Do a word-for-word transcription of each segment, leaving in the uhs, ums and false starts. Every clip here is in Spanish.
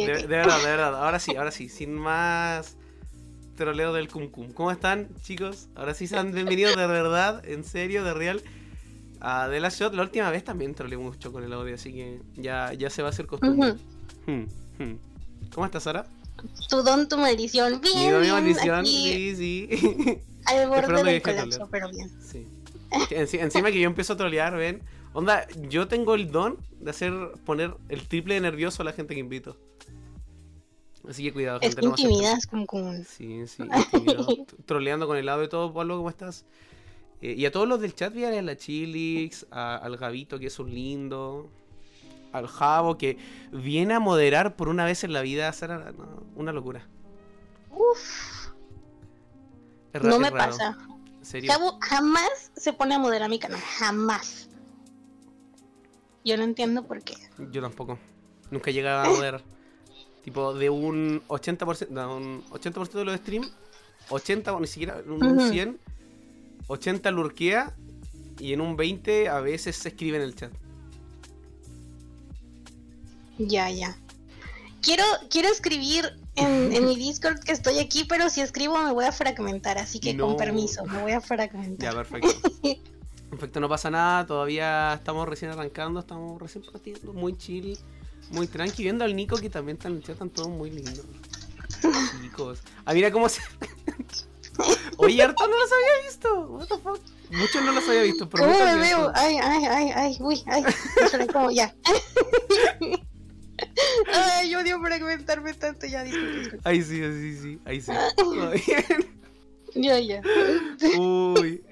de, ok. de verdad, de verdad. Ahora sí, ahora sí. Sin más troleo del cum cum. ¿Cómo están, chicos? Ahora sí sean bienvenidos de verdad, en serio, de real. A The Last Shot. La última vez también troleé mucho con el audio, así que ya, ya se va a hacer costumbre. Ujú. Hmm, hmm. ¿Cómo estás, Sara? Tu don, tu maldición. Mi Bien, mi bien. maldición, Aquí sí, sí. al borde Esperando que del deje de colapso, trolear. pero bien. Sí. Que enci- encima que yo empiezo a trolear, ven. Onda, yo tengo el don de hacer poner el triple de nervioso a la gente que invito. Así que cuidado, Es gente, que no me acepten. intimidas como con... Sí, sí, intimidado. T- Troleando con el audio y todo, Pablo, ¿cómo estás? Eh, y a todos los del chat, vi a la Chilix, a- al Gabito, que es un lindo, al Javo, que viene a moderar por una vez en la vida, Sara, no, una locura. Uf, Es, ra- no es me raro, pasa. en serio. Jabo jamás se pone a moderar mi canal. Jamás. Yo no entiendo por qué. Yo tampoco. Nunca llegaba a moderar. Tipo, de un ochenta por ciento, no, un ochenta por ciento de los streams, ochenta o ni siquiera un Ujú. cien, ochenta lurkea y en un veinte a veces se escribe en el chat. Ya, ya. Quiero, quiero escribir en, en mi Discord que estoy aquí, pero si escribo me voy a fragmentar, así que No. con permiso, me voy a Ya, fragmentar. perfecto. Perfecto, no pasa nada, todavía estamos recién arrancando, estamos recién partiendo, muy chill, muy tranqui, viendo al Nico que también está en el chat, están todos muy lindos. Chicos. Ah, mira cómo se... Oye, harto no los había visto, what the fuck. Muchos no los había visto, pero ¿Cómo muchos me había veo? visto. Ay, ay, ay, ay, uy, ay. Espera, ¿cómo? Ya. Ay, yo odio fragmentarme tanto, ya, disculpe, disculpe. Ahí sí, ahí sí, ahí sí. Todo bien. Ya, ya. Uy.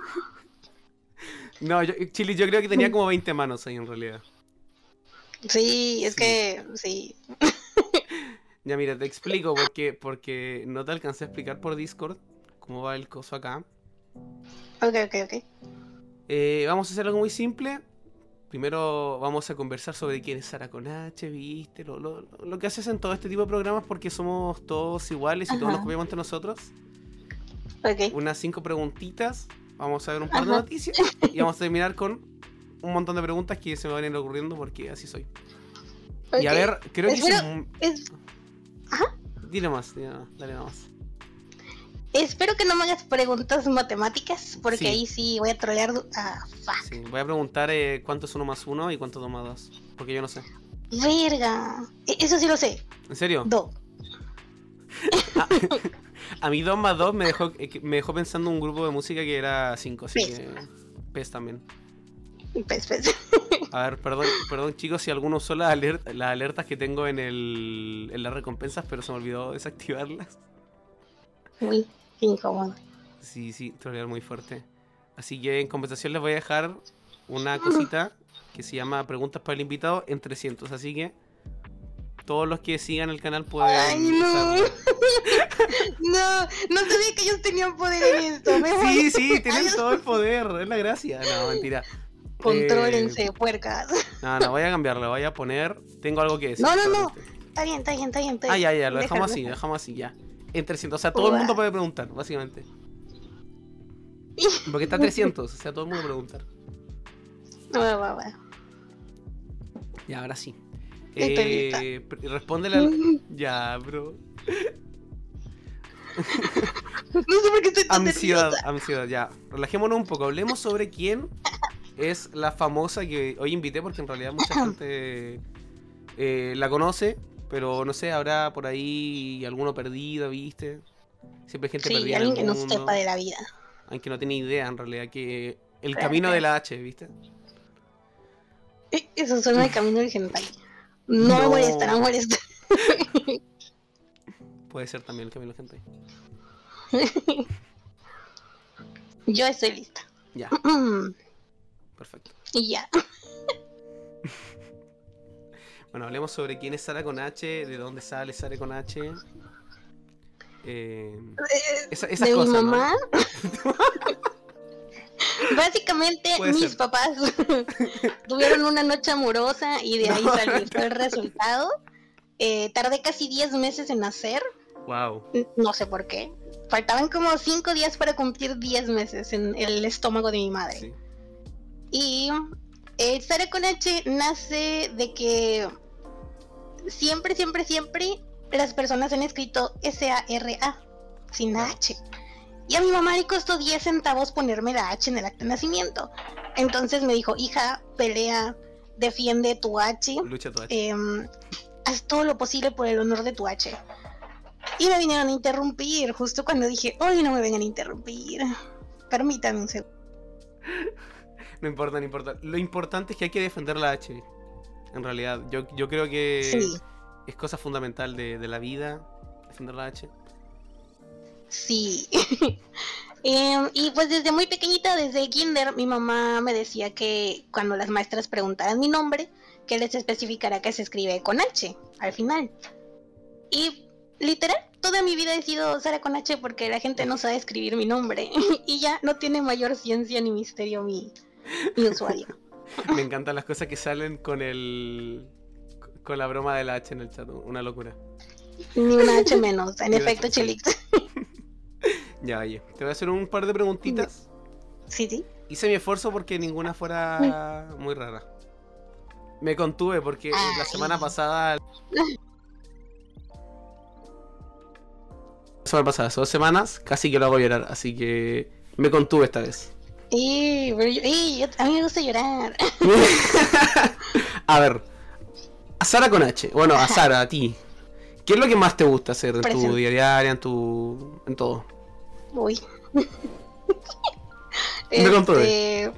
No, yo, Chili, yo creo que tenía como veinte manos ahí en realidad. Sí, es Sí. que, sí. Ya mira, te explico porque, porque no te alcancé a explicar por Discord cómo va el coso acá. Ok, ok, ok. Eh, vamos a hacer algo muy simple. Primero vamos a conversar sobre quién es Sara con H, ¿viste? Lo, lo, lo que haces en todo este tipo de programas porque somos todos iguales y todos Ajá. nos copiamos entre nosotros. Ok. Unas cinco preguntitas. Vamos a ver un par de Ajá. noticias y vamos a terminar con un montón de preguntas que se me van a ir ocurriendo porque así soy. Y a Ok. ver, creo que Espero, hice... es- Dile más, dile más, dale más. espero que no me hagas preguntas matemáticas, porque Sí. ahí sí voy a trolear. du- Ah, fuck. Sí, voy a preguntar eh, cuánto es uno más uno y cuánto es dos más dos. Porque yo no sé. Verga. E- Eso sí lo sé. ¿En serio? Do. Ah, a mí dos más dos me dejó, eh, que- me dejó pensando un grupo de música que era cinco, así Pez. que... Pez también. Pues, pues. A ver, perdón, perdón chicos si alguno usó las, aler- las alertas que tengo en, el, en las recompensas, pero se me olvidó desactivarlas. Uy, qué incómodo. Sí, sí, trolear muy fuerte. Así que en compensación les voy a dejar una cosita que se llama Preguntas para el invitado en trescientos. Así que todos los que sigan el canal pueden Ay, no. usarlo. No, no sabía que ellos tenían poder en esto. Me Sí, voy. sí, tienen Ay, todo el poder, es la gracia. No, mentira. Contrólense, Eh, puercas. no, no, voy a cambiarlo, voy a poner... Tengo algo que decir. No, no, no. solamente. Está bien, está bien, está bien. Está Ah, bien. ya, ya, lo Déjalo, dejamos así, lo déjalo. dejamos así, ya. En trescientos, o sea, todo el mundo puede preguntar, básicamente. Porque está trescientos, o sea, todo el mundo puede preguntar. Va, va, va. Ya, ahora sí. Estoy Eh, pr- respóndele a la... Ya, bro. No sé por qué estoy tan Ansiedad, nerviosa. ansiedad, ya. Relajémonos un poco. Hablemos sobre quién es la famosa que hoy invité, porque en realidad mucha gente eh, la conoce, pero no sé, habrá por ahí alguno perdido, ¿viste? Siempre hay gente Sí, perdida en alguien el que no mundo. sepa de la vida. Alguien que no tiene idea, en realidad, que el Claro, camino claro. de la H, ¿viste? Eh, Eso suena el camino del hentai. No, me No. molesta, no me molesta. Puede ser también el camino de la gente. Yo estoy lista. Ya, Mm, perfecto. Y ya. Bueno, hablemos sobre quién es Sara con H, de dónde sale Sara con H. Eh, esa- esas De mi cosas, ¿no? mamá. Básicamente, Puede mis ser. papás tuvieron una noche amorosa y de ahí No, salió no. fue el resultado. Eh, tardé casi diez meses en nacer. Wow. No sé por qué. Faltaban como cinco días para cumplir diez meses en el estómago de mi madre. Sí. Y eh, Sara con H nace de que siempre, siempre, siempre las personas han escrito S A R A, sin la H. Y a mi mamá le costó diez centavos ponerme la H en el acta de nacimiento. Entonces me dijo, hija, pelea, defiende tu H. Lucha tu H. Eh, haz todo lo posible por el honor de tu H. Y me vinieron a interrumpir justo cuando dije, hoy no me vengan a interrumpir. Permítame un segundo. No importa, no importa. Lo importante es que hay que defender la H. En realidad, yo, yo creo que Sí. es cosa fundamental de, de la vida, defender la H. Sí. eh, y pues desde muy pequeñita, desde kinder, mi mamá me decía que cuando las maestras preguntaran mi nombre, que les especificara que se escribe con H al final. Y literal, toda mi vida he sido Sara con H porque la gente no sabe escribir mi nombre. Y ya no tiene mayor ciencia ni misterio mi, mi usuario. Me encantan las cosas que salen con el... con la broma de la H en el chat, una locura. Ni una H menos, en Ni una efecto, H, sí. Chelix. Ya, oye, te voy a hacer un par de preguntitas. Sí, sí. Hice mi esfuerzo porque ninguna fuera muy rara. Me contuve porque Ay. la semana pasada... La semana pasada, hace dos semanas, casi que lo hago llorar, así que me contuve esta vez. Y, pero yo- y yo- a mí me gusta llorar. A ver, a Sara con H, bueno, a Sara, a ti. ¿Qué es lo que más te gusta hacer en tu Presente. día diaria, en tu... en todo? Uy. Me contó, Este...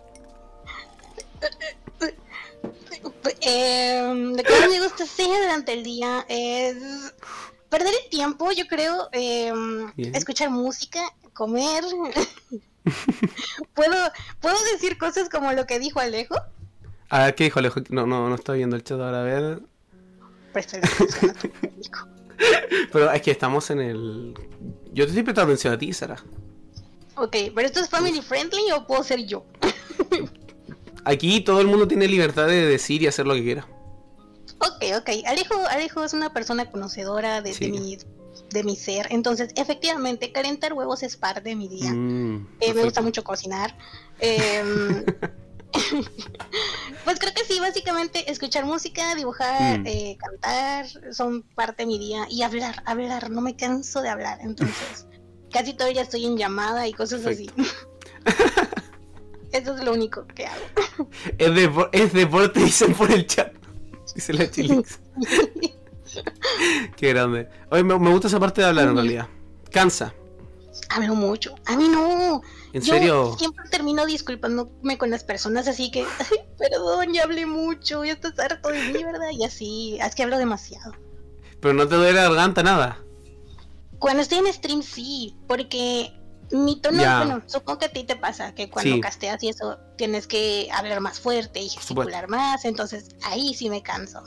Eh, lo que más me gusta hacer durante el día es perder el tiempo, yo creo, eh, Bien. escuchar música, comer. ¿Puedo, ¿Puedo decir cosas como lo que dijo Alejo? A ver, ¿qué dijo Alejo? No, no, no estoy viendo el chat ahora, a ver. Presta atención a tu público. Pero es que estamos en el... Yo te estoy prestando atención a ti, Sara. Ok, ¿pero esto es family friendly o puedo ser yo? Aquí todo el mundo tiene libertad de decir y hacer lo que quiera. Ok, ok. Alejo, Alejo es una persona conocedora de, Sí. de, mi, de mi ser. Entonces, efectivamente, calentar huevos es parte de mi día. Mm, Eh, me perfecto. gusta mucho cocinar. Eh, pues creo que sí, básicamente escuchar música, dibujar, Mm. eh, cantar, son parte de mi día. Y hablar, hablar, no me canso de hablar. Entonces, casi todo el día estoy en llamada y cosas Perfecto. así. Eso es lo único que hago. Es, depo- es deporte, dicen por el chat. Dice la Chilix. Qué grande. Oye, me, me gusta esa parte de hablar en realidad. Cansa. Hablo mucho. A mí no. ¿En Yo serio? siempre termino disculpándome con las personas, así que, "Ay, perdón, ya hablé mucho, ya estás harto de mí, ¿verdad?" Y así, es que hablo demasiado. Pero no te duele la garganta, nada. Cuando estoy en stream, sí, porque mi tono, Ya. bueno, supongo que a ti te pasa, que cuando Sí. casteas y eso, tienes que hablar más fuerte y supuesto. gesticular más, entonces ahí sí me canso.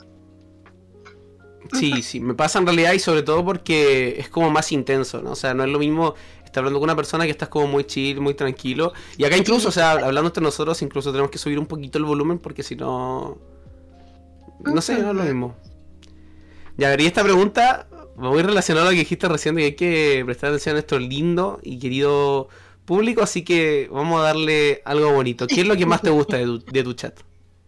Sí, sí, me pasa en realidad y sobre todo porque es como más intenso, ¿no? O sea, no es lo mismo estar hablando con una persona que estás como muy chill, muy tranquilo. Y acá incluso, Sí. o sea, hablando entre nosotros, incluso tenemos que subir un poquito el volumen porque si no... No sé, no es lo mismo. Ya, a ver, y esta pregunta va muy relacionada a lo que dijiste recién de que hay que prestar atención a nuestro lindo y querido público, así que vamos a darle algo bonito. ¿Qué es lo que más te gusta de tu, de tu chat?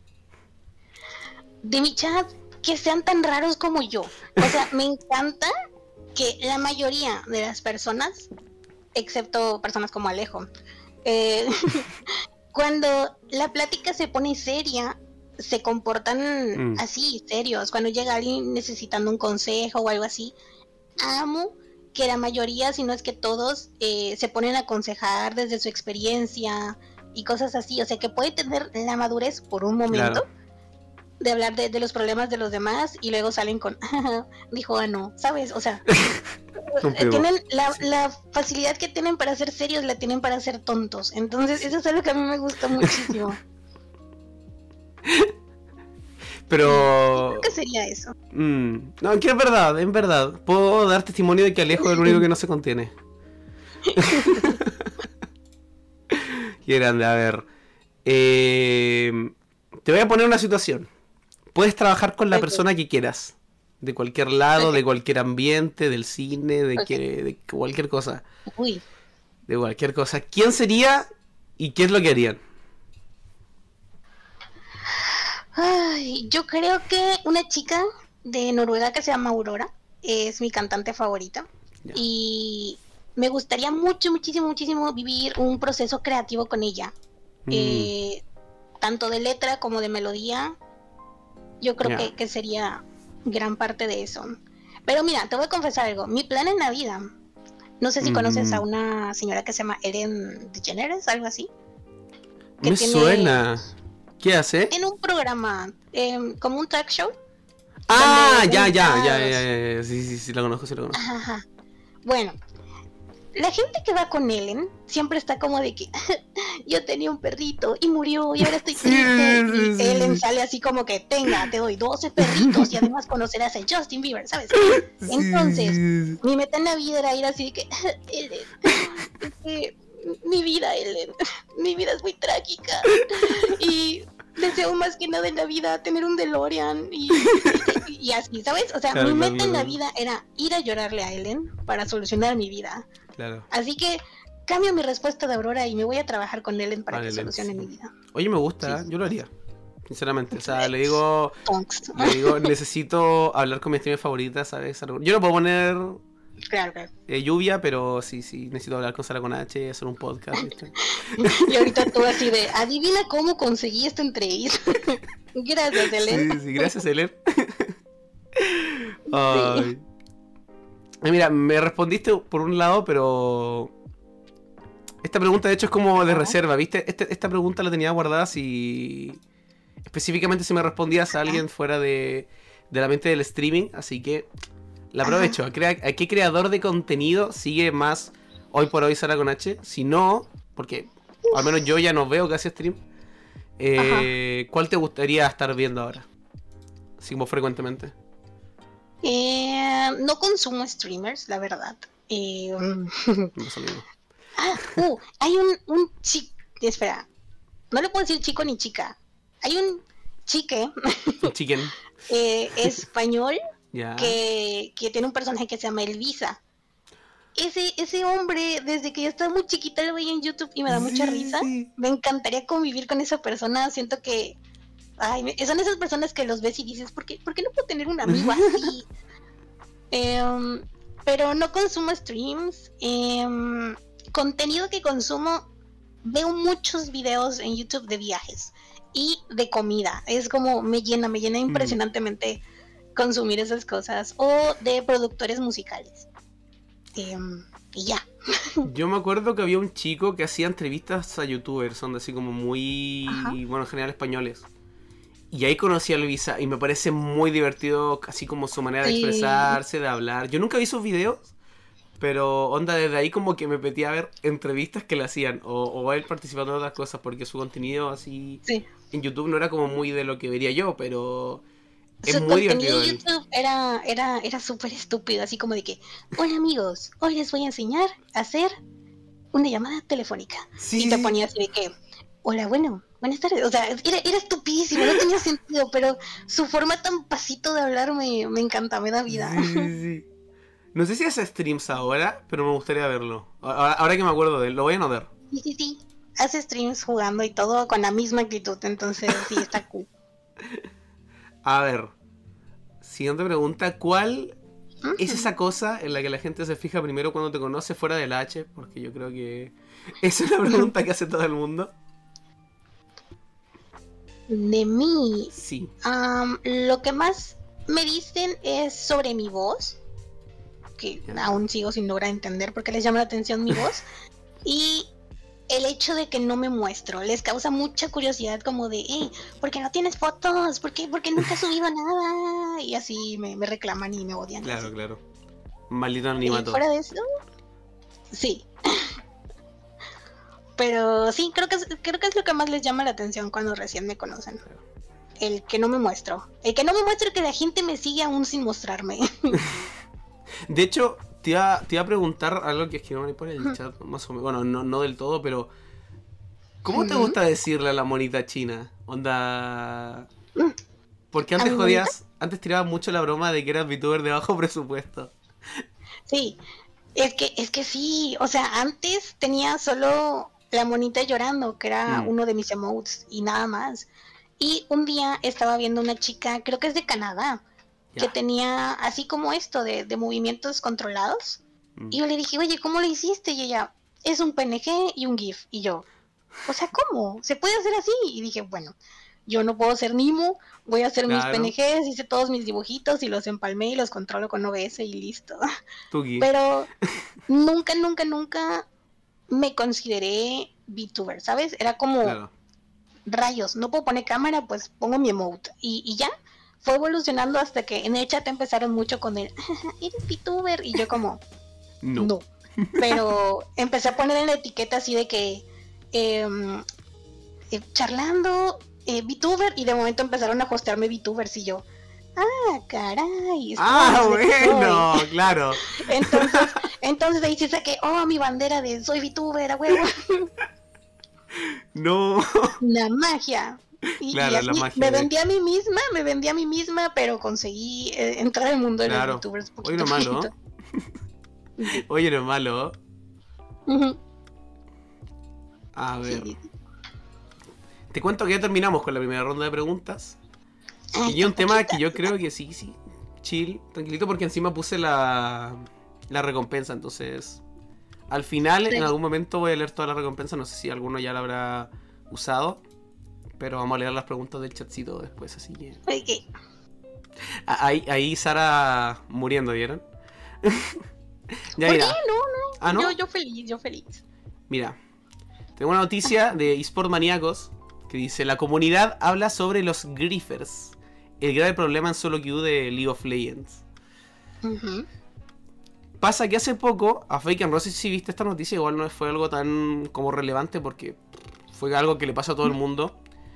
De mi chat, que sean tan raros como yo. O sea, me encanta que la mayoría de las personas, excepto personas como Alejo, eh, cuando la plática se pone seria, se comportan Mm. así, serios. Cuando llega alguien necesitando un consejo o algo así, amo que la mayoría, si no es que todos, eh, se ponen a aconsejar desde su experiencia y cosas así. O sea, que puede tener la madurez por un momento. Claro. De hablar de, de los problemas de los demás y luego salen con, dijo, ah, no, ¿sabes? O sea, Un primo. tienen la, la facilidad que tienen para ser serios, la tienen para ser tontos. Entonces, eso es algo que a mí me gusta muchísimo. Pero... ¿Qué sería eso? Mm, no, que es verdad, es verdad. Puedo dar testimonio de que Alejo es el único que no se contiene. Qué grande, a ver. Eh, te voy a poner una situación. Puedes trabajar con la Ok. persona que quieras. De cualquier lado, Ok. de cualquier ambiente, del cine, de, Ok. que, de cualquier cosa. Uy, De cualquier cosa. ¿Quién sería y qué es lo que harían? ay, yo creo que una chica de Noruega que se llama Aurora. Es mi cantante favorita. Ya. Y me gustaría mucho, muchísimo, muchísimo vivir un proceso creativo con ella. Mm. Eh, tanto de letra como de melodía. Yo creo Ya. que, que sería gran parte de eso. Pero mira, te voy a confesar algo. Mi plan en la vida, no sé si Mm. conoces a una señora que se llama Ellen DeGeneres, algo así. que Me tiene- suena. ¿Qué hace? Tiene un programa, eh, como un talk show. Ah, donde ya, ya, ya, invitados- ya, ya, ya, sí, sí, sí, lo conozco, sí lo conozco. Ajá, ajá. Bueno, la gente que va con Ellen siempre está como de que yo tenía un perrito y murió y ahora estoy Sí, triste. sí, Y sí, Ellen sí. sale así como que tenga, te doy doce perritos y además conocerás a Justin Bieber, ¿sabes? Sí, Entonces, sí, sí. mi meta en la vida era ir así de que Ellen, es que mi vida, Ellen, mi vida es muy trágica y deseo más que nada en la vida tener un DeLorean y, y, y así, ¿sabes? O sea, Claro, mi claro, meta en la claro. vida era ir a llorarle a Ellen para solucionar mi vida. Claro. Así que cambio mi respuesta de Aurora y me voy a trabajar con Ellen para Vale, que Ellen, solucione sí. mi vida. Oye, me gusta, Sí. yo lo haría. Sinceramente, o sea, le digo, Tonks. le digo, necesito hablar con mi streamer favorita, ¿sabes? Algo- Yo no puedo poner Claro, claro. eh, lluvia, pero sí, sí, necesito hablar con Sara con H, hacer un podcast, ¿viste? Y ahorita tú así de, adivina cómo conseguí esta entrevista. Gracias, Ellen. Sí, sí, gracias, Ellen. Ay. Eh, Mira, me respondiste por un lado, pero esta pregunta de hecho es como de Ajá. reserva, ¿viste? Este- esta pregunta la tenía guardada si específicamente si me respondías a alguien fuera de, de la mente del streaming, así que la Ajá. aprovecho. ¿A, crea- a qué creador de contenido sigue más hoy por hoy Sara con H? Si no, porque al menos yo ya no veo casi stream, eh, ¿cuál te gustaría estar viendo ahora? Así como frecuentemente. Eh, no consumo streamers, la verdad. Eh, Me pasa lo mismo. ah, uh, hay un, un chico, espera, no le puedo decir chico ni chica. Hay un chique Un chicken. eh, español Ya. que, que tiene un personaje que se llama Elvisa. Ese, ese hombre, desde que yo estaba muy chiquita, lo veía en YouTube y me da mucha Sí, risa. sí. Me encantaría convivir con esa persona. Siento que ay, me- son esas personas que los ves y dices, ¿por qué, por qué no puedo tener un amigo así? Em, pero no consumo streams. Em, contenido que consumo, veo muchos videos en YouTube de viajes y de comida. Es como me llena, me llena impresionantemente consumir esas cosas. O de productores musicales. Em, y ya. Yo me acuerdo que había un chico que hacía entrevistas a youtubers, son así como muy, Ajá. bueno, en general españoles. Y ahí conocí a Elvisa y me parece muy divertido, así como su manera de Sí. expresarse, de hablar. Yo nunca vi sus videos, pero onda, desde ahí como que me metí a ver entrevistas que le hacían o, o él participando en otras cosas, porque su contenido así Sí. en YouTube no era como muy de lo que vería yo, pero es Su muy contenido divertido en él. YouTube era, era, era súper estúpido, así como de que, hola amigos, hoy les voy a enseñar a hacer una llamada telefónica. Sí, Y te sí. ponía así de que, hola, bueno, buenas tardes. O sea, era, era estupidísimo, no tenía sentido, pero su forma tan pasito de hablar me, me encanta, me da vida. Sí, sí, sí. No sé si hace streams ahora, pero me gustaría verlo. Ahora, ahora que me acuerdo de él, lo voy a anotar. Sí, sí, sí. Hace streams jugando y todo con la misma actitud, entonces sí, está cool. A ver, siguiente pregunta, ¿cuál es Ujú. esa cosa en la que la gente se fija primero cuando te conoce fuera del H? Porque yo creo que esa es la pregunta que hace todo el mundo. De mí, Sí. Am, lo que más me dicen es sobre mi voz, que Ya. aún sigo sin lograr entender por qué les llama la atención mi voz, y el hecho de que no me muestro. Les causa mucha curiosidad como de, hey, ¿por qué no tienes fotos? ¿Por qué, por qué nunca has subido nada? Y así me, me reclaman y me odian. Claro, así. claro. Maldito Y anonimato. fuera de eso, sí. Pero sí, creo que, es, creo que es lo que más les llama la atención cuando recién me conocen. El que no me muestro. El que no me muestro, que la gente me sigue aún sin mostrarme. De hecho, te iba, te iba a preguntar algo que escribieron ahí por el chat, más o menos. Bueno, no, no del todo, pero ¿cómo te Ujú. gusta decirle a la monita china? Onda... Mm. Porque ¿A antes mi jodías, antes tirabas mucho la broma de que eras VTuber de bajo presupuesto. Sí, es que, es que sí. O sea, antes tenía solo la monita llorando, que era Mm. uno de mis emotes, y nada más. Y un día estaba viendo una chica, creo que es de Canadá, que tenía así como esto de, de movimientos controlados. Mm. Y yo le dije, oye, ¿cómo lo hiciste? Y ella, es un P N G y un GIF. Y yo, o sea, ¿cómo? ¿Se puede hacer así? Y dije, bueno, yo no puedo ser Nimo, voy a hacer claro. mis P N Gs, hice todos mis dibujitos y los empalmé y los controlo con O B S y listo. Pero nunca, nunca, nunca me consideré VTuber, ¿sabes? Era como, claro. rayos, no puedo poner cámara, pues pongo mi emote. Y, y ya, fue evolucionando hasta que en el chat empezaron mucho con el, eres VTuber, y yo como, no. no. Pero empecé a poner en la etiqueta así de que, eh, eh, charlando, eh, VTuber, y de momento empezaron a hostearme VTubers, y yo, ah, caray. Ah, bueno, claro. Entonces, entonces ahí sí saqué, oh, mi bandera de soy VTuber, a huevo. No. La magia. Y, claro, y así, la magia me de... vendí a mí misma, me vendí a mí misma, pero conseguí eh, entrar al mundo de claro. los VTubers. Oye, no es malo. Oye, no es malo. Uh-huh. A ver. Sí. Te cuento que ya terminamos con la primera ronda de preguntas. Ay, y hay un tema poquita. Que yo creo que sí, sí. Chill, tranquilito, porque encima puse la, la recompensa, entonces... Al final, sí. en algún momento voy a leer toda la recompensa, no sé si alguno ya la habrá usado, pero vamos a leer las preguntas del chatcito después, así que... Okay. Ahí, ahí Sara muriendo, ¿vieron? Ya, ¿por qué? No, no. ¿Ah, no? Yo, yo feliz, yo feliz. Mira, tengo una noticia de eSport Maníacos que dice: la comunidad habla sobre los griefers, el grave problema en solo queue de League of Legends. Uh-huh. Pasa que hace poco, a Faker, no sé si viste esta noticia, igual no fue algo tan como relevante porque fue algo que le pasa a todo el mundo.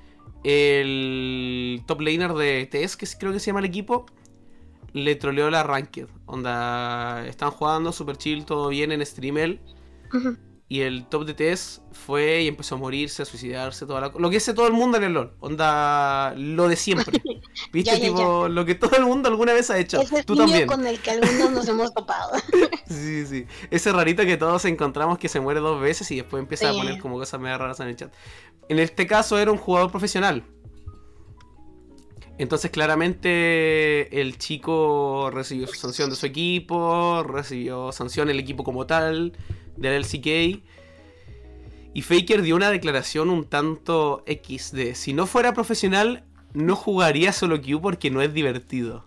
El top laner de T S, que creo que se llama el equipo, le troleó la ranked. Onda, están jugando super chill, todo bien en stream él. Uh-huh. Y el top de T S fue y empezó a morirse, a suicidarse, toda la... lo que hace todo el mundo en el LoL. Onda, lo de siempre. ¿Viste? Ya, ya, tipo, ya. Lo que todo el mundo alguna vez ha hecho. Ese Tú también. Con el que algunos nos hemos topado. Sí, sí. Ese rarito que todos encontramos que se muere dos veces y después empieza sí. a poner como cosas medio raras en el chat. En este caso era un jugador profesional. Entonces claramente el chico recibió su sanción de su equipo, recibió sanción el equipo como tal, del L C K. Y Faker dio una declaración un tanto X de: si no fuera profesional, no jugaría solo queue porque no es divertido.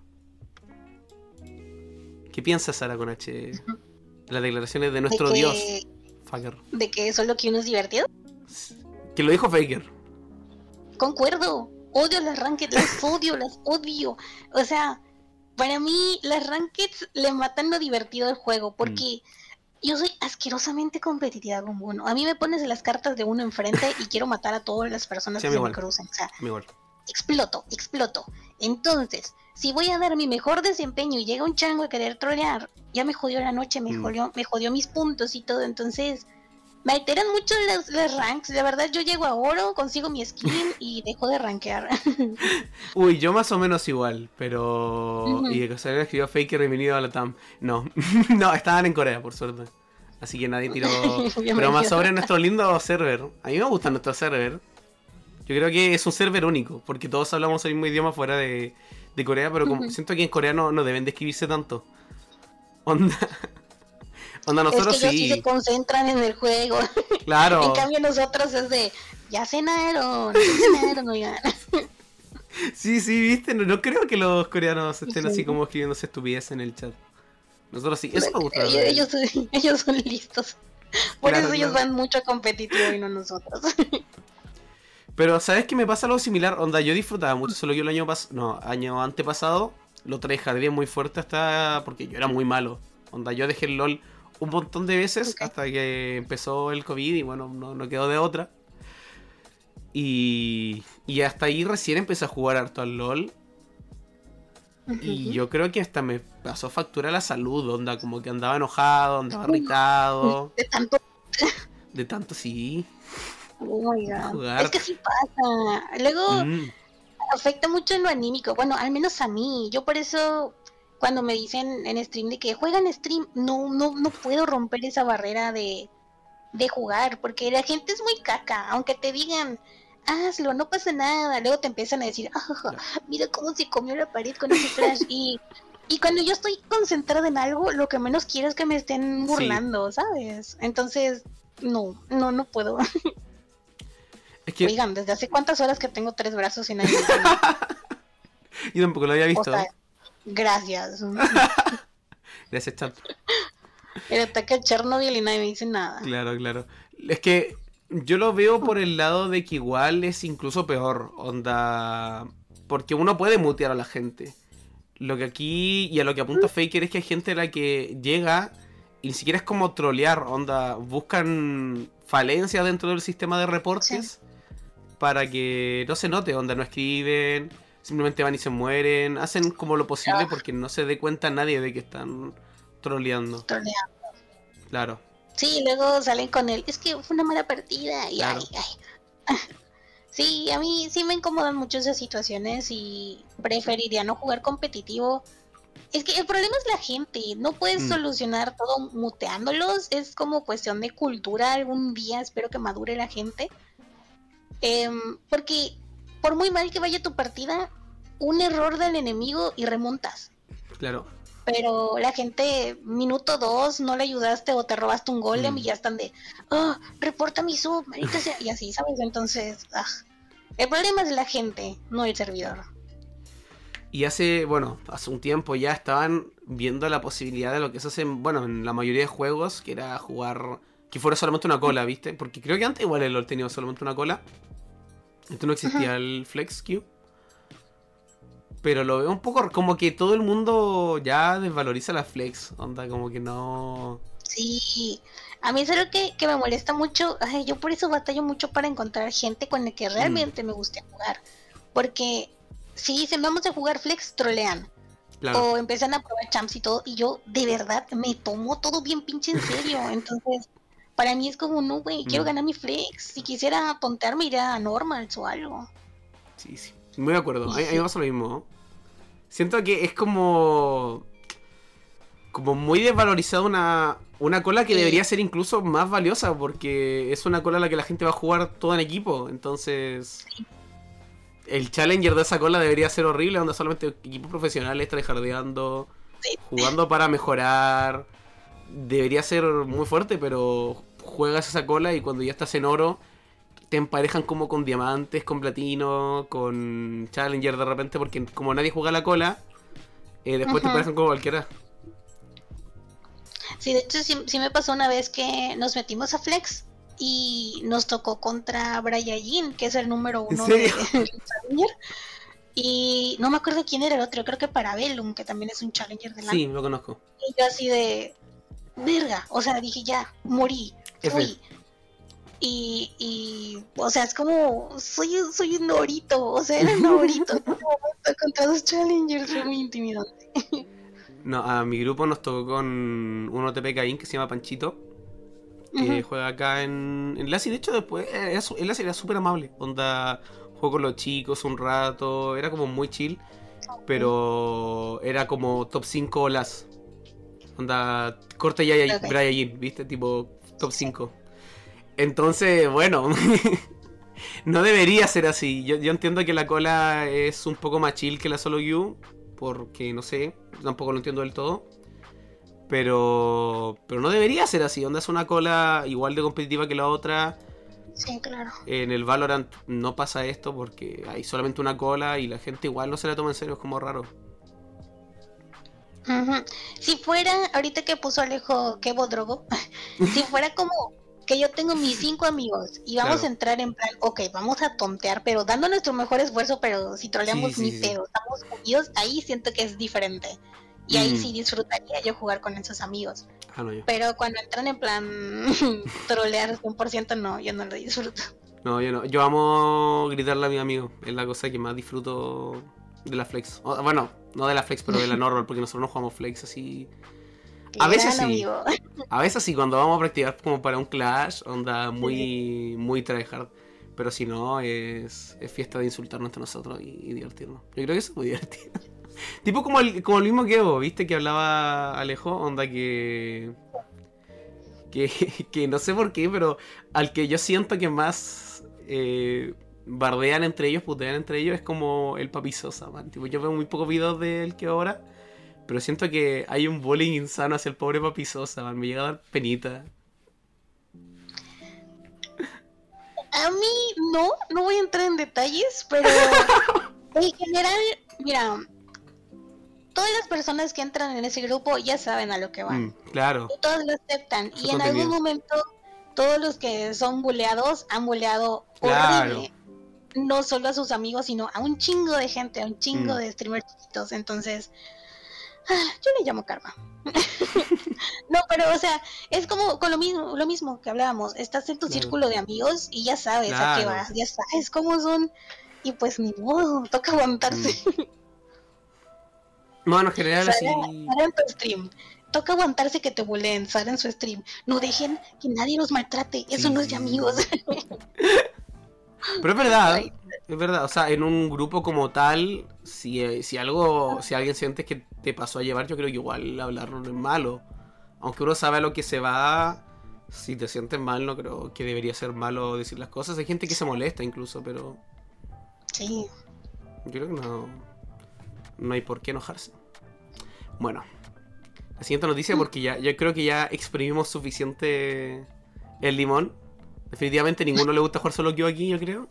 ¿Qué piensas, Sara, con H? Las declaraciones de nuestro ¿De que... dios, Faker. ¿De que solo queue no es divertido? Que lo dijo Faker. Concuerdo. Odio las rankeds, las odio, las odio. O sea, para mí las rankeds le matan lo divertido del juego, porque mm. yo soy asquerosamente competitiva con uno. A mí me pones las cartas de uno enfrente y quiero matar a todas las personas sí, que se igual. me cruzan. O sea, exploto, exploto. Entonces, si voy a dar mi mejor desempeño y llega un chango a querer trolear, ya me jodió la noche, me, mm. jodió, me jodió mis puntos y todo. Entonces... me alteran mucho las, las ranks. De verdad, yo llego a oro, consigo mi skin y dejo de rankear. Uy, yo más o menos igual, pero... Uh-huh. Y de se escribió Faker, bienvenido a la T A M. No, no, estaban en Corea, por suerte. Así que nadie tiró... pero más sobre nuestro lindo server. A mí me gusta nuestro server. Yo creo que es un server único, porque todos hablamos el mismo idioma fuera de, de Corea, pero como, uh-huh. siento que en Corea no, no deben describirse tanto. Onda... Onda, nosotros es que sí. ellos sí se concentran en el juego. Claro. En cambio nosotros es de, ya cenaron, ya cenaron, oigan. Sí, sí, viste, no, no creo que los coreanos estén sí. así como escribiéndose estupidez en el chat. Nosotros sí, eso me gusta. Ellos, ellos, son, ellos son listos. Por claro, eso ellos claro. van mucho a competitivo y no nosotros. Pero, ¿sabes qué me pasa algo similar? Onda, yo disfrutaba mucho, solo yo el año pasado, no, año antepasado, lo tryhardé muy fuerte hasta porque yo era muy malo. Onda, yo dejé el LOL un montón de veces okay. hasta que empezó el COVID y bueno, no, no quedó de otra. Y, y hasta ahí recién empecé a jugar harto al LOL. Uh-huh. Y yo creo que hasta me pasó factura la salud, onda, como que andaba enojado, andaba irritado. De tanto. De tanto, sí. Oh my God. Es que sí pasa. Luego mm. afecta mucho en lo anímico. Bueno, al menos a mí. Yo por eso... cuando me dicen en stream de que juegan stream, no, no, no puedo romper esa barrera de, de jugar, porque la gente es muy caca, aunque te digan, hazlo, no pasa nada. Luego te empiezan a decir, ah, Claro. mira cómo se comió la pared con ese flash. Y, y cuando yo estoy concentrada en algo, lo que menos quiero es que me estén Sí. burlando, ¿sabes? Entonces, no, no, no puedo. Es que Oigan, ¿desde hace cuántas horas que tengo tres brazos y nadie me dice nada? yo tampoco lo había O visto. sea, gracias. Gracias, chat. El ataque a Chernobyl y nadie me dice nada. Claro, claro. Es que yo lo veo por el lado de que igual es incluso peor, onda... Porque uno puede mutear a la gente. Lo que aquí, y a lo que apunta Faker, es que hay gente a la que llega y ni siquiera es como trolear, onda, buscan falencias dentro del sistema de reportes para que no se note, onda, no escriben, simplemente van y se mueren, hacen como lo posible porque no se dé cuenta nadie de que están troleando. Troleando. Claro. Sí, luego salen con él, es que fue una mala partida y Claro. ay, ay. Sí, a mí sí me incomodan mucho esas situaciones y preferiría no jugar competitivo. Es que el problema es la gente, no puedes Mm. solucionar todo muteándolos, es como cuestión de cultura, algún día espero que madure la gente. Em, porque por muy mal que vaya tu partida, un error del enemigo y remontas. Claro. Pero la gente, minuto dos, no le ayudaste o te robaste un golem Mm. y ya están de, oh, reporta mi sub, maldita sea", y así, ¿sabes? Entonces, ah, el problema es la gente, no el servidor. Y hace, bueno, hace un tiempo ya estaban viendo la posibilidad de lo que se hace, en- bueno, en la mayoría de juegos, que era jugar, que fuera solamente una cola, ¿viste? Porque creo que antes igual el LoL tenía solamente una cola. Entonces no existía el Flex Queue. Pero lo veo un poco como que todo el mundo ya desvaloriza la Flex. Onda, como que no... Sí, a mí es algo que, que me molesta mucho. Ay, yo por eso batallo mucho para encontrar gente con la que realmente me guste jugar. Porque si dicen vamos a jugar flex, trolean. Claro. O empiezan a probar champs y todo. Y yo de verdad me tomo todo bien pinche en serio. Entonces, para mí es como, no, güey, quiero Mm. ganar mi flex. Si quisiera tontearme, iría a normals o algo. Sí, sí. Muy de acuerdo. A mí, a mí Sí. me pasa lo mismo. ¿No? Siento que es como... Como muy desvalorizada una, una cola que Sí. debería ser incluso más valiosa. Porque es una cola a la que la gente va a jugar todo en equipo. Entonces... El challenger de esa cola debería ser horrible. Donde solamente equipos profesionales tryhardeando. Sí. Jugando para mejorar. Debería ser muy fuerte, pero juegas esa cola y cuando ya estás en oro, te emparejan como con diamantes, con platino, con challenger de repente, porque como nadie juega la cola, eh, después te Ujú. emparejan como cualquiera. Sí, de hecho sí, sí me pasó una vez que nos metimos a Flex y nos tocó contra Brian, que es el número ¿En uno serio? de del Challenger. Y no me acuerdo quién era el otro, creo que Parabellum, que también es un Challenger de LAN. Sí, lo conozco. Y yo así de, verga, o sea, dije ya, morí, F. fui. Y, y, o sea, es como, soy, soy un norito, o sea, era un norito en ese momento contra dos Challengers, fue muy intimidante. No, a mi grupo nos tocó con un O T P Caín que se llama Panchito, que Ujú. juega acá en, en Lassie. De hecho, después, era, su- en Lassie era súper amable. Onda, jugó con los chicos un rato, era como muy chill, pero era como top cinco las. Onda, corta ya Ok. Brian, ¿viste? Tipo top cinco. Entonces, bueno, no debería ser así. Yo, yo entiendo que la cola es un poco más chill que la solo queue, porque no sé, tampoco lo entiendo del todo. Pero pero no debería ser así. Onda, es una cola igual de competitiva que la otra. Sí, claro. En el Valorant no pasa esto porque hay solamente una cola y la gente igual no se la toma en serio, es como raro. Ujú. Si fuera, ahorita que puso Alejo Kevo Drogo, si fuera como que yo tengo mis cinco amigos y vamos Claro. a entrar en plan, ok, vamos a tontear, pero dando nuestro mejor esfuerzo, pero si troleamos Sí, sí, ni sí, sí. pedo, estamos unidos, ahí siento que es diferente. Y ahí Mm. sí disfrutaría yo jugar con esos amigos. Ah, no, yo. Pero cuando entran en plan trolear cien por ciento, no, yo no lo disfruto. No, yo no. Yo amo gritarle a mi amigo. Es la cosa que más disfruto de la flex. O- bueno, no de la flex, pero de la normal, porque nosotros no jugamos flex así. A veces Gran sí. amigo. A veces sí, cuando vamos a practicar como para un clash, onda muy, muy tryhard. Pero si no, es, es fiesta de insultarnos entre nosotros y, y divertirnos. Yo creo que eso es muy divertido. Tipo como el, como el mismo que Evo, ¿viste? Que hablaba Alejo, onda que... Que, que no sé por qué, pero al que yo siento que más... eh, bardean entre ellos, putean entre ellos, es como el Papi Sosa, man. Tipo, yo veo muy pocos videos de él que ahora, pero siento que hay un bullying insano hacia el pobre Papi Sosa, man. Me llega a dar penita. A mí no, no voy a entrar en detalles, pero en general, mira, todas las personas que entran en ese grupo ya saben a lo que van. Mm, claro. Y todos lo aceptan. Su y en contenido. algún momento, todos los que son buleados han buleado Claro. horrible. No solo a sus amigos, sino a un chingo de gente, a un chingo Mm. de streamers chiquitos. Entonces, ah, yo le llamo karma. No, pero o sea, es como con lo mismo, lo mismo que hablábamos. Estás en tu Claro. círculo de amigos y ya sabes a qué Claro. vas, ya sabes cómo son. Y pues ni modo, toca aguantarse. Bueno, en general Sara, así... Sara en tu stream. Toca aguantarse que te buleen, Sara en su stream. No dejen que nadie los maltrate. Eso Sí. no es de amigos. Pero es verdad, Ay. es verdad, o sea, en un grupo como tal, si, eh, si algo, si alguien sientes que te pasó a llevar, yo creo que igual hablarlo no es malo. Aunque uno sabe a lo que se va, si te sientes mal, no creo que debería ser malo decir las cosas. Hay gente que se molesta incluso, pero Sí. yo creo que no, no hay por qué enojarse. Bueno, la siguiente noticia, porque ya, yo creo que ya exprimimos suficiente el limón. Definitivamente ninguno le gusta jugar solo queue aquí, yo creo.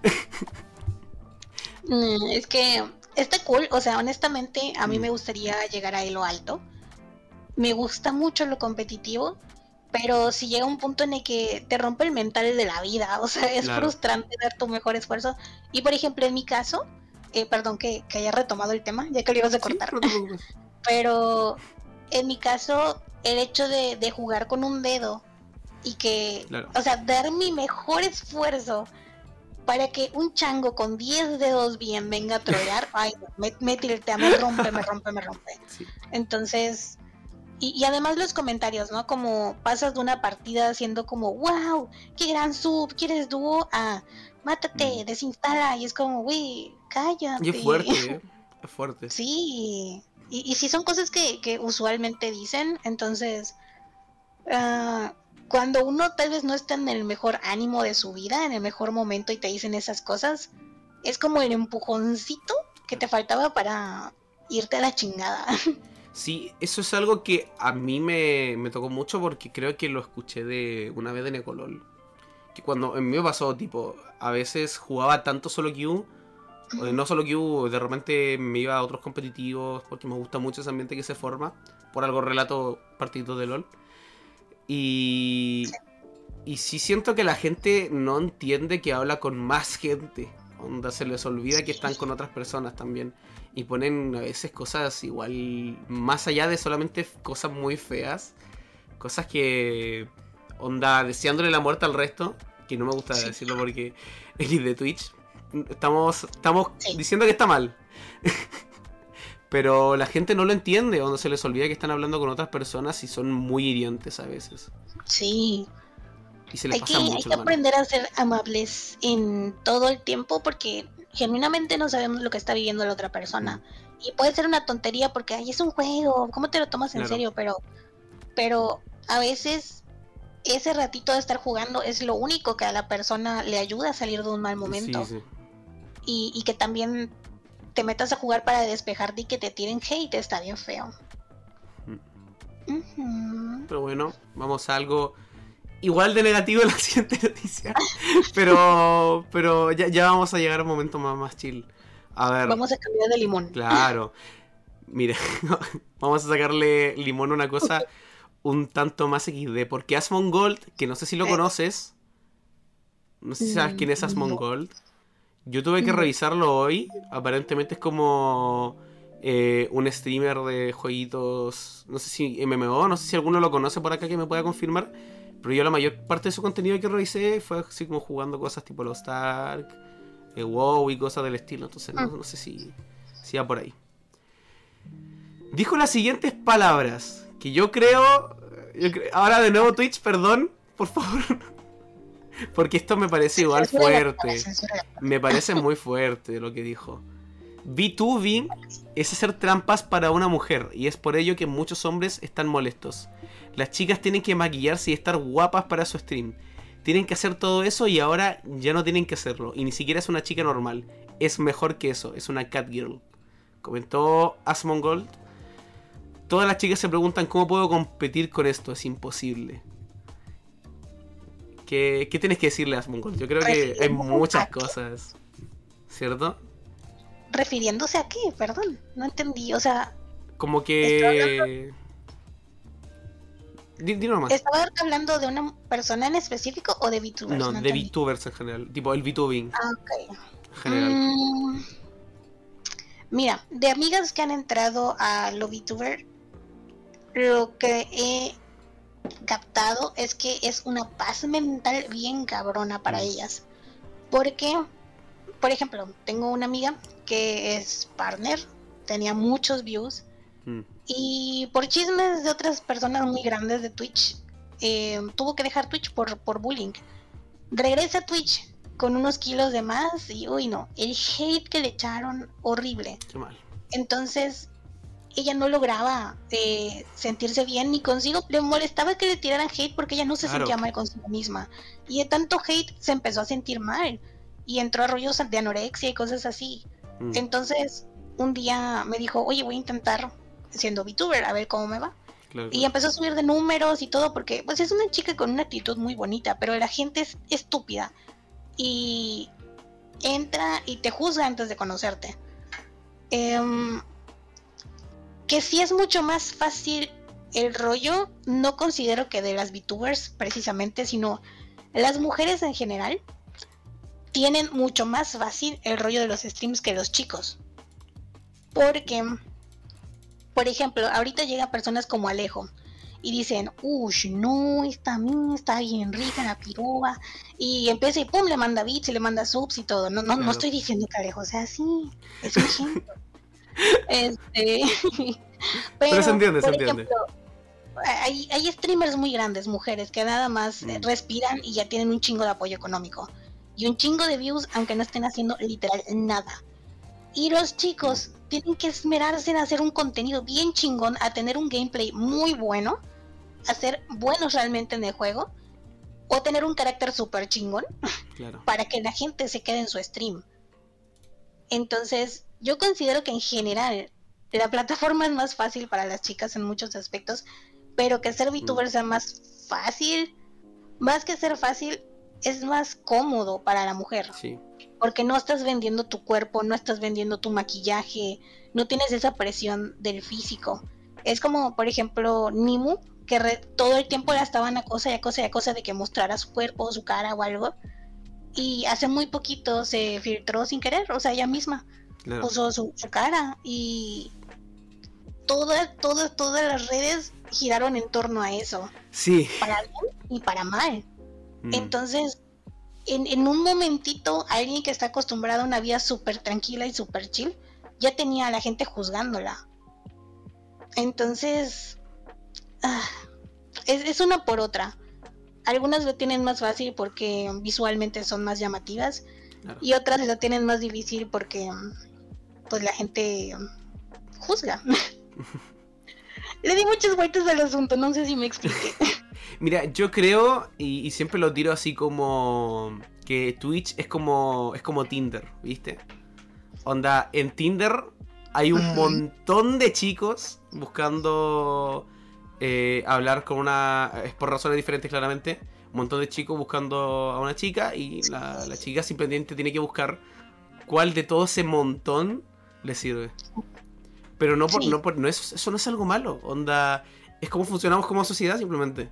Mm, Es que está cool, o sea, honestamente a mí Mm. me gustaría llegar a lo alto. Me gusta mucho lo competitivo, pero si llega un punto en el que te rompe el mental de la vida, o sea, es Claro. frustrante dar tu mejor esfuerzo. Y por ejemplo, en mi caso, eh, perdón que, que haya retomado el tema, ya que lo ibas a Sí, cortar, no te preocupes. pero en mi caso, el hecho de, de jugar con un dedo y que, Claro. o sea, dar mi mejor esfuerzo para que un chango con diez dedos bien venga a trolear, ay, me, me tiltea, me rompe, me rompe, me rompe. Sí. Entonces, y, y además los comentarios, ¿no? Como pasas de una partida siendo como, wow, qué gran sub, ¿quieres dúo? Ah, mátate, Mm. desinstala. Y es como, güey, cállate. Y es fuerte, ¿eh? Es fuerte. Sí, y, y sí son cosas que, que usualmente dicen, entonces, ah, cuando uno tal vez no está en el mejor ánimo de su vida, en el mejor momento y te dicen esas cosas, es como el empujoncito que te faltaba para irte a la chingada. Sí, eso es algo que a mí me, me tocó mucho porque creo que lo escuché de una vez de Necolol. Que cuando en mí me pasó, tipo, a veces jugaba tanto solo queue, o no solo queue, de repente me iba a otros competitivos porque me gusta mucho ese ambiente que se forma. Por algo relato partiditos de LOL. Y, y sí siento que la gente no entiende que habla con más gente. Onda, se les olvida que están con otras personas también. Y ponen a veces cosas igual, más allá de solamente f- cosas muy feas. Cosas que, onda, deseándole la muerte al resto. Que no me gusta Sí. decirlo porque es de Twitch. Estamos, estamos Sí. diciendo que está mal. Pero la gente no lo entiende, o no se les olvida que están hablando con otras personas y son muy hirientes a veces. Sí, Y se les hay que, pasa hay mucho que la mano. aprender a ser amables en todo el tiempo porque genuinamente no sabemos lo que está viviendo la otra persona. Y puede ser una tontería porque ay, es un juego, ¿cómo te lo tomas en Claro. serio? Pero, pero a veces ese ratito de estar jugando es lo único que a la persona le ayuda a salir de un mal momento. Sí, sí. Y, y que también te metas a jugar para despejarte y que te tiren hate está bien feo. Ujú. Pero bueno, vamos a algo igual de negativo en la siguiente noticia. Pero, pero ya, ya vamos a llegar a un momento más, más chill. A ver, Vamos a cambiar de limón. claro. Mira, vamos a sacarle limón a una cosa un tanto más equis de. Porque Asmongold, que no sé si lo Eh. conoces. No sé si sabes quién es Mm, no. Asmongold. Yo tuve que No. revisarlo hoy. Aparentemente es como eh, un streamer de jueguitos. No sé si M M O, no sé si alguno lo conoce por acá que me pueda confirmar. Pero yo la mayor parte de su contenido que revisé fue así como jugando cosas tipo Lost Ark, eh, WoW y cosas del estilo. Entonces no, no sé si, si va por ahí. Dijo las siguientes palabras. Que yo creo, yo cre- ahora de nuevo Twitch, perdón, por favor. Porque esto me parece igual Censura la palabra, fuerte. censura la palabra. Me parece muy fuerte lo que dijo. V dos B es hacer trampas para una mujer y es por ello que muchos hombres están molestos. Las chicas tienen que maquillarse y estar guapas para su stream. tienen que hacer todo eso y ahora ya no tienen que hacerlo. Y ni siquiera es una chica normal. Es mejor que eso, es una catgirl. Comentó Asmongold. Todas las chicas se preguntan cómo puedo competir con esto, es imposible. ¿Qué, qué tienes que decirle a Asmongold? Yo creo que hay muchas cosas, ¿cierto? ¿Refiriéndose a qué? Perdón, no entendí, o sea... Como que... Dime nomás. ¿Estaba hablando de una persona en específico o de VTubers? No, no de entendí. VTubers en general, tipo el VTubing. Ah, ok. En general. Mm, mira, de amigas que han entrado a lo VTuber, lo que he captado es que es una paz mental bien cabrona para Mm. ellas. Porque, por ejemplo, tengo una amiga que es partner, tenía muchos views, Mm. y por chismes de otras personas muy grandes de Twitch, eh, tuvo que dejar Twitch por, por bullying. Regresa a Twitch con unos kilos de más y, uy no, el hate que le echaron, horrible. Qué mal. Entonces, ella no lograba eh, sentirse bien ni consigo, le molestaba que le tiraran hate porque ella no se Claro. sentía mal consigo misma. Y de tanto hate se empezó a sentir mal y entró a rollos de anorexia y cosas así. Mm. Entonces, un día me dijo, oye, voy a intentar siendo VTuber, a ver cómo me va. Claro, Y claro. empezó a subir de números y todo porque pues es una chica con una actitud muy bonita, pero la gente es estúpida y entra y te juzga antes de conocerte. Em, que sí es mucho más fácil el rollo, no considero que de las VTubers precisamente, sino las mujeres en general tienen mucho más fácil el rollo de los streams que los chicos. Porque, por ejemplo, ahorita llegan personas como Alejo y dicen, uy, no, esta mina está bien rica la piroba, y empieza y pum, le manda beats y le manda subs y todo. No, no, Claro. no estoy diciendo que Alejo sea así, es un ejemplo. este, pero, Pero se entiende, por se entiende. ejemplo, hay, hay streamers muy grandes, mujeres, que nada más eh, Mm. respiran y ya tienen un chingo de apoyo económico y un chingo de views, aunque no estén haciendo literal nada. Y los chicos tienen que esmerarse en hacer un contenido bien chingón, a tener un gameplay muy bueno, a ser buenos realmente en el juego, o tener un carácter súper chingón Claro. para que la gente se quede en su stream. Entonces, yo considero que en general la plataforma es más fácil para las chicas en muchos aspectos, pero que ser VTuber sea más fácil, más que ser fácil, es más cómodo para la mujer. Sí. Porque no estás vendiendo tu cuerpo, no estás vendiendo tu maquillaje, no tienes esa presión del físico. Es como, por ejemplo, Nimu, que re- todo el tiempo la estaban acosa y acosa y acosa de que mostrara su cuerpo, su cara o algo. Y hace muy poquito se filtró sin querer, o sea, ella misma Claro. puso su, su cara y todas, todas, todas las redes giraron en torno a eso, Sí. para bien y para mal. Mm. Entonces, en, en un momentito, alguien que está acostumbrado a una vida súper tranquila y súper chill, ya tenía a la gente juzgándola. Entonces, ah, es, es una por otra. Algunas lo tienen más fácil porque visualmente son más llamativas, Claro. y otras lo tienen más difícil porque pues la gente juzga. Le di muchas vueltas al asunto, no sé si me expliqué. Mira, yo creo, y, y siempre lo tiro así como que Twitch es como es como Tinder, ¿viste? Onda, en Tinder hay un Ujú. montón de chicos buscando eh, hablar con una... Es por razones diferentes, claramente. Un montón de chicos buscando a una chica y la, la chica simplemente tiene que buscar cuál de todo ese montón le sirve. Pero no por, Sí. no por, no es, eso no es algo malo. Onda, es como funcionamos como sociedad simplemente.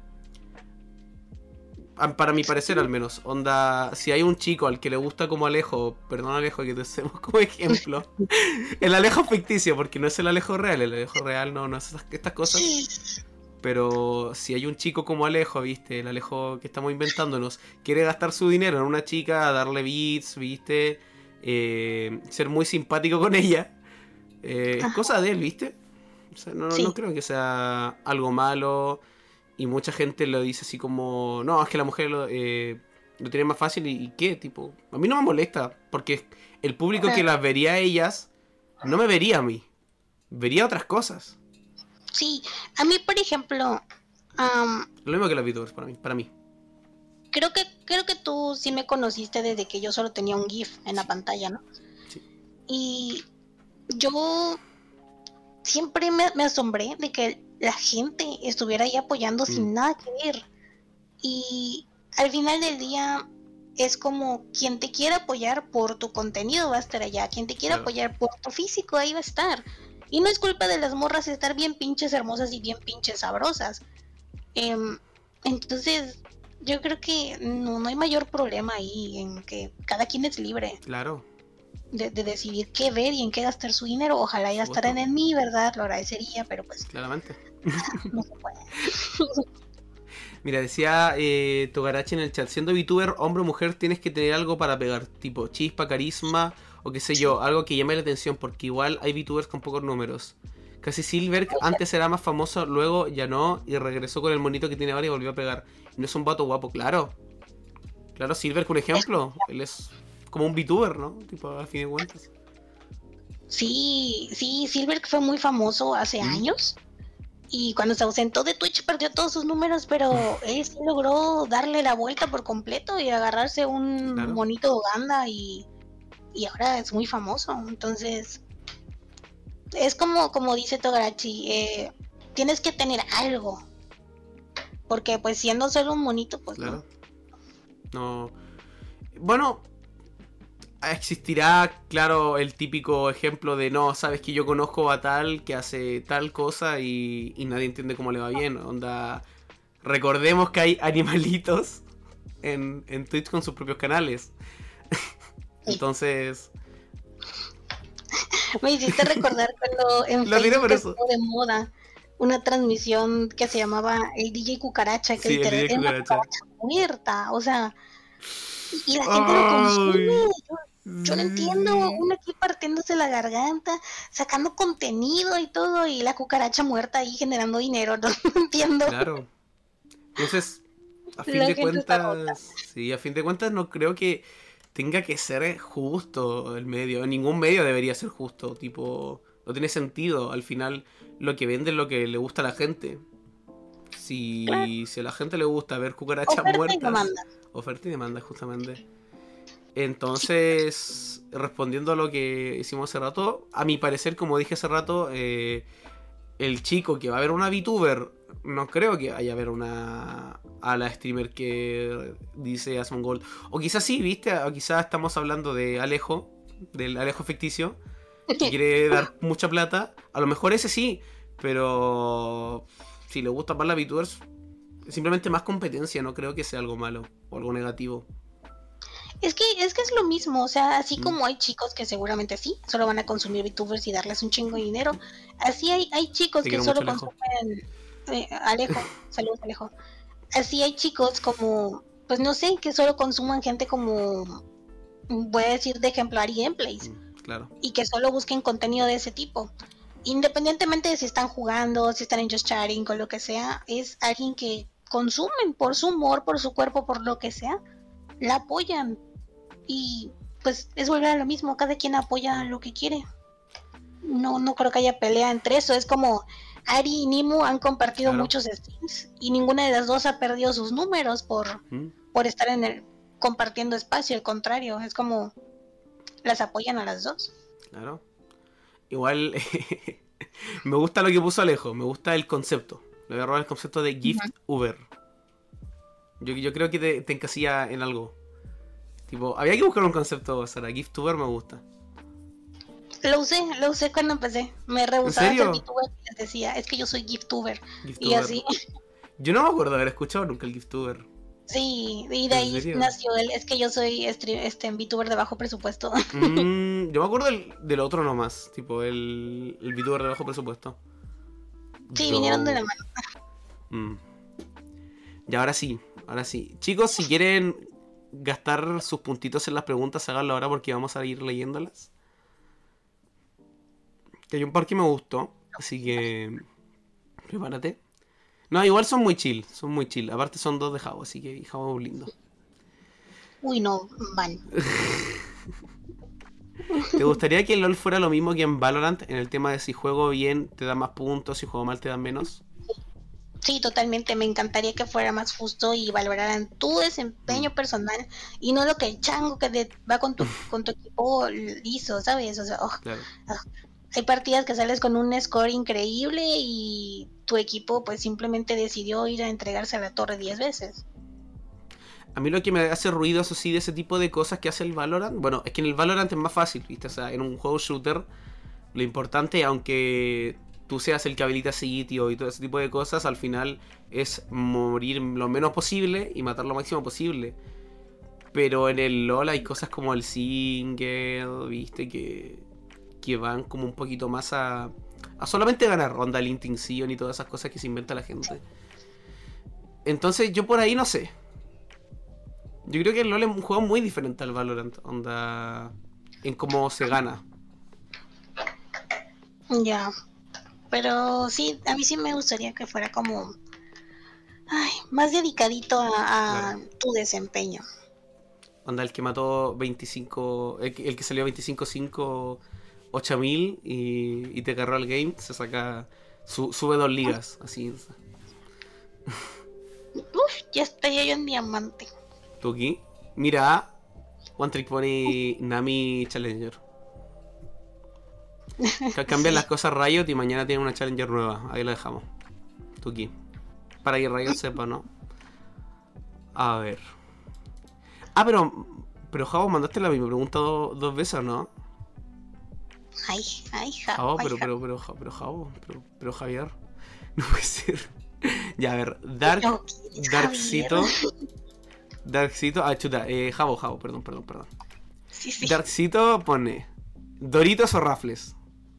A- Para mi parecer al menos. Onda, si hay un chico al que le gusta como Alejo, perdón Alejo que te hacemos como ejemplo. El Alejo ficticio, porque no es el Alejo real. El Alejo real no, no es estas, estas cosas. Pero si hay un chico como Alejo, viste, el Alejo que estamos inventándonos, quiere gastar su dinero en una chica, darle beats, viste, eh, ser muy simpático con ella, eh, es Ajá. cosa de él, viste. O sea, no, Sí. no creo que sea algo malo. Y mucha gente lo dice así como, no, es que la mujer lo, eh, lo tiene más fácil. ¿Y, y qué? Tipo, a mí no me molesta, porque el público que las vería a ellas no me vería a mí, vería otras cosas. Sí, a mí por ejemplo, am, Lo mismo que las VTubers para mí, para mí. creo que creo que tú sí me conociste desde que yo solo tenía un GIF en la pantalla, ¿no? Sí. Y yo siempre me, me asombré de que la gente estuviera ahí apoyando Mm. sin nada que ver. Y al final del día es como quien te quiera apoyar por tu contenido va a estar allá, quien te quiera Claro. apoyar por tu físico ahí va a estar. Y no es culpa de las morras estar bien pinches hermosas y bien pinches sabrosas. Em, entonces, yo creo que no, no hay mayor problema ahí en que cada quien es libre Claro. de, de decidir qué ver y en qué gastar su dinero. Ojalá ya Supuesto. gastaran en mí, ¿verdad? Lo agradecería, pero pues Claramente. no se puede. Mira, decía eh, Togarachi en el chat, siendo VTuber, hombre o mujer, tienes que tener algo para pegar, tipo chispa, carisma, o qué sé yo, algo que llame la atención, porque igual hay VTubers con pocos números. Casi Silver antes era más famoso, luego ya no, y regresó con el monito que tiene ahora y volvió a pegar. Y no es un vato guapo, claro. Claro, Silver, por ejemplo, él es como un VTuber, ¿no? Tipo, a fin de cuentas. Sí, sí, Silver fue muy famoso hace ¿Mm? años. Y cuando se ausentó de Twitch perdió todos sus números, pero él sí logró darle la vuelta por completo y agarrarse un Claro. monito de Uganda y, y ahora es muy famoso. Entonces, es como, como dice Togarachi, eh, tienes que tener algo. Porque pues siendo solo un monito, pues Claro. No. Bueno, existirá, claro, el típico ejemplo de no, sabes que yo conozco a tal que hace tal cosa y, y nadie entiende cómo le va bien. Onda, recordemos que hay animalitos en, en Twitch con sus propios canales. Entonces, no. Me hiciste recordar cuando en Lo diré Facebook por eso. estuvo de moda una transmisión que se llamaba el D J Cucaracha, que sí, el literal D J era una Cucaracha. cucaracha muerta, o sea, y, y la gente lo consume. Ay, Yo, yo no sí, entiendo, sí. uno aquí partiéndose la garganta, sacando contenido y todo, y la cucaracha muerta ahí generando dinero, no, no entiendo. Claro. Entonces, a fin La de gente está rota. cuentas, sí, a fin de cuentas no creo que tenga que ser justo el medio. Ningún medio debería ser justo, tipo, no tiene sentido. Al final, lo que vende es lo que le gusta a la gente. Si, Claro. si a la gente le gusta ver cucarachas Oferta y muertas, demanda. oferta y demanda, justamente. Entonces, respondiendo a lo que hicimos hace rato, a mi parecer, como dije hace rato, eh, el chico que va a ver una VTuber, no creo que vaya a ver una a la streamer que dice Asmongold. O quizás sí, ¿viste? O quizás estamos hablando de Alejo, del Alejo ficticio, que quiere dar mucha plata. A lo mejor ese sí, pero si le gusta más la VTubers, simplemente más competencia, no creo que sea algo malo o algo negativo. Es que, es que es lo mismo, o sea, así Mm. como hay chicos que seguramente sí, solo van a consumir VTubers y darles un chingo de dinero, así hay, hay chicos Te que quiero solo mucho, Alejo. consumen eh, Alejo, saludos Alejo. Así hay chicos como, pues no sé, que solo consuman gente como, voy a decir de ejemplar y gameplays, Mm, claro. y que solo busquen contenido de ese tipo. Independientemente de si están jugando, si están en Just Chatting, con lo que sea, es alguien que consumen por su humor, por su cuerpo, por lo que sea, la apoyan. Y pues es volver a lo mismo, cada quien apoya lo que quiere. No, no creo que haya pelea entre eso. Es como Ari y Nimu han compartido Claro. muchos streams y ninguna de las dos ha perdido sus números por, Mm, por estar en el compartiendo espacio. Al contrario, es como las apoyan a las dos. claro. Igual me gusta lo que puso Alejo, me gusta el concepto. Le voy a robar el concepto de gift Uber. Yo, yo creo que te, te encasilla en algo. Tipo, había que buscar un concepto, Sara. Gift Uber me gusta. Lo usé, lo usé cuando empecé. Me rehusaba a serio? ser VTuber y les decía, es que yo soy Giftuber. Gift Y Uber. así, Yo no me acuerdo haber escuchado nunca el Gift Uber. sí, y ¿En de ahí serio? nació el, es que yo soy este, este VTuber de bajo presupuesto. Mm, yo me acuerdo del, del otro nomás. Tipo, el, el VTuber de bajo presupuesto. Sí, Yo- vinieron de la mano. Mm. Y ahora sí, ahora sí. Chicos, si quieren gastar sus puntitos en las preguntas, háganlo ahora porque vamos a ir leyéndolas. Que hay un par que me gustó, así que prepárate. No, igual son muy chill, son muy chill. Aparte son dos de Javo, así que Javo es lindo. Uy, no, van. ¿Te gustaría que el LoL fuera lo mismo que en Valorant en el tema de si juego bien te da más puntos, si juego mal te dan menos? Sí, totalmente. Me encantaría que fuera más justo y valoraran tu desempeño Mm. personal y no lo que el chango que de- va con tu con tu equipo hizo, ¿sabes? O sea, oh, Claro. ah, hay partidas que sales con un score increíble y tu equipo pues simplemente decidió ir a entregarse a la torre diez veces. A mí lo que me hace ruido, eso sí, de ese tipo de cosas que hace el Valorant, bueno, es que en el Valorant es más fácil, ¿viste? O sea, en un juego shooter, lo importante, aunque tú seas el que habilita sitio y todo ese tipo de cosas, al final es morir lo menos posible y matar lo máximo posible. Pero en el LoL hay cosas como el Single, ¿viste? Que, que van como un poquito más a, a solamente ganar ronda, el Intinction y todas esas cosas que se inventa la gente. Entonces yo por ahí no sé. Yo creo que el LoL es un juego muy diferente al Valorant, onda, en cómo se gana. Ya, pero sí, a mí sí me gustaría que fuera como, ay, más dedicadito a, Claro. a tu desempeño. Onda, el que mató veinticinco, el, que- el que salió veinticinco cinco ocho mil y, y te agarró el game, se saca, su, sube dos ligas, así. Uf, ya estaría yo en diamante. Tuki. Mira, One Trick Pony Nami Challenger. Ca- Cambian Sí. las cosas Riot y mañana tienen una Challenger nueva. Ahí la dejamos. Tuki. Para que Riot sepa, ¿no? A ver. Ah, pero. Pero Javo, mandaste la misma pregunta do- dos veces, ¿o no? Ay, ay, ja, Javo, ay, pero, ja. pero, pero, Ja- pero, Javo, pero, pero Javier. No puede ser. Ya, a ver. Dark. No, ¿quién es Darkcito. Javier? Darkcito. Ah, chuta. Eh, Javo, Javo, perdón, perdón, perdón. Sí, sí. Darkcito pone. ¿Doritos o Rafles?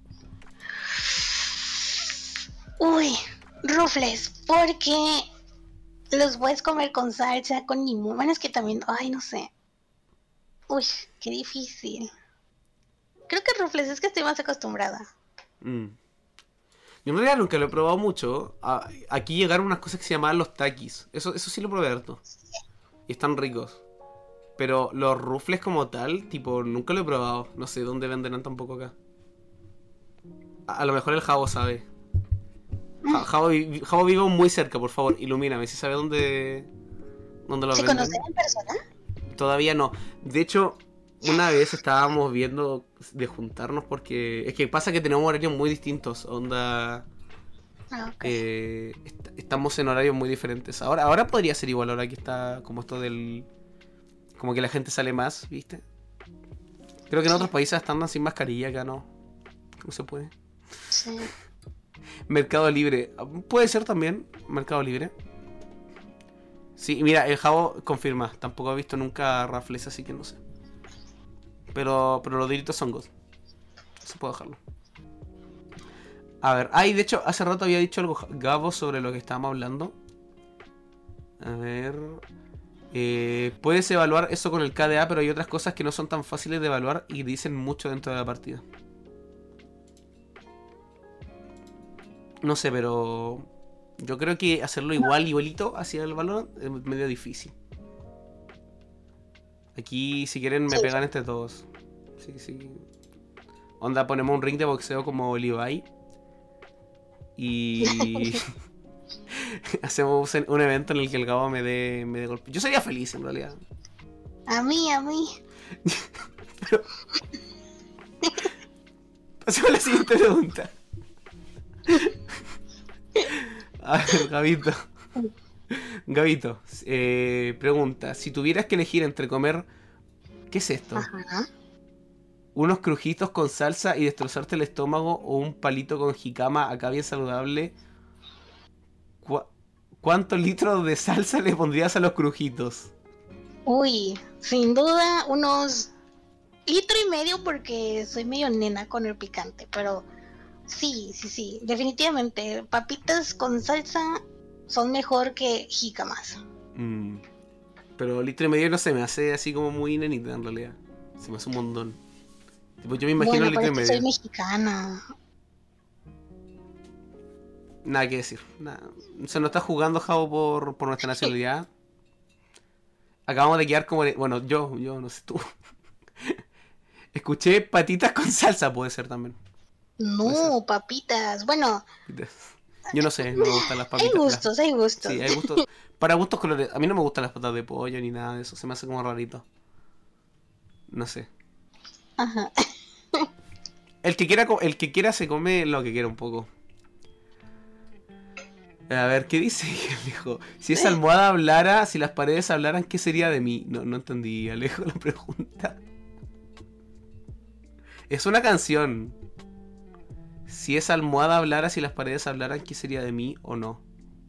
Uy, rufles, porque los puedes comer con salsa, con limón. Bueno, es que también, ay, no sé. Uy, qué difícil. Creo que rufles es que estoy más acostumbrada. Mm. Yo en realidad nunca lo he probado mucho. A- aquí llegaron unas cosas que se llamaban los takis. Eso, eso sí lo probé harto. Y están ricos. Pero los rufles como tal, tipo, nunca lo he probado. No sé dónde venderán tampoco acá. A, a lo mejor el Javo sabe. Ja- Mm, Javo, vi- Javo vivo muy cerca, por favor, ilumíname. Si sabe dónde, dónde los ¿se conocen venden. en persona? Todavía no. De hecho, una vez estábamos viendo de juntarnos porque... Es que pasa que tenemos horarios muy distintos. Onda... Ah, ok. eh, est- estamos en horarios muy diferentes. Ahora, ahora podría ser igual, ahora que está como esto del... Como que la gente sale más, ¿viste? Creo que en Sí, otros países están sin mascarilla, acá no. No se puede. sí. Mercado Libre. Puede ser también Mercado Libre. Sí, mira, el Javo confirma. Tampoco he visto nunca Raffles, así que no sé. Pero, pero los diritos son good. Se puede dejarlo. A ver, ay, de hecho, hace rato había dicho algo Gabo sobre lo que estábamos hablando. A ver. Eh, puedes evaluar eso con el K D A, pero hay otras cosas que no son tan fáciles de evaluar y dicen mucho dentro de la partida. No sé, pero yo creo que hacerlo igual, igualito hacia el Valorant es medio difícil. Aquí, si quieren, me Sí, pegan entre todos. Sí, sí. Onda, ponemos un ring de boxeo como Levi. Y hacemos un un evento en el que el Gabo me dé, me dé golpe. Yo sería feliz, en realidad. a mí, a mí. Pero pasemos a la siguiente pregunta. A ver, Gabito. Gabito, eh, pregunta. Si tuvieras que elegir entre comer... ¿Qué es esto? Ajá. Unos crujitos con salsa y destrozarte el estómago o un palito con jicama acá bien saludable. ¿Cu- ¿Cuántos litros de salsa le pondrías a los crujitos? Uy, sin duda unos litro y medio porque soy medio nena con el picante, pero sí, sí, sí, definitivamente papitas con salsa son mejor que jícamas. Mm, pero litro y medio no se me hace así como muy nenita en realidad. Se me hace un montón. Tipo, yo me imagino Bueno, litro pero y es que soy medio. mexicana. Nada que decir. Nada. Se nos está jugando Javo por, por nuestra nacionalidad. Acabamos de quedar como... Bueno, yo, yo, no sé tú. Escuché patitas con salsa, puede ser también. Puede ser. No, papitas. Bueno, Yo no sé, no me gustan las Hay papitas. las- gustos, hay gustos. Sí, hay gustos. Para gustos colores. A mí no me gustan las patas de pollo ni nada de eso. Se me hace como rarito. No sé. Ajá. El que quiera, co- el que quiera se come lo que quiera un poco. A ver, ¿qué dice? Alejo? Si esa almohada hablara, si las paredes hablaran, ¿qué sería de mí? No, no entendí, Alejo, la pregunta. Es una canción. Si esa almohada hablara, si las paredes hablaran, ¿qué sería de mí o no?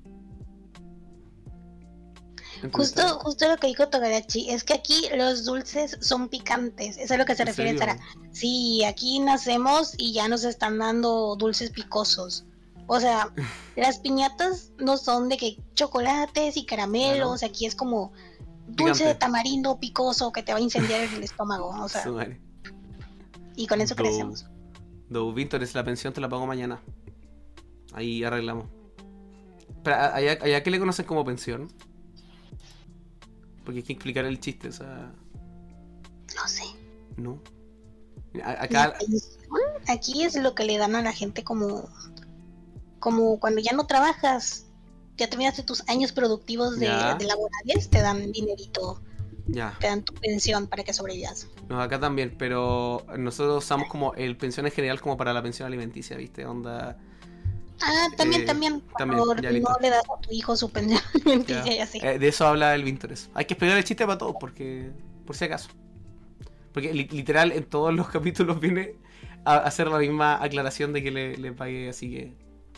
Justo, ¿Entendiste? justo lo que dijo Togarachi, es que aquí los dulces son picantes, eso es a lo que se ¿En refiere serio? Sara. Sí, aquí nacemos y ya nos están dando dulces picosos. O sea, las piñatas no son de que chocolates y caramelos, Claro. aquí es como dulce de Picante. tamarindo picoso que te va a incendiar el estómago, o Su sea, madre. y con eso Do. crecemos. Do, Víctor, es la pensión te la pago mañana. Ahí arreglamos. Pero ¿a- allá, allá qué le conocen como pensión? Porque hay que explicar el chiste, o sea. No sé. No. A- La Acá. pensión aquí es lo que le dan a la gente como, como cuando ya no trabajas, ya terminaste tus años productivos de, Ya. de laborales, te dan dinerito, Ya. te dan tu pensión para que sobrevivas. No, acá también, pero nosotros usamos como el pensión en general como para la pensión alimenticia, ¿viste? Onda. Ah, también, eh, también, también, cuando ya no listo. le das a tu hijo su pensión Ya. alimenticia y así. Eh, de eso habla el Vintores. Hay que explicar el chiste para todos, porque. Por si acaso. Porque li- literal en todos los capítulos viene a hacer la misma aclaración de que le, le pagué, así que.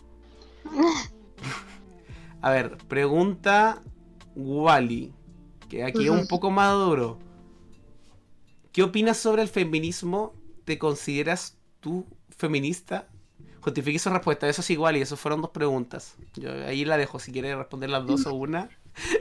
A ver, pregunta Wally. Que aquí es un Ujú. poco más duro. ¿Qué opinas sobre el feminismo? ¿Te consideras tú feminista? Justifique su respuesta. Eso es igual y eso fueron dos preguntas. Yo ahí la dejo si quiere responder las dos o una.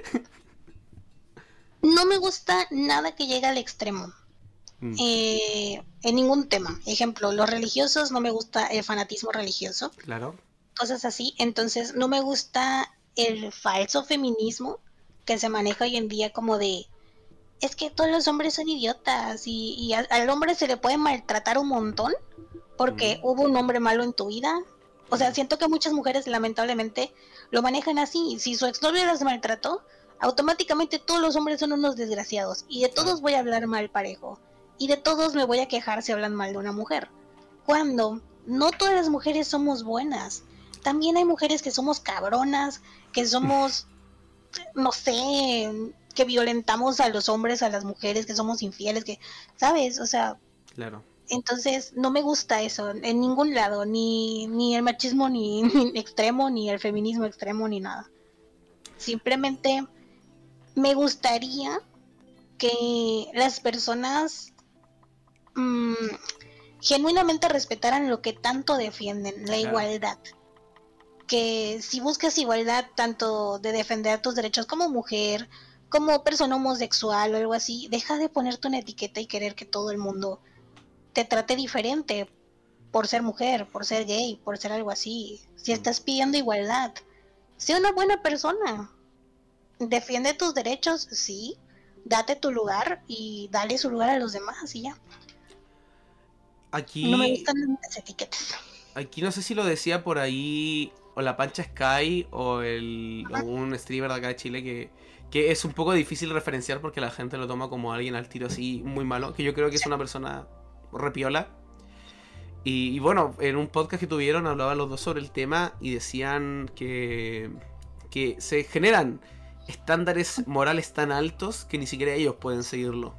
No me gusta nada que llegue al extremo. Mm, Eh, en ningún tema. Ejemplo, los religiosos, no me gusta el fanatismo religioso, claro. cosas así. Entonces, no me gusta el falso feminismo que se maneja hoy en día como de, es que todos los hombres son idiotas y, y a- al hombre se le puede maltratar un montón porque Mm, hubo un hombre malo en tu vida. O sea, claro. siento que muchas mujeres lamentablemente lo manejan así. Si su exnovio las maltrató, automáticamente todos los hombres son unos desgraciados y de Claro. todos voy a hablar mal parejo y de todos me voy a quejar si hablan mal de una mujer. Cuando no todas las mujeres somos buenas. También hay mujeres que somos cabronas, que somos, no sé, que violentamos a los hombres, a las mujeres, que somos infieles, que, ¿sabes? O sea, Claro. entonces no me gusta eso en ningún lado, ni, ni el machismo ni, ni extremo, ni el feminismo extremo, ni nada. Simplemente me gustaría que las personas mmm, genuinamente respetaran lo que tanto defienden, la Claro. igualdad. Que si buscas igualdad tanto de defender tus derechos como mujer, como persona homosexual o algo así, deja de ponerte una etiqueta y querer que todo el mundo te trate diferente por ser mujer, por ser gay, por ser algo así. Si Mm. estás pidiendo igualdad, sé una buena persona. Defiende tus derechos, sí. Date tu lugar y dale su lugar a los demás y ya. No me Aquí, gustan las etiquetas. aquí no sé si lo decía por ahí o la Pancha Sky o, el, o un streamer de acá de Chile que, que es un poco difícil referenciar porque la gente lo toma como alguien al tiro así muy malo, que yo creo que es una persona repiola. Y, y bueno, en un podcast que tuvieron hablaban los dos sobre el tema y decían que, que se generan estándares morales tan altos que ni siquiera ellos pueden seguirlo.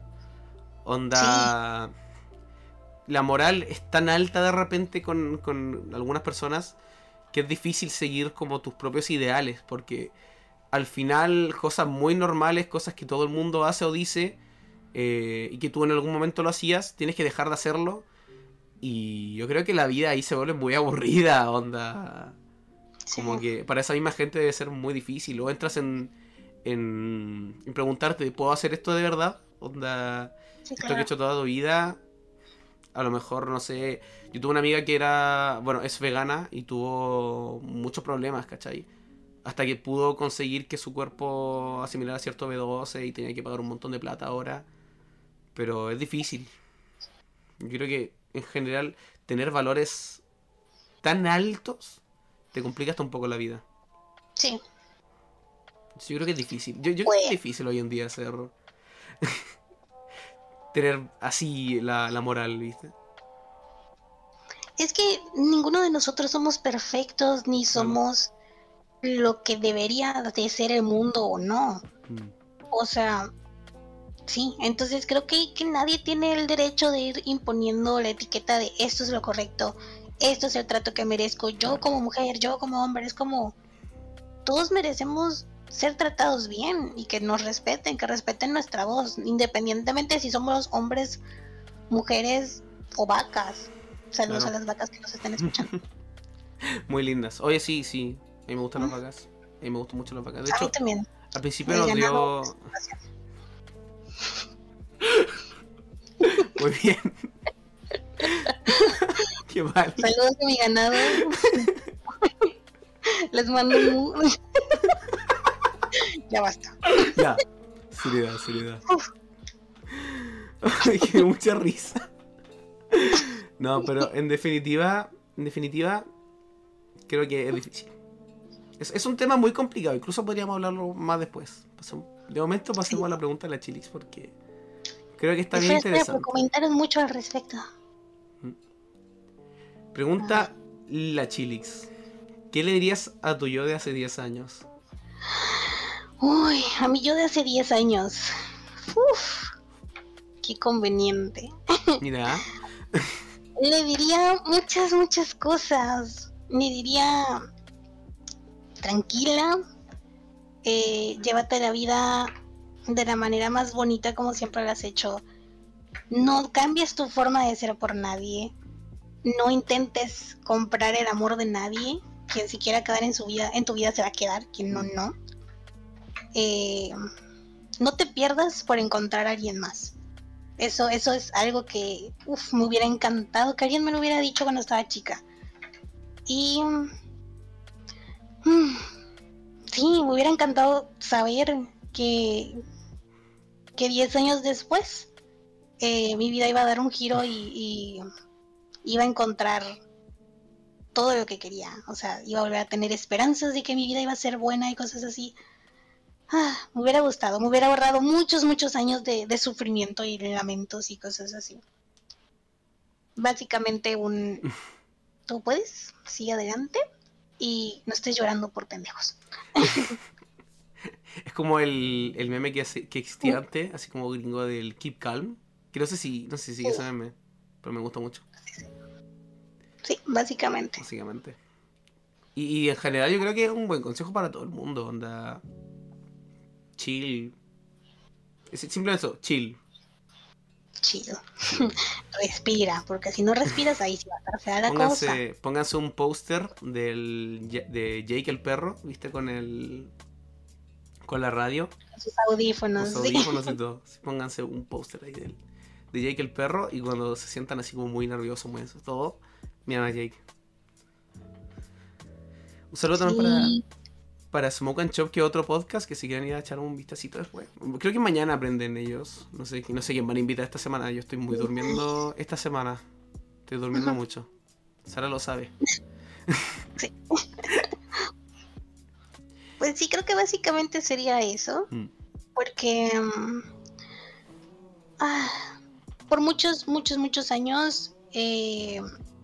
Onda... Sí, La moral es tan alta de repente con, con algunas personas que es difícil seguir como tus propios ideales, porque al final cosas muy normales, cosas que todo el mundo hace o dice, eh, y que tú en algún momento lo hacías, tienes que dejar de hacerlo, y yo creo que la vida ahí se vuelve muy aburrida, onda. sí, Como que para esa misma gente debe ser muy difícil, o entras en, en, en preguntarte, ¿puedo hacer esto de verdad? Onda, sí, esto que he claro. hecho toda tu vida... A lo mejor, no sé, yo tuve una amiga que era, bueno, es vegana y tuvo muchos problemas, ¿cachai? Hasta que pudo conseguir que su cuerpo asimilara cierto B doce y tenía que pagar un montón de plata ahora. Pero es difícil. Yo creo que, en general, tener valores tan altos te complica hasta un poco la vida. Sí. Yo creo que es difícil. Yo, yo creo Pues, que es difícil hoy en día ser... tener así la, la moral, ¿viste? es que ninguno de nosotros somos perfectos ni Claro. somos lo que debería de ser el mundo o no. Mm. O sea, sí, entonces creo que, que nadie tiene el derecho de ir imponiendo la etiqueta de esto es lo correcto, esto es el trato que merezco, yo como mujer, yo como hombre, es como todos merecemos ser tratados bien y que nos respeten, que respeten nuestra voz, independientemente si somos hombres, mujeres o vacas. Saludos Claro. a las vacas que nos estén escuchando. Muy lindas. Oye, sí, sí. A mí me gustan las Mm, vacas. A mí me gustan mucho las vacas. De A mí hecho, también. al principio El nos ganado. dio... Muy bien. Qué mal. Saludos a mi ganado. Les mando un... mu- Ya basta. Ya. Seriedad, seriedad. Ay, que mucha risa. No, pero en definitiva, en definitiva, creo que es difícil. Es, es un tema muy complicado, incluso podríamos hablarlo más después. Pasemos- de momento pasemos Sí. a la pregunta de la Chilix porque creo que está bien Espera, espera, pero interesante. comentaron mucho al respecto. Pregunta la Chilix. ¿Qué le dirías a tu yo de hace diez años? Uy, a mí yo de hace diez años. Uf, qué conveniente. Mira, Le diría muchas, muchas cosas. Le diría, tranquila, eh, llévate la vida de la manera más bonita como siempre lo has hecho. No cambies tu forma de ser por nadie. No intentes comprar el amor de nadie. Quien se quiera quedar en su vida, en tu vida se va a quedar. Quien no, no. Eh, no te pierdas por encontrar a alguien más. Eso, eso es algo que uf, me hubiera encantado que alguien me lo hubiera dicho cuando estaba chica. Y mm, sí, me hubiera encantado saber que que diez años después eh, mi vida iba a dar un giro y, y iba a encontrar todo lo que quería. O sea, iba a volver a tener esperanzas de que mi vida iba a ser buena y cosas así. Ah, me hubiera gustado, me hubiera ahorrado muchos, muchos años de, de sufrimiento y lamentos y cosas así. Básicamente un... ¿Tú puedes? Sigue adelante y no estés llorando por pendejos. es como el, el meme que, hace- que existía antes, así como gringo del Keep Calm. Que no sé si, no sé si sigue ese meme, pero me gusta mucho, Sí, básicamente. básicamente. Y, y en general yo creo que es un buen consejo para todo el mundo, onda. Chill. Es simplemente eso, chill. Chido. Respira, porque si no respiras ahí sí va a estar fea la cosa. Pónganse, pónganse un póster del Ja- de Jake el perro, ¿viste? Con el con la radio, Sus con audífonos, sus sí. audífonos y todo. Sí, pónganse un póster ahí del, de Jake el perro y cuando se sientan así como muy nerviosos, muy eso, todo, miran a Jake. Un saludo también para, Sí. para Smoke and Chop, que es otro podcast que si quieren ir a echar un vistacito después. Creo que mañana aprenden ellos. No sé, no sé quién van a invitar esta semana. Yo estoy muy durmiendo esta semana. Estoy durmiendo mucho. Sara lo sabe. Sí. Pues sí, creo que básicamente sería eso. Mm. Porque um, ah, por muchos, muchos, muchos años eh,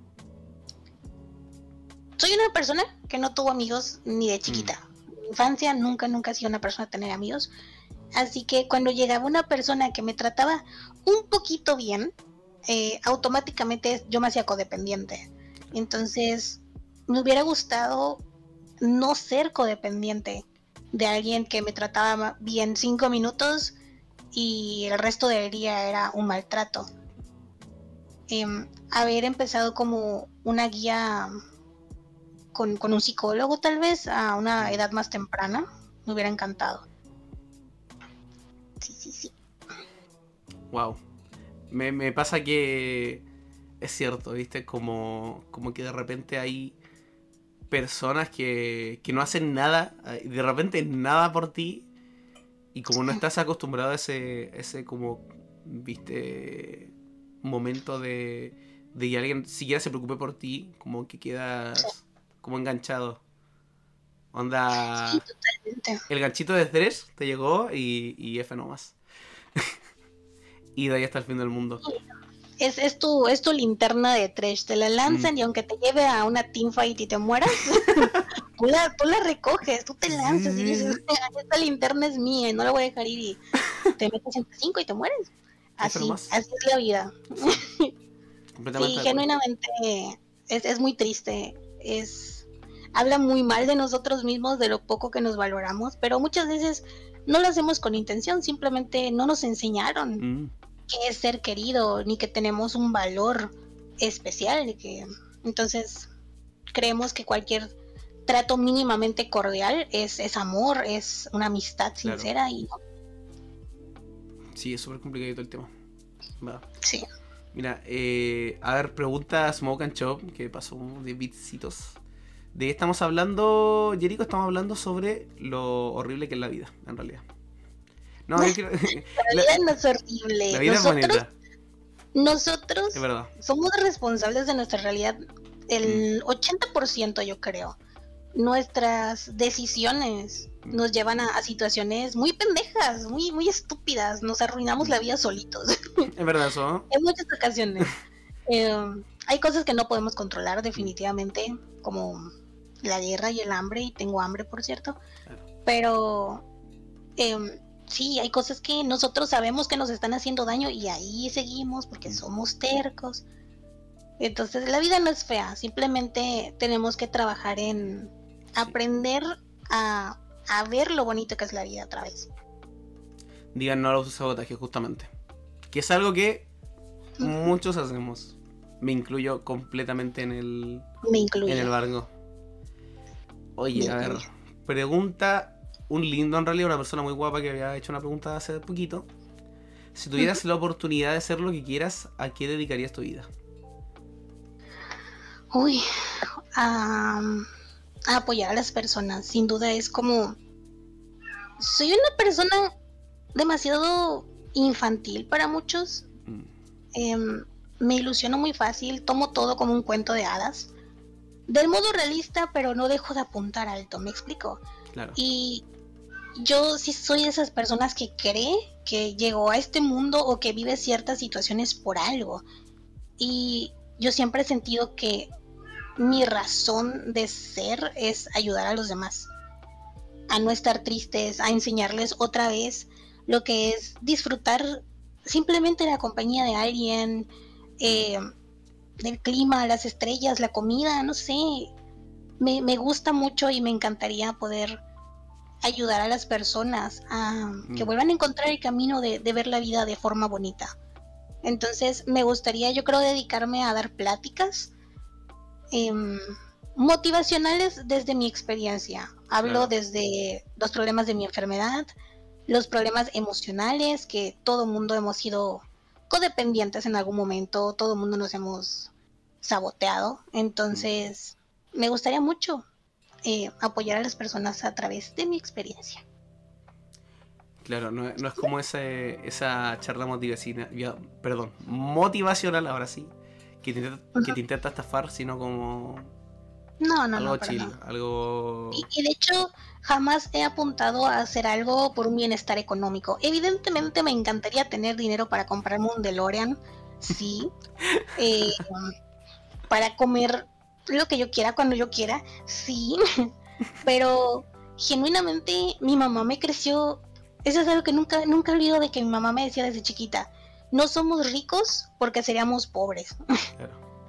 soy una persona que no tuvo amigos ni de chiquita. En mi infancia nunca, nunca he sido una persona a tener amigos. Así que cuando llegaba una persona que me trataba un poquito bien, eh, automáticamente yo me hacía codependiente. Entonces, me hubiera gustado no ser codependiente de alguien que me trataba bien cinco minutos y el resto del día era un maltrato. Eh, haber empezado como una guía con, con un psicólogo tal vez a una edad más temprana, me hubiera encantado. Sí, sí, sí. Wow. Me, me pasa que es cierto, ¿viste? Como, como que de repente hay personas que, que no hacen nada, de repente nada por ti, y como no estás acostumbrado a ese, ese como, ¿viste? Momento de, de que alguien siquiera se preocupe por ti, como que quedas como enganchado. Onda... Sí, totalmente. El ganchito de Thresh te llegó y, y F nomás. Y de ahí hasta el fin del mundo. Es, es, tu, es tu linterna de Thresh, te la lanzan Mm. y aunque te lleve a una teamfight y te mueras, tú, la, tú la recoges, tú te lanzas Sí, y dices, esta linterna es mía y no la voy a dejar ir y te metes ciento cinco y te mueres. Así, nomás. así es la vida. Completamente Sí, de acuerdo. genuinamente es, es muy triste. Es habla muy mal de nosotros mismos, de lo poco que nos valoramos, pero muchas veces no lo hacemos con intención, simplemente no nos enseñaron Mm. qué es ser querido, ni que tenemos un valor especial, ni que entonces creemos que cualquier trato mínimamente cordial es, es amor, es una amistad Claro. sincera y no. Sí, es súper complicado el tema. Va. Sí. Mira, eh, a ver, pregunta Smoke and Chop, que pasó de bitsitos. ¿De qué estamos hablando, Jericho? Estamos hablando sobre lo horrible que es la vida, en realidad. No, yo quiero... La vida no es horrible. La vida nosotros, es bonita, nosotros es verdad. somos responsables de nuestra realidad el ochenta por ciento, yo creo. Nuestras decisiones Mm. nos llevan a, a situaciones muy pendejas, muy, muy estúpidas. Nos arruinamos la vida solitos Es verdad eso, ¿no? en muchas ocasiones. Eh, hay cosas que no podemos controlar definitivamente, como la guerra y el hambre, y tengo hambre, por cierto. Claro. Pero eh, sí, hay cosas que nosotros sabemos que nos están haciendo daño y ahí seguimos porque somos tercos. Entonces la vida no es fea, simplemente tenemos que trabajar en Sí. aprender a, a ver lo bonito que es la vida otra vez. Digan no al autosabotaje, justamente. Que es algo que Ujú. muchos hacemos. Me incluyo completamente en el, Me incluye. en el barco. Oye, Me a ver, incluye. pregunta un lindo en realidad, una persona muy guapa que había hecho una pregunta hace poquito. Si tuvieras Ujú. la oportunidad de hacer lo que quieras, ¿a qué dedicarías tu vida? Uy, a, a apoyar a las personas, sin duda es como... Soy una persona demasiado infantil para muchos. Mm, Em, me ilusiono muy fácil, tomo todo como un cuento de hadas. Del modo realista, pero no dejo de apuntar alto, ¿me explico? claro. Y yo sí soy de esas personas que cree que llegó a este mundo o que vive ciertas situaciones por algo. Y yo siempre he sentido que mi razón de ser es ayudar a los demás. A no estar tristes, a enseñarles otra vez lo que es disfrutar simplemente la compañía de alguien, eh, del clima, las estrellas, la comida, no sé. Me, me gusta mucho y me encantaría poder ayudar a las personas a que Mm. vuelvan a encontrar el camino de, de ver la vida de forma bonita. Entonces me gustaría, yo creo, dedicarme a dar pláticas em, motivacionales desde mi experiencia. Hablo Claro. desde los problemas de mi enfermedad, los problemas emocionales, que todo mundo hemos sido codependientes en algún momento, todo mundo nos hemos saboteado. Entonces me gustaría mucho eh, apoyar a las personas a través de mi experiencia. Claro, no, no es como ese, esa charla motivacional, ya, perdón, motivacional, ahora sí, que te, intenta, que te intenta estafar, sino como No, no, algo no, para chill, nada. algo... Y, y de hecho, jamás he apuntado a hacer algo por un bienestar económico. Evidentemente me encantaría tener dinero para comprarme un DeLorean, sí, eh, para comer lo que yo quiera cuando yo quiera, sí, pero genuinamente mi mamá me creció, eso es algo que nunca, nunca olvido de que mi mamá me decía desde chiquita, no somos ricos porque seríamos pobres. Claro.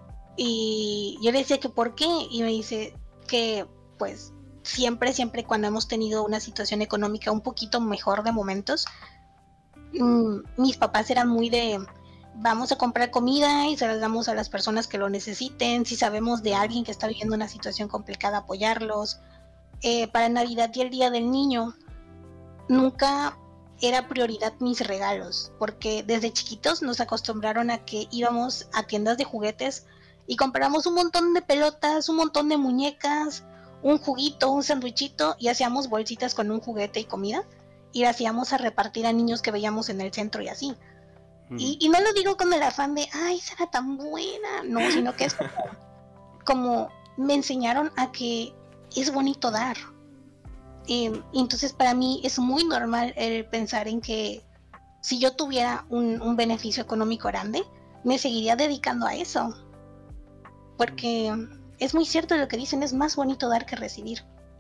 Y yo le decía que por qué, y me dice que pues siempre, siempre cuando hemos tenido una situación económica un poquito mejor de momentos, mmm, mis papás eran muy de vamos a comprar comida y se las damos a las personas que lo necesiten, si sabemos de alguien que está viviendo una situación complicada, apoyarlos. Eh, para Navidad y el Día del Niño nunca era prioridad mis regalos, porque desde chiquitos nos acostumbraron a que íbamos a tiendas de juguetes y compramos un montón de pelotas, un montón de muñecas, un juguito, un sandwichito y hacíamos bolsitas con un juguete y comida y las íbamos a repartir a niños que veíamos en el centro y así. Mm. Y, y no lo digo con el afán de, ay, será tan buena, no, sino que es como, como me enseñaron a que es bonito dar. Eh, entonces para mí es muy normal el pensar en que si yo tuviera un, un beneficio económico grande, me seguiría dedicando a eso. Porque es muy cierto lo que dicen, es más bonito dar que recibir.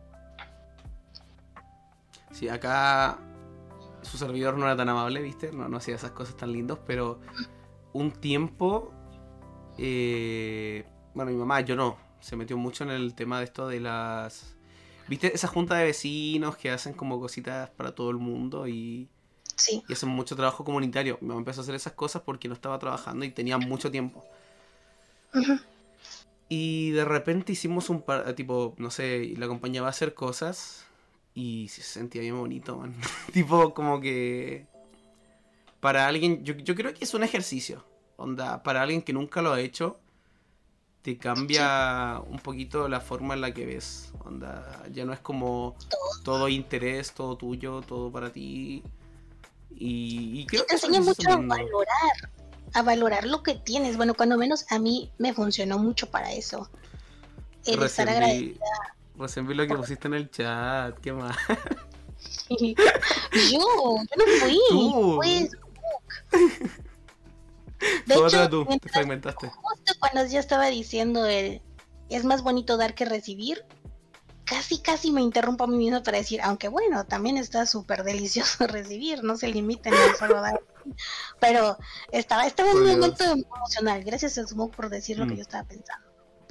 Sí, acá su servidor no era tan amable, ¿viste? No, no hacía esas cosas tan lindas, pero un tiempo, eh, bueno, mi mamá, yo no, se metió mucho en el tema de esto de las... ¿Viste? Esa junta de vecinos que hacen como cositas para todo el mundo y, Sí. y hacen mucho trabajo comunitario. Mi mamá empezó a hacer esas cosas porque no estaba trabajando y tenía mucho tiempo. Uh-huh. Y de repente hicimos un par, tipo, no sé, la acompañaba a hacer cosas y se sentía bien bonito, man. Tipo, como que para alguien, yo, yo creo que es un ejercicio, onda, para alguien que nunca lo ha hecho, te cambia sí. un poquito la forma en la que ves, onda, ya no es como todo interés, todo tuyo, todo para ti. Y, y creo y te que enseña mucho a valorar, a valorar lo que tienes. Bueno, cuando menos a mí me funcionó mucho para eso. El recién estar agradecida. Vi, recién vi lo que por... pusiste en el chat, ¿qué más? yo, yo no fui, ¿Tú? fue Facebook. De Todo hecho, tú, te fragmentaste. Justo cuando yo estaba diciendo el es más bonito dar que recibir, casi casi me interrumpo a mí mismo para decir, aunque bueno, también está súper delicioso recibir, no se limiten a solo dar. Pero estaba, estaba en un momento emocional, gracias a Smoke por decir lo mm. que yo estaba pensando.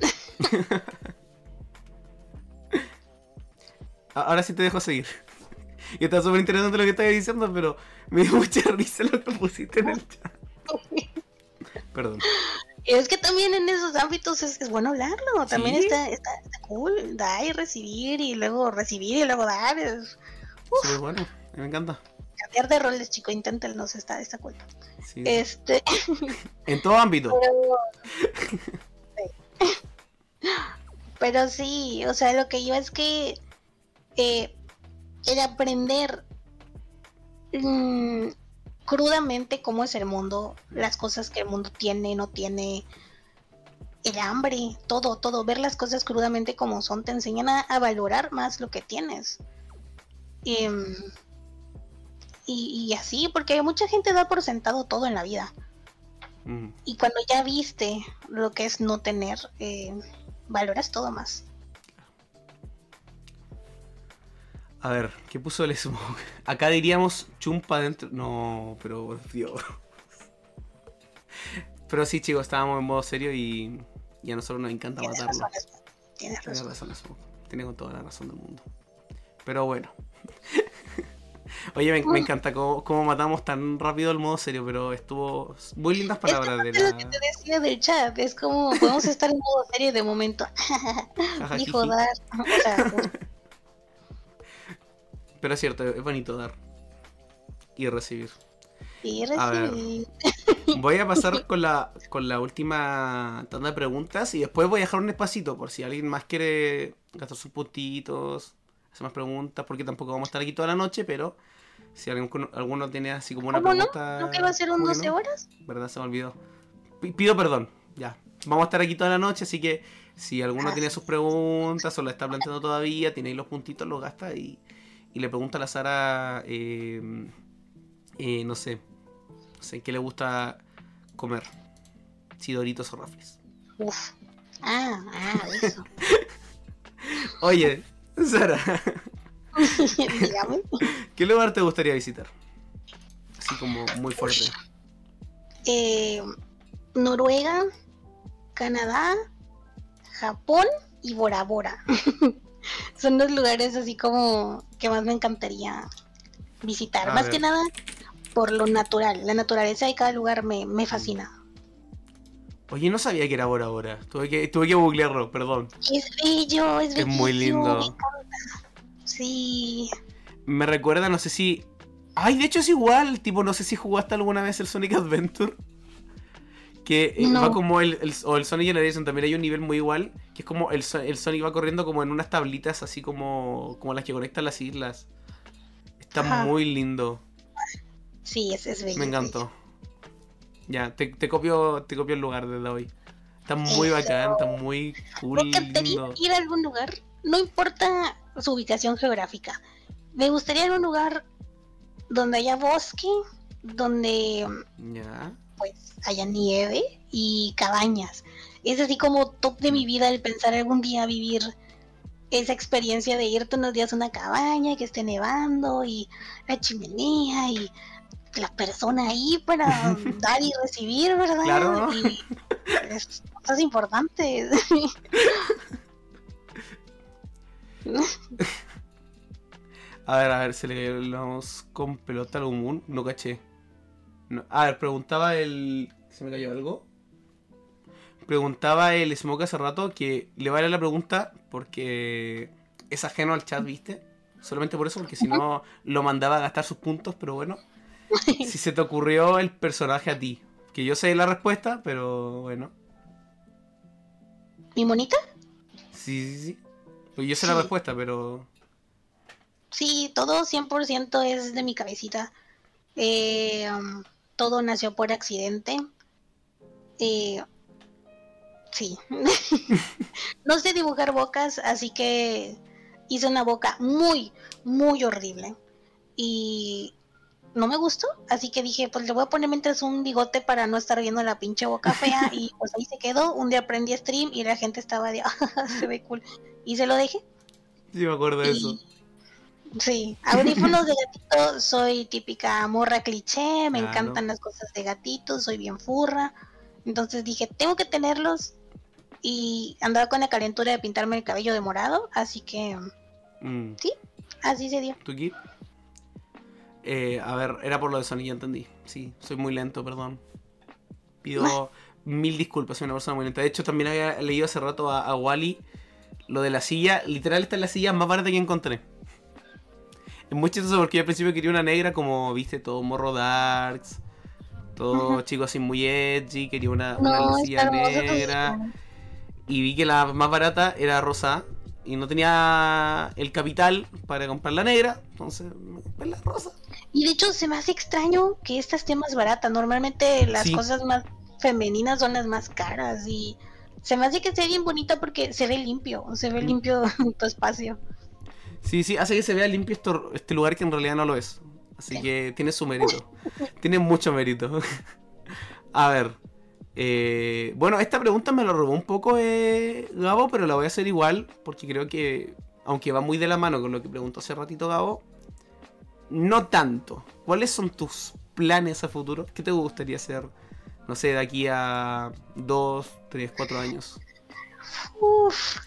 Ahora sí te dejo seguir. Y está súper interesante lo que estabas diciendo, pero me dio mucha risa lo que pusiste en el chat. Perdón. Es que también en esos ámbitos es, es bueno hablarlo. También ¿sí? está, está, está cool. Dar y recibir y luego recibir y luego dar. Es muy bueno. Me encanta. Cambiar de roles, chico. Inténtenlo. Está, está cool. Sí. Este... en todo ámbito. Pero... Sí. Pero sí, o sea, lo que yo es que eh, el aprender mmm, crudamente cómo es el mundo, las cosas que el mundo tiene, no tiene, el hambre, todo, todo, ver las cosas crudamente como son, te enseñan a, a valorar más lo que tienes. Y, y, y así, porque mucha gente da por sentado todo en la vida. Mm. Y cuando ya viste lo que es no tener, eh, valoras todo más. A ver, ¿qué puso el Smoke? Acá diríamos chumpa dentro. No, pero Dios. Pero sí, chicos, estábamos en modo serio y, y a nosotros nos encanta Tienes matarlo. Razón, Tienes Tienes razón. razón, Smoke. Tiene con toda la razón del mundo. Pero bueno. Oye, me, me encanta cómo, cómo matamos tan rápido el modo serio, pero estuvo muy lindas palabras es de la... lo que te decía del chat, es como podemos estar en modo serio de momento. Dijo dar. O sea, pero es cierto, es bonito dar y recibir. Y recibir. A ver, voy a pasar con la con la última tanda de preguntas y después voy a dejar un espacito por si alguien más quiere gastar sus puntitos, hacer más preguntas, porque tampoco vamos a estar aquí toda la noche, pero si alguno, alguno tiene así como una ¿Cómo pregunta... ¿No? ¿No que va a ser un doce no? horas? ¿Verdad? Se me olvidó. P- pido perdón, ya. Vamos a estar aquí toda la noche, así que si alguno ah, tiene sus preguntas o la está planteando todavía, tiene ahí los puntitos, los gasta y... Y le pregunta a la Sara, eh, eh, no sé, no sé, ¿qué le gusta comer? Si Doritos o Ruffles. Uf. Ah, ah, eso. Oye, Sara. Dígame. ¿Qué lugar te gustaría visitar? Así como muy fuerte. Eh, Noruega, Canadá, Japón y Bora Bora. Son los lugares así como que más me encantaría visitar. A más ver. que nada por lo natural. La naturaleza de cada lugar me, me fascina. Oye, no sabía que era Bora Bora. Tuve que, tuve que googlearlo, perdón. Es bello, es Es muy lindo. Me encanta. Sí. Me recuerda, no sé si... Ay, de hecho es igual. Tipo, no sé si jugaste alguna vez el Sonic Adventure. Que eh, no. va como el, el... O el Sonic Generation, también hay un nivel muy igual. Que es como el, el Sonic va corriendo como en unas tablitas así como... Como las que conectan las islas. Está Ajá. muy lindo. Sí, es, es bello. Me encantó. Ya, te, te copio te copio el lugar desde hoy. Está muy Eso. bacán, está muy cool, Me encantaría lindo. ir a algún lugar, no importa su ubicación geográfica. Me gustaría ir a un lugar donde haya bosque, donde Ya. pues haya nieve y cabañas. Es así como top de Mm. mi vida el pensar algún día vivir esa experiencia de irte unos días a una cabaña que esté nevando y la chimenea y la persona ahí para dar y recibir, ¿verdad? Claro. Y es cosas importantes. A ver, a ver, si le vamos con pelota al común. No caché. No. A ver, preguntaba el... ¿Se me cayó algo? Preguntaba el Smoke hace rato que le vale la pregunta porque es ajeno al chat, ¿viste? Solamente por eso, porque si no lo mandaba a gastar sus puntos, pero bueno. Si se te ocurrió el personaje a ti. Que yo sé la respuesta, pero bueno. ¿Mi monita? Sí, sí, sí. Pues yo sé la Sí. respuesta, pero... Sí, todo cien por ciento es de mi cabecita. Eh, um, todo nació por accidente. Eh, sí. No sé dibujar bocas, así que hice una boca muy, muy horrible. Y no me gustó, así que dije, pues le voy a poner mientras un bigote para no estar viendo la pinche boca fea. Y pues ahí se quedó. Un día aprendí stream y la gente estaba de, ah, se ve cool. Y se lo dejé. Sí me acuerdo de eso. Y sí, audífonos de gatito, soy típica morra cliché, me Claro. encantan las cosas de gatito, soy bien furra. Entonces dije, tengo que tenerlos. Y andaba con la calentura de pintarme el cabello de morado, así que Mm. así se dio. ¿Tú aquí? Eh, a ver, era por lo de Sony, ya entendí. Sí, soy muy lento, perdón. Pido mil disculpas, soy una persona muy lenta. De hecho, también había leído hace rato a, a Wally lo de la silla. Literal, esta es la silla más barata que encontré. Es muy chistoso porque yo al principio quería una negra como, viste, todo morro darks. Todo Ujú. chico así muy edgy. Quería una, una No, silla está hermoso tu negra. silla. Y vi que la más barata era rosa. Y no tenía el capital para comprar la negra. Entonces, me compré la rosa. Y de hecho se me hace extraño que esta esté más barata. Normalmente las Sí. cosas más femeninas son las más caras y se me hace que sea bien bonita porque se ve limpio, se ve Mm. limpio tu espacio. Sí, sí, hace que se vea limpio esto- este lugar que en realidad no lo es. Así Sí. que tiene su mérito. Tiene mucho mérito. A ver. eh, bueno, esta pregunta me lo robó un poco eh, Gabo, pero la voy a hacer igual. Porque creo que, aunque va muy de la mano con lo que preguntó hace ratito Gabo, no tanto. ¿Cuáles son tus planes a futuro? ¿Qué te gustaría hacer, no sé, de aquí a dos, tres, cuatro años? Uf.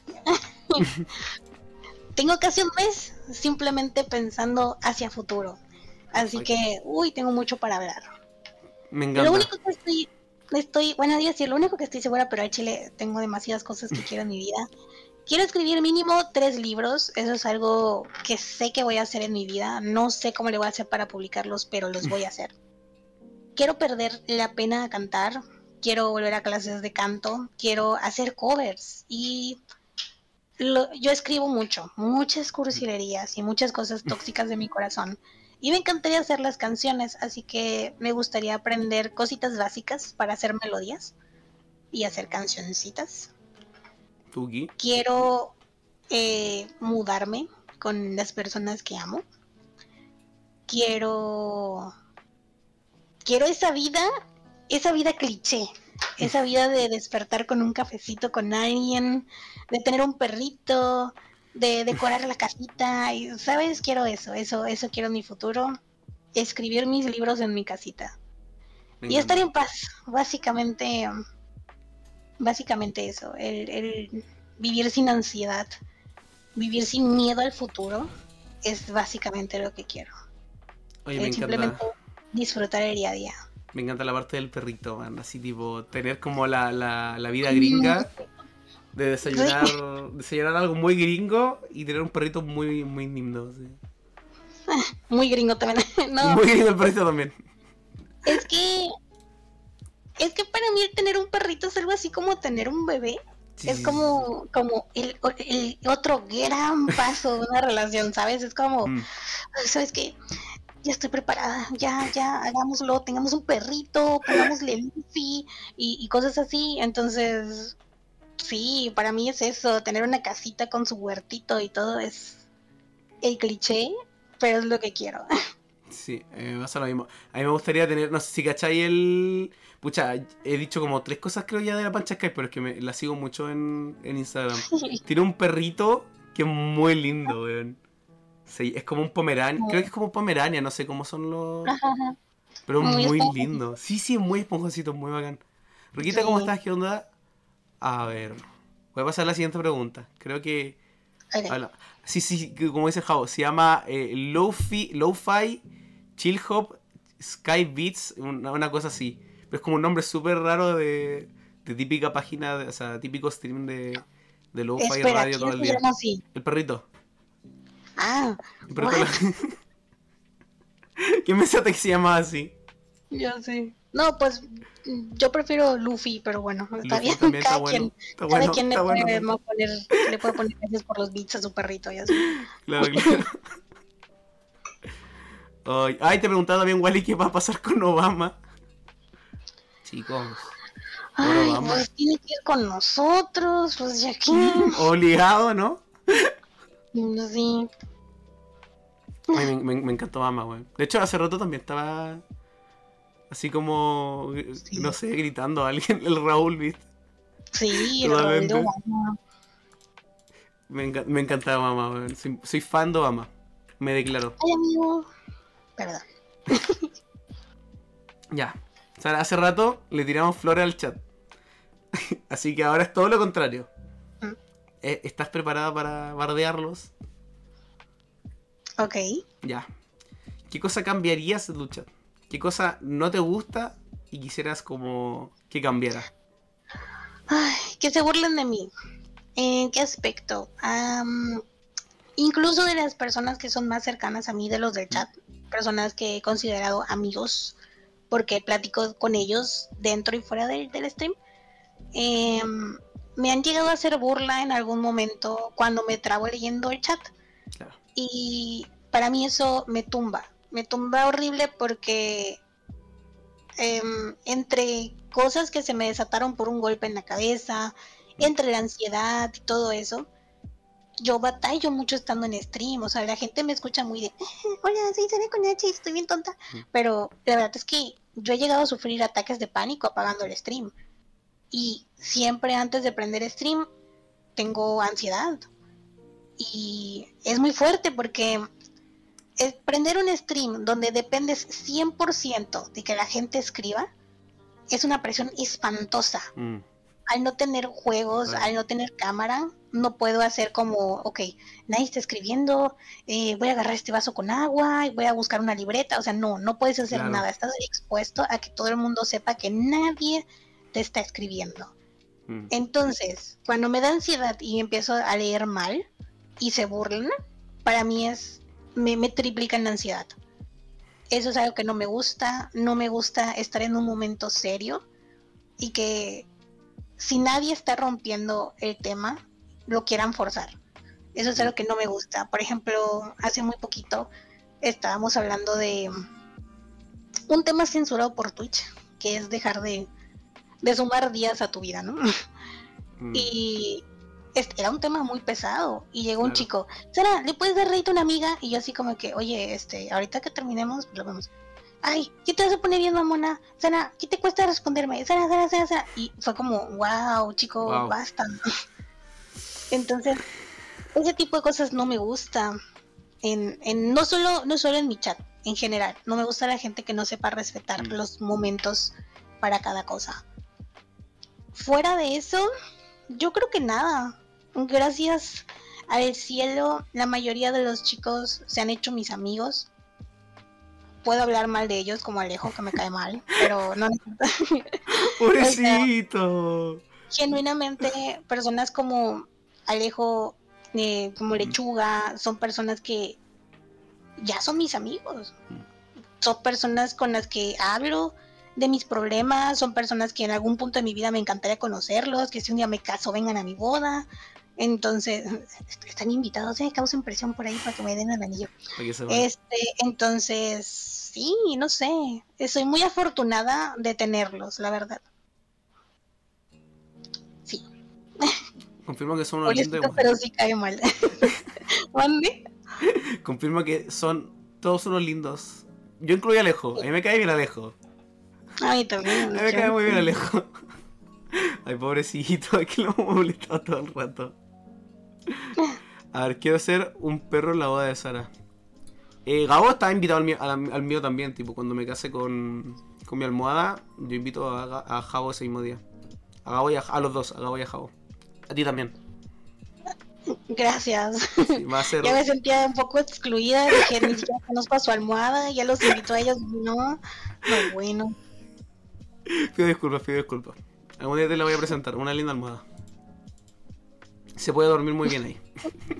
Tengo casi un mes simplemente pensando hacia futuro. Así Perfecto. que, uy, tengo mucho para hablar. Me Lo encanta. único que estoy, estoy, bueno, digo decir, lo único que estoy segura, pero al chile tengo demasiadas cosas que quiero en mi vida. Quiero escribir mínimo tres libros, eso es algo que sé que voy a hacer en mi vida. No sé cómo le voy a hacer para publicarlos, pero los voy a hacer. Quiero perder la pena a cantar, quiero volver a clases de canto, quiero hacer covers y lo- yo escribo mucho, muchas cursilerías y muchas cosas tóxicas de mi corazón. Y me encantaría hacer las canciones, así que me gustaría aprender cositas básicas para hacer melodías y hacer cancioncitas. Tuki. Quiero eh, mudarme con las personas que amo. Quiero quiero esa vida, esa vida cliché, esa vida de despertar con un cafecito con alguien, de tener un perrito, de decorar la casita, y sabes, quiero eso, eso, eso quiero en mi futuro, escribir mis libros en mi casita Me y estar encanta. en paz, básicamente, básicamente eso, el, el vivir sin ansiedad, vivir sin miedo al futuro, es básicamente lo que quiero, Oye, me el simplemente encanta. disfrutar el día a día. Me encanta la parte del perrito, man. Así tipo, tener como la, la, la vida gringa de desayunar, desayunar algo muy gringo y tener un perrito muy, muy lindo. Sí. Muy gringo también. No, Muy gringo el perrito también. es que es que para mí el tener un perrito es algo así como tener un bebé. Sí, Es sí, como, como el, el otro gran paso de una relación, ¿sabes? Es como, sí. Mm. ¿sabes qué? ya estoy preparada, ya, ya, hagámoslo, tengamos un perrito, pongámosle Luffy y, y cosas así. Entonces, sí, para mí es eso, tener una casita con su huertito y todo es el cliché, pero es lo que quiero. Sí, eh, me pasa lo mismo. A mí me gustaría tener, no sé si cachai el... Pucha, he dicho como tres cosas creo ya de la Pancha Sky, pero es que me, la sigo mucho en, en Instagram. Tiene un perrito que es muy lindo, weón. Sí, es como un pomerania, creo que es como un pomerania, no sé cómo son los... Ajá, ajá. Pero Muy muy esponjosito. lindo. Sí, sí, es muy esponjosito, muy bacán. Riquita, ¿cómo Sí. estás? ¿Qué onda? A ver, voy a pasar a la siguiente pregunta. Creo que... Ok. habla- Sí, sí, que como dice Javo, se llama eh, Lo-Fi, Lo-Fi Chill Hop Sky Beats, una, una cosa así. Pero es como un nombre súper raro de, de típica página, de- o sea, típico stream de, de Lo-Fi Espera, radio todo ¿quién el se día. llama así? El perrito. Ah, El perrito la... what? ¿Quién pensaste que se llamaba así? Yo sí. No, pues mm, yo prefiero Luffy, pero bueno, está Luffy bien. también está Cada bueno. quien, Está cada bueno, quien le está puede bueno. mo- poner, le puede poner gracias por los beats a su perrito y así. Claro, claro. Ay, ay, te preguntaba también, Wally, qué va a pasar con Obama. Chicos, por Ay, Obama. pues tiene que ir con nosotros, pues ya que. Obligado, ¿no? Sí. Ay, me, me, me encantó Obama, güey. De hecho, hace rato también estaba así como, Sí. no sé, gritando a alguien, el Raúl, ¿viste? Sí, el Raúl Totalmente. de Obama. Me, enca- me encanta Obama, güey. Soy, soy fan de Obama. Me declaro. Ay, amigo. Perdón. Ya. O sea, hace rato le tiramos flores al chat. Así que ahora es todo lo contrario. Mm. Eh, ¿Estás preparada para bardearlos? Ok. Ya. ¿Qué cosa cambiarías de tu chat? ¿Qué cosa no te gusta y quisieras como que cambiara? Ay, que se burlen de mí. ¿En qué aspecto? Am, incluso de las personas que son más cercanas a mí, de los del chat, personas que he considerado amigos, porque platico con ellos dentro y fuera del, del stream, em, me han llegado a hacer burla en algún momento cuando me trabo leyendo el chat. Claro. Y para mí eso me tumba, me tumba horrible porque em, entre cosas que se me desataron por un golpe en la cabeza, entre la ansiedad y todo eso, yo batallo mucho estando en stream. O sea, la gente me escucha muy de, hola, sí, seré con H, estoy bien tonta. Pero la verdad es que yo he llegado a sufrir ataques de pánico apagando el stream. Y siempre antes de prender stream tengo ansiedad. Y es muy fuerte porque el prender un stream donde dependes cien por ciento de que la gente escriba es una presión espantosa. Mm. Al no tener juegos, Claro. al no tener cámara, no puedo hacer como, ok, nadie está escribiendo, eh, voy a agarrar este vaso con agua y voy a buscar una libreta. O sea, no, no puedes hacer Claro. nada. Estás expuesto a que todo el mundo sepa que nadie te está escribiendo. Mm. Entonces, cuando me da ansiedad y empiezo a leer mal y se burlan, para mí es, me, me triplican la ansiedad. Eso es algo que no me gusta. No me gusta estar en un momento serio y que si nadie está rompiendo el tema, lo quieran forzar. Eso es algo que no me gusta. Por ejemplo, hace muy poquito estábamos hablando de un tema censurado por Twitch, que es dejar de, de sumar días a tu vida, ¿no? Mm. Y este, era un tema muy pesado. Y llegó un Claro. chico, Sara, ¿le puedes dar rate a una amiga? Y yo así como que, oye, este, ahorita que terminemos, pues lo vemos. Ay, ¿qué te vas a poner bien, mamona? Sara, ¿qué te cuesta responderme? Sara, Sara, Sara, Sara. Y fue como, wow, chico, Wow. basta. Entonces, ese tipo de cosas no me gusta. En, en, no solo, no solo en mi chat, en general. No me gusta la gente que no sepa respetar Mm. los momentos para cada cosa. Fuera de eso, yo creo que nada. Gracias al cielo, la mayoría de los chicos se han hecho mis amigos. Puedo hablar mal de ellos como Alejo, que me cae mal, pero no Pobrecito. genuinamente personas como Alejo, eh, como Lechuga, son personas que ya son mis amigos. Son personas con las que hablo de mis problemas, son personas que en algún punto de mi vida me encantaría conocerlos, que si un día me caso vengan a mi boda. Entonces, están invitados, eh, causa impresión por ahí para que me den el anillo. Para que se Este, entonces, sí, no sé, soy muy afortunada de tenerlos, la verdad. Sí. Confirmo que son unos lindos Pobrecito, pero sí cae mal. ¿Dónde? Confirmo que son todos unos lindos. Yo incluyo a Alejo, a mí me cae bien Alejo. A mí también. A mí me cae muy bien Alejo. Ay, pobrecito, es que lo hemos molestado todo el rato. A ver, quiero ser un perro en la boda de Sara. Eh, Gabo está invitado al mío, al, al mío también, tipo, cuando me case con, con mi almohada, yo invito a, a Gabo ese mismo día. A Gabo y a, a los dos, a Gabo y a Gabo. A ti también. Gracias. Sí, va a ser... Ya me sentía un poco excluida, dije, ni siquiera conozco a su almohada, ya los invito a ellos, no, no, bueno. Pido disculpas, pido disculpas. Algún día te la voy a presentar, una linda almohada. Se puede dormir muy bien ahí.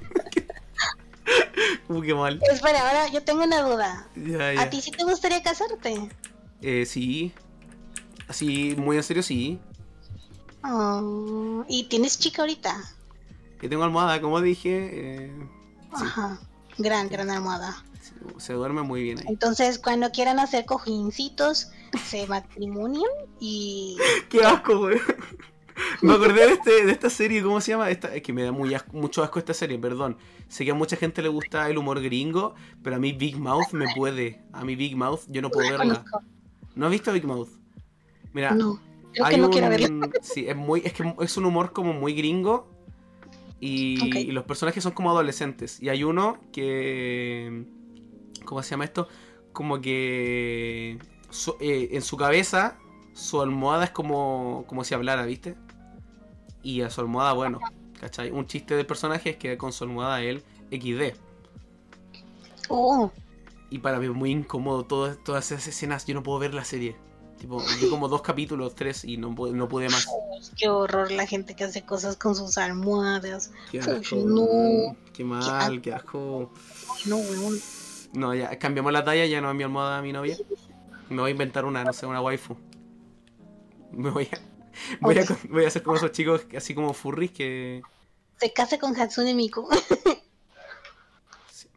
Uy, qué mal. Espera, ahora yo tengo una duda. Ya, ya. ¿A ti sí te gustaría casarte? Eh, sí. Así, muy en serio, sí. Oh, ¿y tienes chica ahorita? Que tengo almohada, como dije. Eh, sí. Ajá, gran, gran almohada. Se duerme muy bien ahí. Entonces, cuando quieran hacer cojincitos, se matrimonian y... ¡Qué asco, güey! Me acordé de, este, de esta serie, ¿cómo se llama? Esta, es que me da muy asco, mucho asco esta serie, perdón. Sé que a mucha gente le gusta el humor gringo, pero a mí Big Mouth me puede. A mí Big Mouth yo no puedo verla. ¿No has visto Big Mouth? Mira, no, creo hay que no un... quiero verla. Sí, es muy, es que es un humor como muy gringo. Y, Okay. y los personajes son como adolescentes. Y hay uno que... ¿Cómo se llama esto? Como que... Su, eh, en su cabeza, su almohada es como, como si hablara, ¿viste? Y a su almohada, bueno, ¿cachai? Un chiste del personaje es que con su almohada él equis de. Oh, Y para mí es muy incómodo todas, todas esas escenas. Yo no puedo ver la serie. Tipo, vi como dos capítulos, tres y no, pude- no pude más. qué horror la gente que hace cosas con sus almohadas. Qué Uy, asco. no, Qué mal, qué asco. no, weón. No, ya cambiamos la talla, ya no es mi almohada mi novia. Me voy a inventar una, no sé, una waifu. Me voy a... Voy a, voy a hacer como esos chicos así como furries que... Se casa con Hatsune Miku. Sí.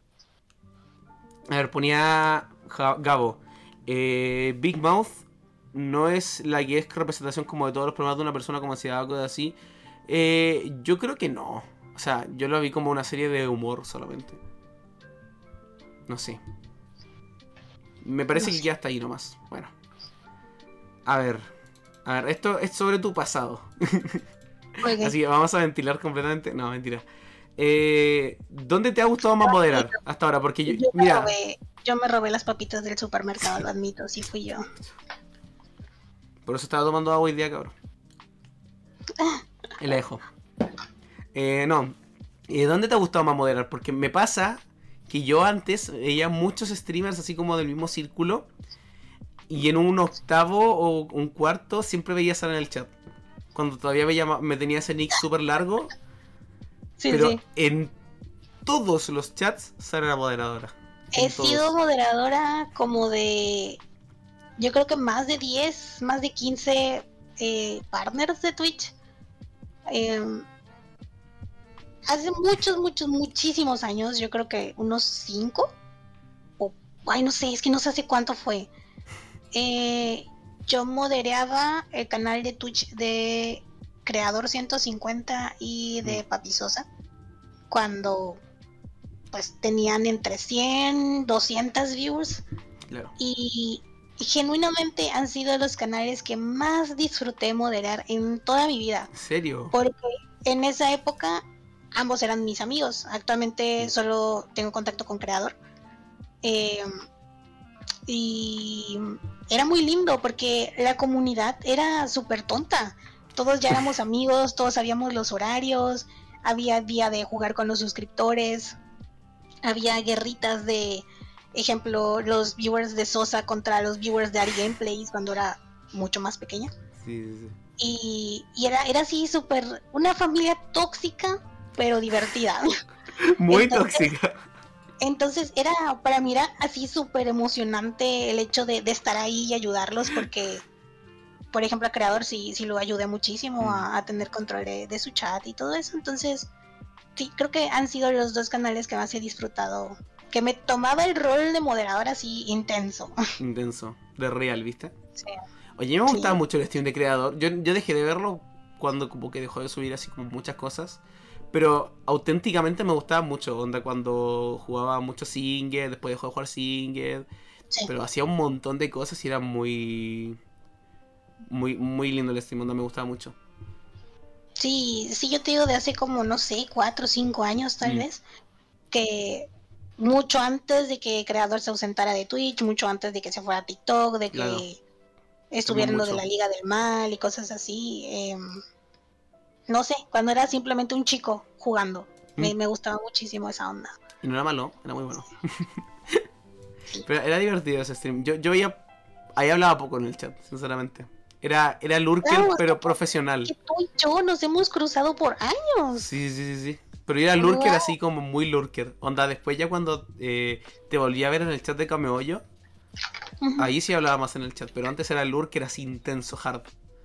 A ver, ponía Ja- Gabo. Eh, Big Mouth no es la que es representación como de todos los problemas de una persona como ansiedad o cosas así. Eh, yo creo que no. O sea, yo lo vi como una serie de humor solamente. No sé. Me parece No que sé. queda hasta ahí nomás. Bueno. A ver. A ver, esto es sobre tu pasado. Okay. Así que vamos a ventilar completamente. No, mentira. Eh, ¿Dónde te ha gustado más moderar hasta ahora? Porque yo, Yo me, mira, robé, yo me robé las papitas del supermercado, lo admito, sí fui yo. por eso estaba tomando agua hoy día, cabrón. El dejo. Eh, no. Eh, ¿Dónde te ha gustado más moderar? Porque me pasa que yo antes veía muchos streamers así como del mismo círculo. Y en un octavo o un cuarto siempre veía Sara en el chat. Cuando todavía me, llama, me tenía ese nick súper largo. Sí, pero sí. en todos los chats Sara era moderadora. En He todos. sido moderadora como de, yo creo que más de diez, más de quince eh, partners de Twitch. Eh, hace muchos, muchos, muchísimos años, yo creo que unos cinco. O, ay, no sé, es que no sé hace cuánto fue. Eh, yo moderaba el canal de Twitch de Creador ciento cincuenta y de Mm. Papi Sosa cuando pues tenían entre cien, doscientos views Claro. y, y genuinamente han sido los canales que más disfruté moderar en toda mi vida, ¿En serio? porque en esa época ambos eran mis amigos. Actualmente solo tengo contacto con Creador. Eh, y era muy lindo porque la comunidad era súper tonta. Todos ya éramos amigos, todos sabíamos los horarios, había día de jugar con los suscriptores, había guerritas de, ejemplo, los viewers de Sosa contra los viewers de Ari Gameplays cuando era mucho más pequeña. Sí, sí, sí. Y, y era, era así súper, una familia tóxica, pero divertida. Muy Entonces- tóxica. Entonces era, para mí era así súper emocionante el hecho de, de estar ahí y ayudarlos porque por ejemplo, a Creador sí, sí lo ayudé muchísimo Mm. a, a tener control de, de su chat y todo eso. Entonces, sí, creo que han sido los dos canales que más he disfrutado. Que me tomaba el rol de moderador así intenso. Intenso, de real, ¿viste? Sí. Oye, me gustaba Sí. mucho el stream de Creador. Yo, yo dejé de verlo cuando como que dejó de subir así como muchas cosas. Pero auténticamente me gustaba mucho. Onda cuando jugaba mucho Singed, después dejó de jugar Singed. Sí. Pero hacía un montón de cosas y era muy... Muy, muy lindo el stream, onda me gustaba mucho. Sí, sí, yo te digo de hace como, no sé, cuatro o cinco años tal Mm. vez, que mucho antes de que Creador se ausentara de Twitch, mucho antes de que se fuera a TikTok, de que Claro. estuviera en lo de mucho. la Liga del Mal y cosas así, eh, no sé, cuando era simplemente un chico jugando, Mm. me, me gustaba muchísimo esa onda. Y no era malo, era muy bueno. Sí. Pero era divertido ese stream. Yo, yo veía... Ahí hablaba poco en el chat, sinceramente. Era, era lurker, Claro, pero que profesional. tú y yo nos hemos cruzado por años. Sí, sí, sí, sí. Pero era lurker así como muy lurker. Onda, después ya cuando eh, te volví a ver en el chat de Kameollo, Ujú. ahí sí hablaba más en el chat. Pero antes era lurker así intenso, hard.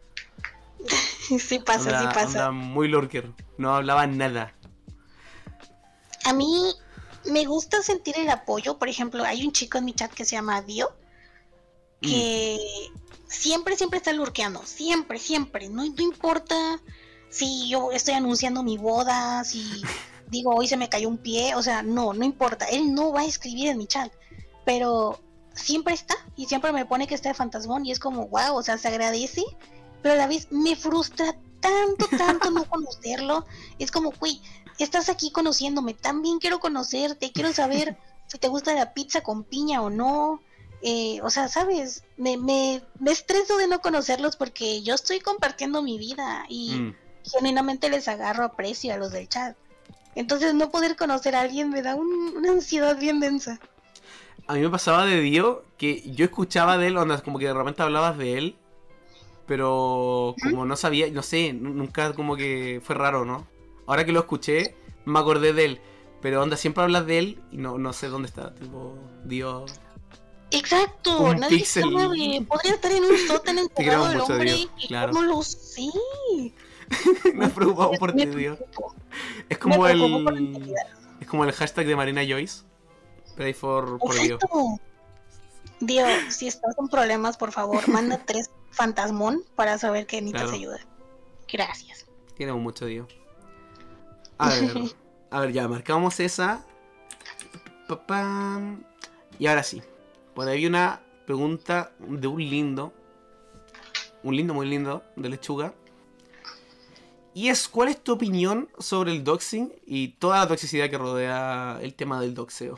Sí pasa, Onda, sí pasa. onda muy lurker. No hablaba nada. A mí me gusta sentir el apoyo. Por ejemplo, hay un chico en mi chat que se llama Dio, que siempre, siempre está lurkeando. Siempre, siempre. No, no importa si yo estoy anunciando mi boda, si digo hoy se me cayó un pie. O sea, no, no importa. Él no va a escribir en mi chat. Pero siempre está. Y siempre me pone que está de fantasmón. Y es como, wow, o sea, se agradece. Pero a la vez me frustra tanto, tanto no conocerlo. Es como, güey, estás aquí conociéndome, también quiero conocerte, quiero saber si te gusta la pizza con piña o no. Eh, o sea, ¿sabes? Me, me, me estreso de no conocerlos porque yo estoy compartiendo mi vida y Mm. genuinamente les agarro aprecio a los del chat. Entonces no poder conocer a alguien me da un- una ansiedad bien densa. A mí me pasaba de Dio que yo escuchaba de él, onda, como que de repente hablabas de él. Pero como no sabía, no sé, nunca como que fue raro, ¿no? Ahora que lo escuché, me acordé de él. Pero onda, siempre hablas de él y no, no sé dónde está. Tipo, Dio. Exacto, Un nadie píxel. sabe. Podría estar en un sótano Te queremos enterrado el mucho, hombre Dio, y claro. yo no lo sé. Nos preocupamos por Me ti, Dio. preocupo. Es como Me preocupo por la el. integridad. Es como el hashtag de Marina Joyce. Pray for, por Dio. Exacto. Dio, si estás en problemas, por favor, manda tres fantasmón para saber que necesitas Claro. ayuda. Gracias. Queremos mucho, Dio. A ver. A ver, ya, marcamos esa. Pa, pam. Y ahora sí. Por ahí hay una pregunta de un lindo. Un lindo, muy lindo, de Lechuga. Y es, ¿cuál es tu opinión sobre el doxing y toda la toxicidad que rodea el tema del doxeo?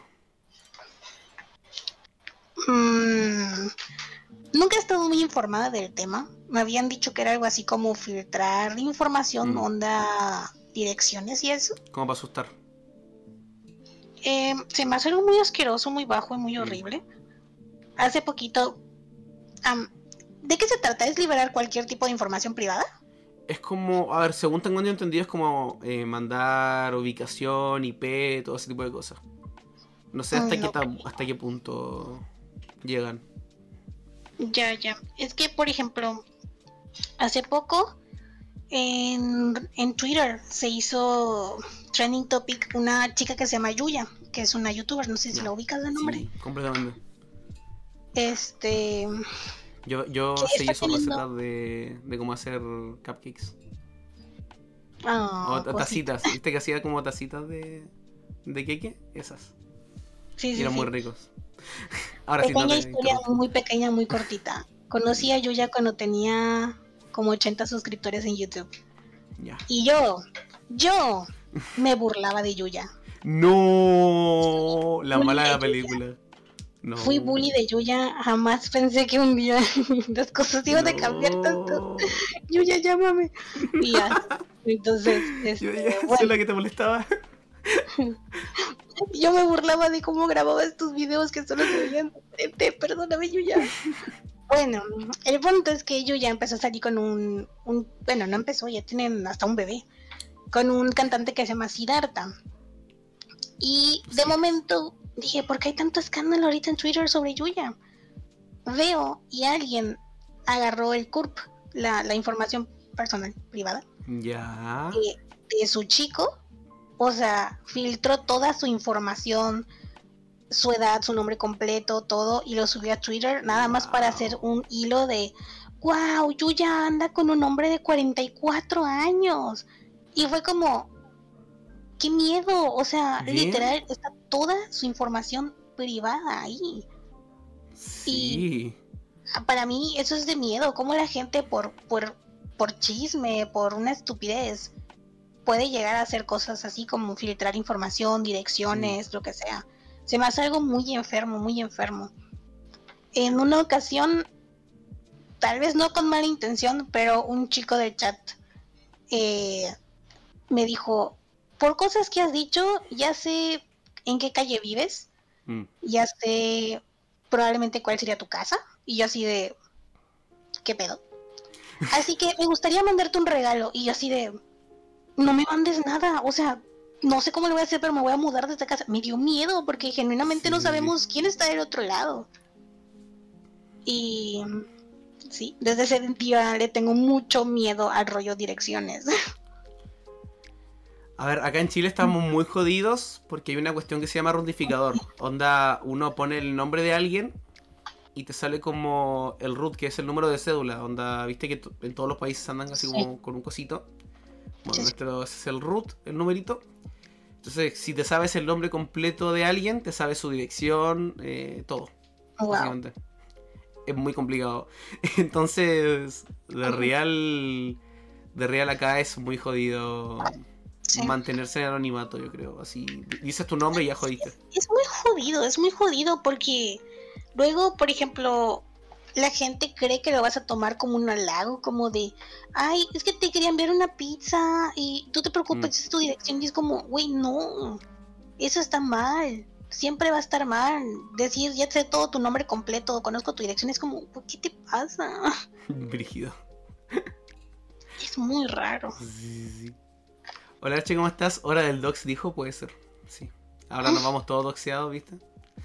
Mm, nunca he estado muy informada del tema. Me habían dicho que era algo así como filtrar información, Mm. onda, direcciones y eso. Como para asustar. Eh, se me hace algo muy asqueroso, muy bajo y muy horrible. Hace poquito... am, ¿de qué se trata? ¿Es liberar cualquier tipo de información privada? Es como, a ver, según tengo entendido, es como eh, mandar ubicación, I P, todo ese tipo de cosas. No sé hasta Mm, qué ok. ta- hasta qué punto llegan. Ya, ya. Es que, por ejemplo, hace poco en, en Twitter se hizo trending topic una chica que se llama Yuya, que es una youtuber, no sé si Ya. la ubicas de nombre. Sí, completamente. Este... Yo, yo ¿Qué seguí está sus teniendo? recetas de, de cómo hacer cupcakes. ah, O ta- cosita. tacitas. ¿Viste que hacía como tacitas de, de queque? Esas. Sí, Y sí, eran sí. muy ricos. Ahora sí, no Pequeña te historia, interrumpo. muy pequeña, muy cortita. Conocí a Yuya cuando tenía como ochenta suscriptores en YouTube. Ya. Y yo, yo me burlaba de Yuya. No, la Bully mala de de la película. No. Fui bully de Yuya, jamás pensé que un día las cosas iban a cambiar tanto. No. Yuya, llámame. Y ya. Entonces, este, Yo ya sé bueno, la que te molestaba. yo me burlaba de cómo grababa estos videos que solo se veían de frente. Perdóname, Yuya. Bueno, el punto es que Yuya empezó a salir con un, un. Bueno, no empezó, ya tienen hasta un bebé. Con un cantante que se llama Siddhartha. Y de Sí. momento dije, ¿por qué hay tanto escándalo ahorita en Twitter sobre Yuya? Veo y alguien agarró el C U R P, la, la información personal privada. Ya. De, de su chico. O sea, filtró toda su información, su edad, su nombre completo, todo, y lo subió a Twitter, nada más para hacer un hilo de wow, Yuya anda con un hombre de cuarenta y cuatro años. Y fue como, qué miedo, o sea, Bien. literal, está toda su información privada ahí. Sí. Y para mí eso es de miedo, como la gente por, por, por chisme, por una estupidez, puede llegar a hacer cosas así como filtrar información, direcciones, mm. lo que sea. Se me hace algo muy enfermo, muy enfermo. En una ocasión, tal vez no con mala intención, pero un chico del chat eh, me dijo, por cosas que has dicho, ya sé en qué calle vives, mm. ya sé probablemente cuál sería tu casa, y yo así de, ¿qué pedo? Así que me gustaría mandarte un regalo, y yo así de, no me mandes nada, o sea, no sé cómo lo voy a hacer, pero me voy a mudar de esta casa. Me dio miedo porque genuinamente sí. no sabemos quién está del otro lado. Y sí, desde ese día le tengo mucho miedo al rollo direcciones. A ver, acá en Chile estamos muy jodidos porque hay una cuestión que se llama rundificador. Onda, uno pone el nombre de alguien y te sale como el root, que es el número de cédula. Onda, viste que en todos los países andan así sí. como con un cosito. Bueno, sí. nuestro es el root, el numerito. Entonces, si te sabes el nombre completo de alguien, te sabes su dirección, eh, todo. Wow. Básicamente. Es muy complicado. Entonces, de real, de real acá es muy jodido sí. mantenerse en anonimato, yo creo. Así, dices tu nombre y ya jodiste. Es muy jodido, es muy jodido porque luego, por ejemplo, la gente cree que lo vas a tomar como un halago, como de, ay, es que te quería enviar una pizza y tú te preocupes, mm. es tu dirección, y es como, güey, no, eso está mal, siempre va a estar mal. Decir, ya sé todo tu nombre completo, conozco tu dirección, es como, ¿qué te pasa? Brígido. Es muy raro. Sí, sí. Hola, Archie, ¿cómo estás? Hora del dox, dijo, puede ser, sí. Ahora nos vamos todos doxeados, ¿viste?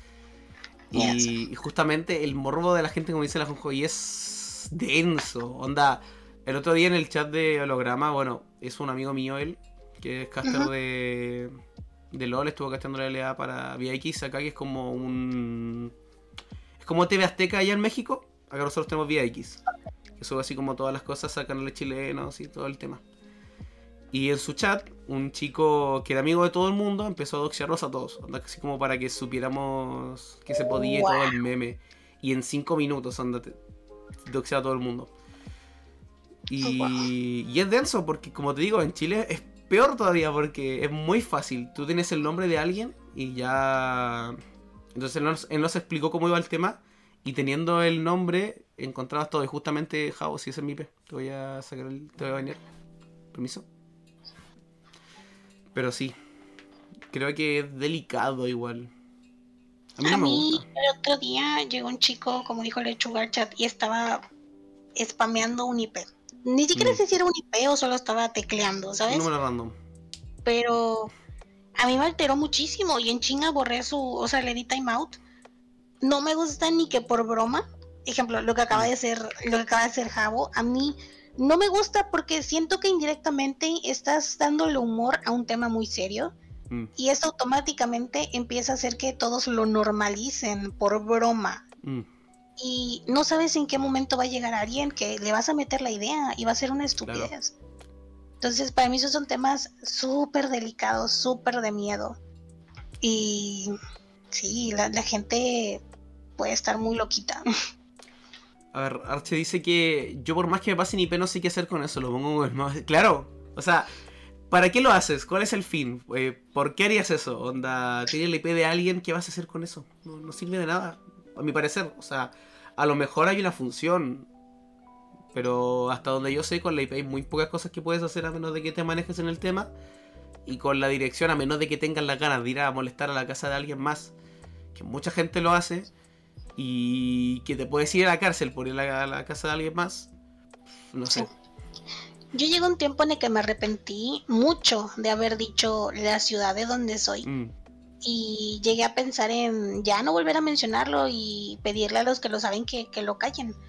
Y, y justamente el morbo de la gente, como dice la Jonjoy, es denso. Onda, el otro día en el chat de Holograma, bueno, es un amigo mío él, que es caster uh-huh. de, de LOL, estuvo casteando la L A para V X acá, que es como un... Es como T V Azteca allá en México. Acá nosotros tenemos V X, que sube así como todas las cosas a canales chilenos y todo el tema. Y en su chat, un chico que era amigo de todo el mundo empezó a doxearnos a todos. Onda, así como para que supiéramos que se podía wow. todo el meme. Y en cinco minutos, onda, doxea a todo el mundo. Y, wow. y es denso porque, como te digo, en Chile es peor todavía porque es muy fácil. Tú tienes el nombre de alguien y ya... Entonces él nos, él nos explicó cómo iba el tema. Y teniendo el nombre, encontrabas todo. Y justamente, Jao, si ese es mi I P, te voy a sacar el... Te voy a bañar. Permiso. Pero sí, creo que es delicado igual. A mí, no a mí me el otro día llegó un chico, como dijo el Sugar Chat, y estaba spameando un I P. Ni siquiera mm. sé si era un I P o solo estaba tecleando, ¿sabes? Un número random. Pero a mí me alteró muchísimo y en chinga borré su, o sea, le di timeout. No me gusta ni que por broma, ejemplo, lo que acaba de hacer, lo que acaba de hacer Javo, a mí no me gusta porque siento que indirectamente estás dándole humor a un tema muy serio mm. y eso automáticamente empieza a hacer que todos lo normalicen por broma. Mm. Y no sabes en qué momento va a llegar alguien que le vas a meter la idea y va a ser una estupidez. Claro. Entonces, para mí esos son temas súper delicados, súper de miedo. Y sí, la, la gente puede estar muy loquita. A ver, Arche dice que yo por más que me pase en I P no sé qué hacer con eso, lo pongo en más... Claro, o sea, ¿para qué lo haces? ¿Cuál es el fin? Eh, ¿Por qué harías eso? Onda, tienes el I P de alguien, ¿qué vas a hacer con eso? No, no sirve de nada, a mi parecer. O sea, a lo mejor hay una función, pero hasta donde yo sé, con la I P hay muy pocas cosas que puedes hacer a menos de que te manejes en el tema. Y con la dirección, a menos de que tengas las ganas de ir a molestar a la casa de alguien más, que mucha gente lo hace... Y que te puedes ir a la cárcel por ir a la, a la casa de alguien más. No sé. Sí. Yo llegué a un tiempo en el que me arrepentí mucho de haber dicho la ciudad de donde soy. Mm. Y llegué a pensar en ya no volver a mencionarlo y pedirle a los que lo saben que, que lo callen.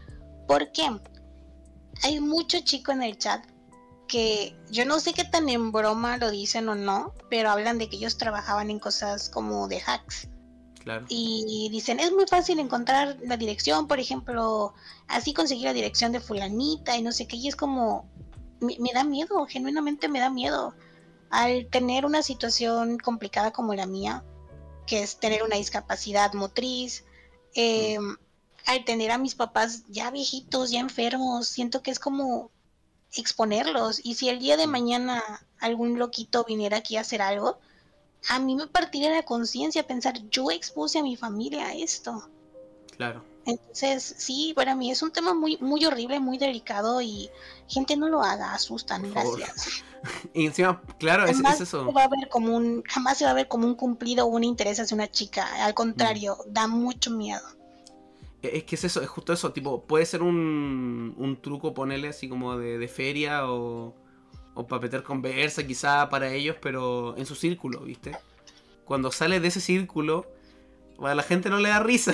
¿Por qué? Hay mucho chico en el chat que yo no sé qué tan en broma lo dicen o no, pero hablan de que ellos trabajaban en cosas como de hacks. Claro. Y dicen, es muy fácil encontrar la dirección, por ejemplo, así conseguir la dirección de fulanita y no sé qué, y es como, me, me da miedo, genuinamente me da miedo. Al tener una situación complicada como la mía, que es tener una discapacidad motriz, eh, mm. al tener a mis papás ya viejitos, ya enfermos, siento que es como exponerlos, y si el día de Mm. mañana algún loquito viniera aquí a hacer algo, a mí me partiría la conciencia pensar, yo expuse a mi familia a esto. Claro. Entonces, sí, para mí es un tema muy, muy horrible, muy delicado, y gente no lo haga, asustan, Por favor. gracias. Y encima, claro, es, Jamás es eso. se va a ver como un, jamás se va a ver como un cumplido o un interés hacia una chica, al contrario, mm. da mucho miedo. Es que es eso, es justo eso, tipo, puede ser un, un truco, ponerle así como de, de feria o, o para meter conversa quizá para ellos, pero en su círculo, ¿viste? Cuando sale de ese círculo, a la gente no le da risa.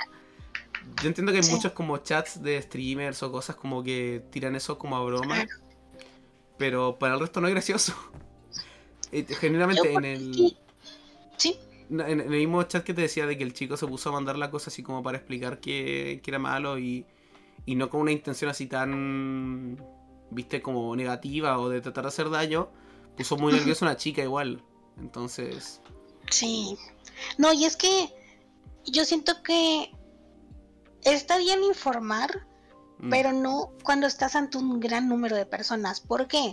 Yo entiendo que hay sí. muchos como chats de streamers o cosas como que tiran eso como a broma, pero para el resto no es gracioso. Generalmente en el... Sí. En el mismo chat que te decía de que el chico se puso a mandar la cosa así como para explicar que, que era malo y, y no con una intención así tan, viste, como negativa o de tratar de hacer daño, puso muy nerviosa una chica igual. Entonces... Sí. No, y es que yo siento que está bien informar, mm. pero no cuando estás ante un gran número de personas. ¿Por qué?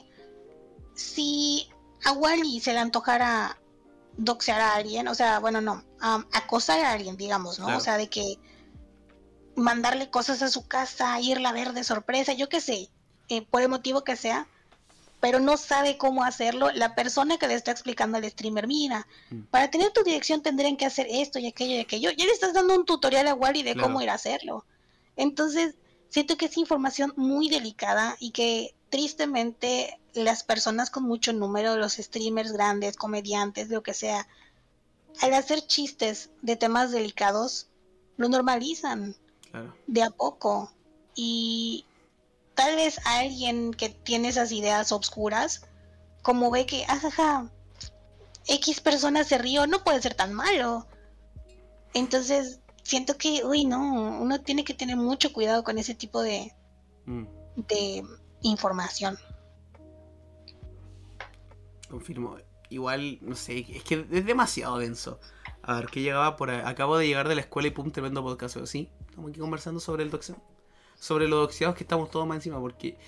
Si a Wally se le antojara doxear a alguien, o sea, bueno, no, um, acosar a alguien, digamos, ¿no? Claro. O sea, de que mandarle cosas a su casa, irla a ver de sorpresa, yo qué sé, eh, por el motivo que sea, pero no sabe cómo hacerlo, la persona que le está explicando al streamer, mira, mm. para tener tu dirección tendrían que hacer esto y aquello y aquello, ya le estás dando un tutorial a Wally de claro. cómo ir a hacerlo. Entonces, siento que es información muy delicada y que tristemente las personas con mucho número, los streamers grandes, comediantes, lo que sea, al hacer chistes de temas delicados, lo normalizan claro. de a poco. Y tal vez alguien que tiene esas ideas obscuras, como ve que, ajaja, X persona se rió, no puede ser tan malo. Entonces, siento que, uy, no, uno tiene que tener mucho cuidado con ese tipo de, mm. de información. Confirmo. Igual, no sé, es que es demasiado denso. A ver, ¿qué llegaba por ahí? Acabo de llegar de la escuela y pum, tremendo podcast, ¿sí? Estamos aquí conversando sobre el doxeo. Sobre los doxeados que estamos todos más encima, porque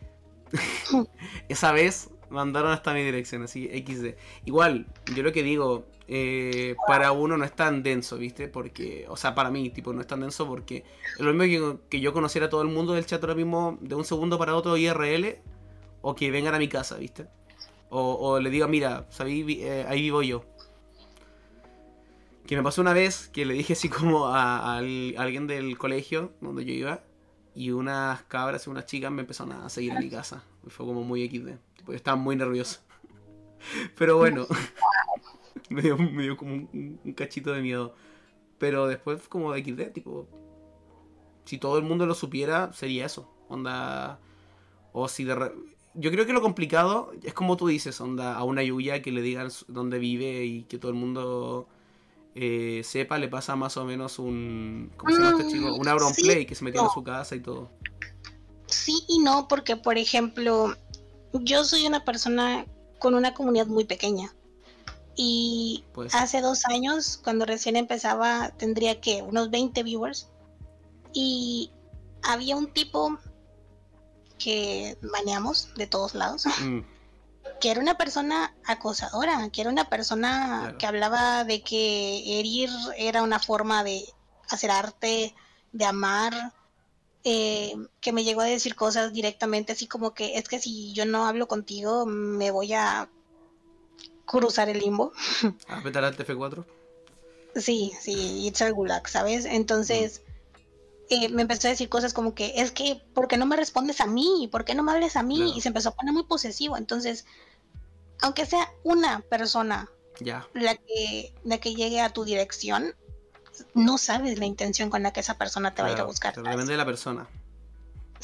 esa vez mandaron hasta mi dirección, así equis de. Igual, yo lo que digo, eh, para uno no es tan denso, ¿viste? Porque, o sea, para mí, tipo, no es tan denso porque es lo mismo que, que yo conociera a todo el mundo del chat ahora mismo de un segundo para otro I R L, o que vengan a mi casa, ¿viste? O, o le diga, mira, ¿sabí? Eh, ahí vivo yo. Que me pasó una vez que le dije así como a, a, a alguien del colegio donde yo iba, y unas cabras y unas chicas me empezaron a seguir a mi casa. Fue como muy equis de. Tipo, yo estaba muy nervioso. Pero bueno, me, dio, me dio como un, un cachito de miedo. Pero después como de equis de, tipo, si todo el mundo lo supiera, sería eso. Onda, o si de re... Yo creo que lo complicado es como tú dices, onda, a una Yuya que le digan dónde vive y que todo el mundo eh, sepa, le pasa más o menos un... ¿Cómo se llama este chico? Un Auronplay, sí, que se metió no. a su casa y todo. Sí y no, porque por ejemplo, yo soy una persona con una comunidad muy pequeña. Y pues, hace dos años, cuando recién empezaba, tendría que unos veinte viewers. Y había un tipo que baneamos de todos lados, mm. que era una persona acosadora, que era una persona claro. que hablaba de que herir era una forma de hacer arte, de amar, eh, que me llegó a decir cosas directamente así como que es que si yo no hablo contigo me voy a cruzar el limbo. ¿A petar al T F cuatro? Sí, sí, it's al gulag, ¿sabes? Entonces... Mm. Eh, me empezó a decir cosas como que es que ¿por qué no me respondes a mí? ¿Por qué no me hables a mí? Claro. Y se empezó a poner muy posesivo. Entonces, aunque sea una persona ya. la que la que llegue a tu dirección, no sabes la intención con la que esa persona te claro, va a ir a buscar. Pero depende de la persona.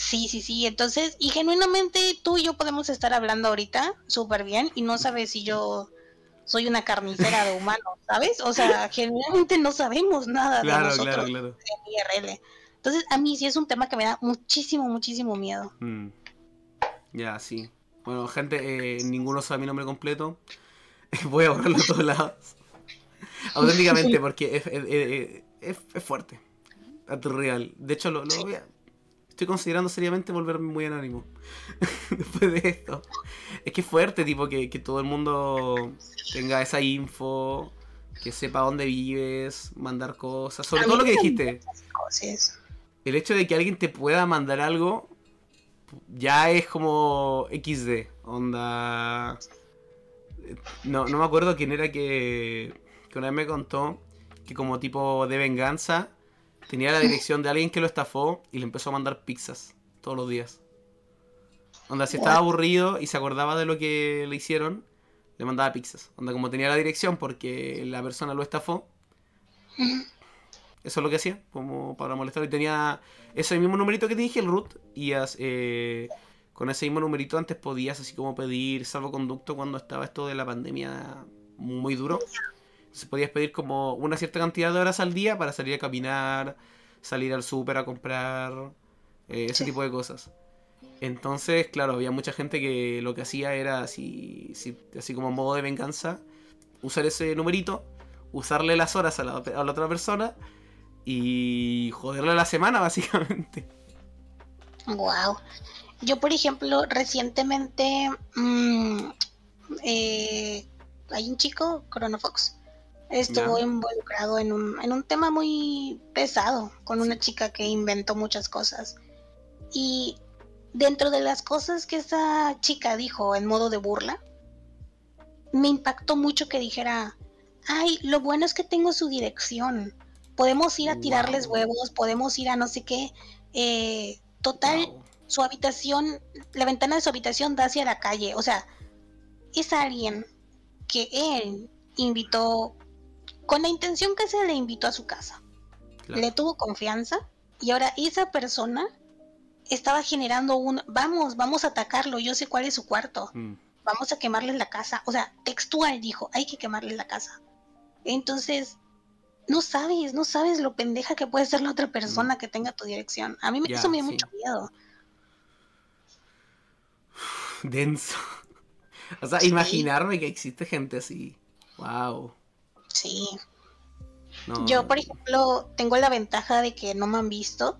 Sí, sí, sí, entonces, y genuinamente tú y yo podemos estar hablando ahorita súper bien y no sabes si yo soy una carnicera de humanos, ¿sabes? O sea, genuinamente no sabemos nada de Claro, claro, nosotros claro. en I R L. Entonces, a mí sí es un tema que me da muchísimo, muchísimo miedo. Mm, ya, sí. Bueno, gente, eh, ninguno sabe mi nombre completo. Voy a borrarlo a todos lados. Auténticamente, porque es, es, es, es, es fuerte. Es real. De hecho, lo, lo voy a... Estoy considerando seriamente volverme muy anónimo. Después de esto. Es que es fuerte, tipo, que, que todo el mundo tenga esa info, que sepa dónde vives, mandar cosas. Sobre A todo mí lo que me dan dijiste. muchas cosas. El hecho de que alguien te pueda mandar algo ya es como equis de. Onda. No, no me acuerdo quién era que, que una vez me contó que como tipo de venganza tenía la dirección de alguien que lo estafó y le empezó a mandar pizzas todos los días. Onda, si estaba What? aburrido y se acordaba de lo que le hicieron, le mandaba pizzas. Onda, como tenía la dirección porque la persona lo estafó, eso es lo que hacía, como para molestar. Y tenía ese mismo numerito que te dije, el root, y as- eh, con ese mismo numerito antes podías así como pedir salvoconducto cuando estaba esto de la pandemia muy duro. Entonces podías pedir como una cierta cantidad de horas al día para salir a caminar, salir al súper a comprar, eh, ese Sí. tipo de cosas. Entonces, claro, había mucha gente que lo que hacía era así, así, así como modo de venganza, usar ese numerito, usarle las horas a la, a la otra persona y joderle la semana, básicamente. Wow. Yo, por ejemplo, recientemente mm, eh, hay un chico, Chronofox, estuvo Ya, involucrado en un, en un tema muy pesado con sí. una chica que inventó muchas cosas. Y dentro de las cosas que esa chica dijo en modo de burla, me impactó mucho que dijera, ay, lo bueno es que tengo su dirección. Podemos ir a tirarles Wow, huevos, podemos ir a no sé qué. Eh, total, wow. su habitación, la ventana de su habitación da hacia la calle. O sea, es alguien que él invitó, con la intención que se le invitó a su casa. Claro. Le tuvo confianza y ahora esa persona estaba generando un, vamos, vamos a atacarlo, yo sé cuál es su cuarto, Mm, vamos a quemarles la casa. O sea, textual dijo, hay que quemarles la casa. Entonces, no sabes, no sabes lo pendeja que puede ser la otra mm. persona que tenga tu dirección. A mí me- eso Ya, me dio sí. mucho miedo. Denso. O sea, Sí, imaginarme que existe gente así. Wow. sí. Yo, No. por ejemplo, tengo la ventaja de que no me han visto.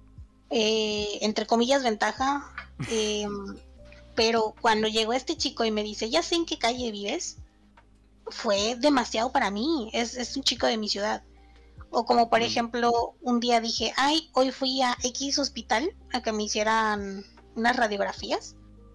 Eh, entre comillas, ventaja. eh, pero cuando llegó este chico y me dice, ya sé en qué calle vives, fue demasiado para mí. Es, es un chico de mi ciudad. O como por Mm, ejemplo, un día dije, ay, hoy fui a X hospital a que me hicieran unas radiografías.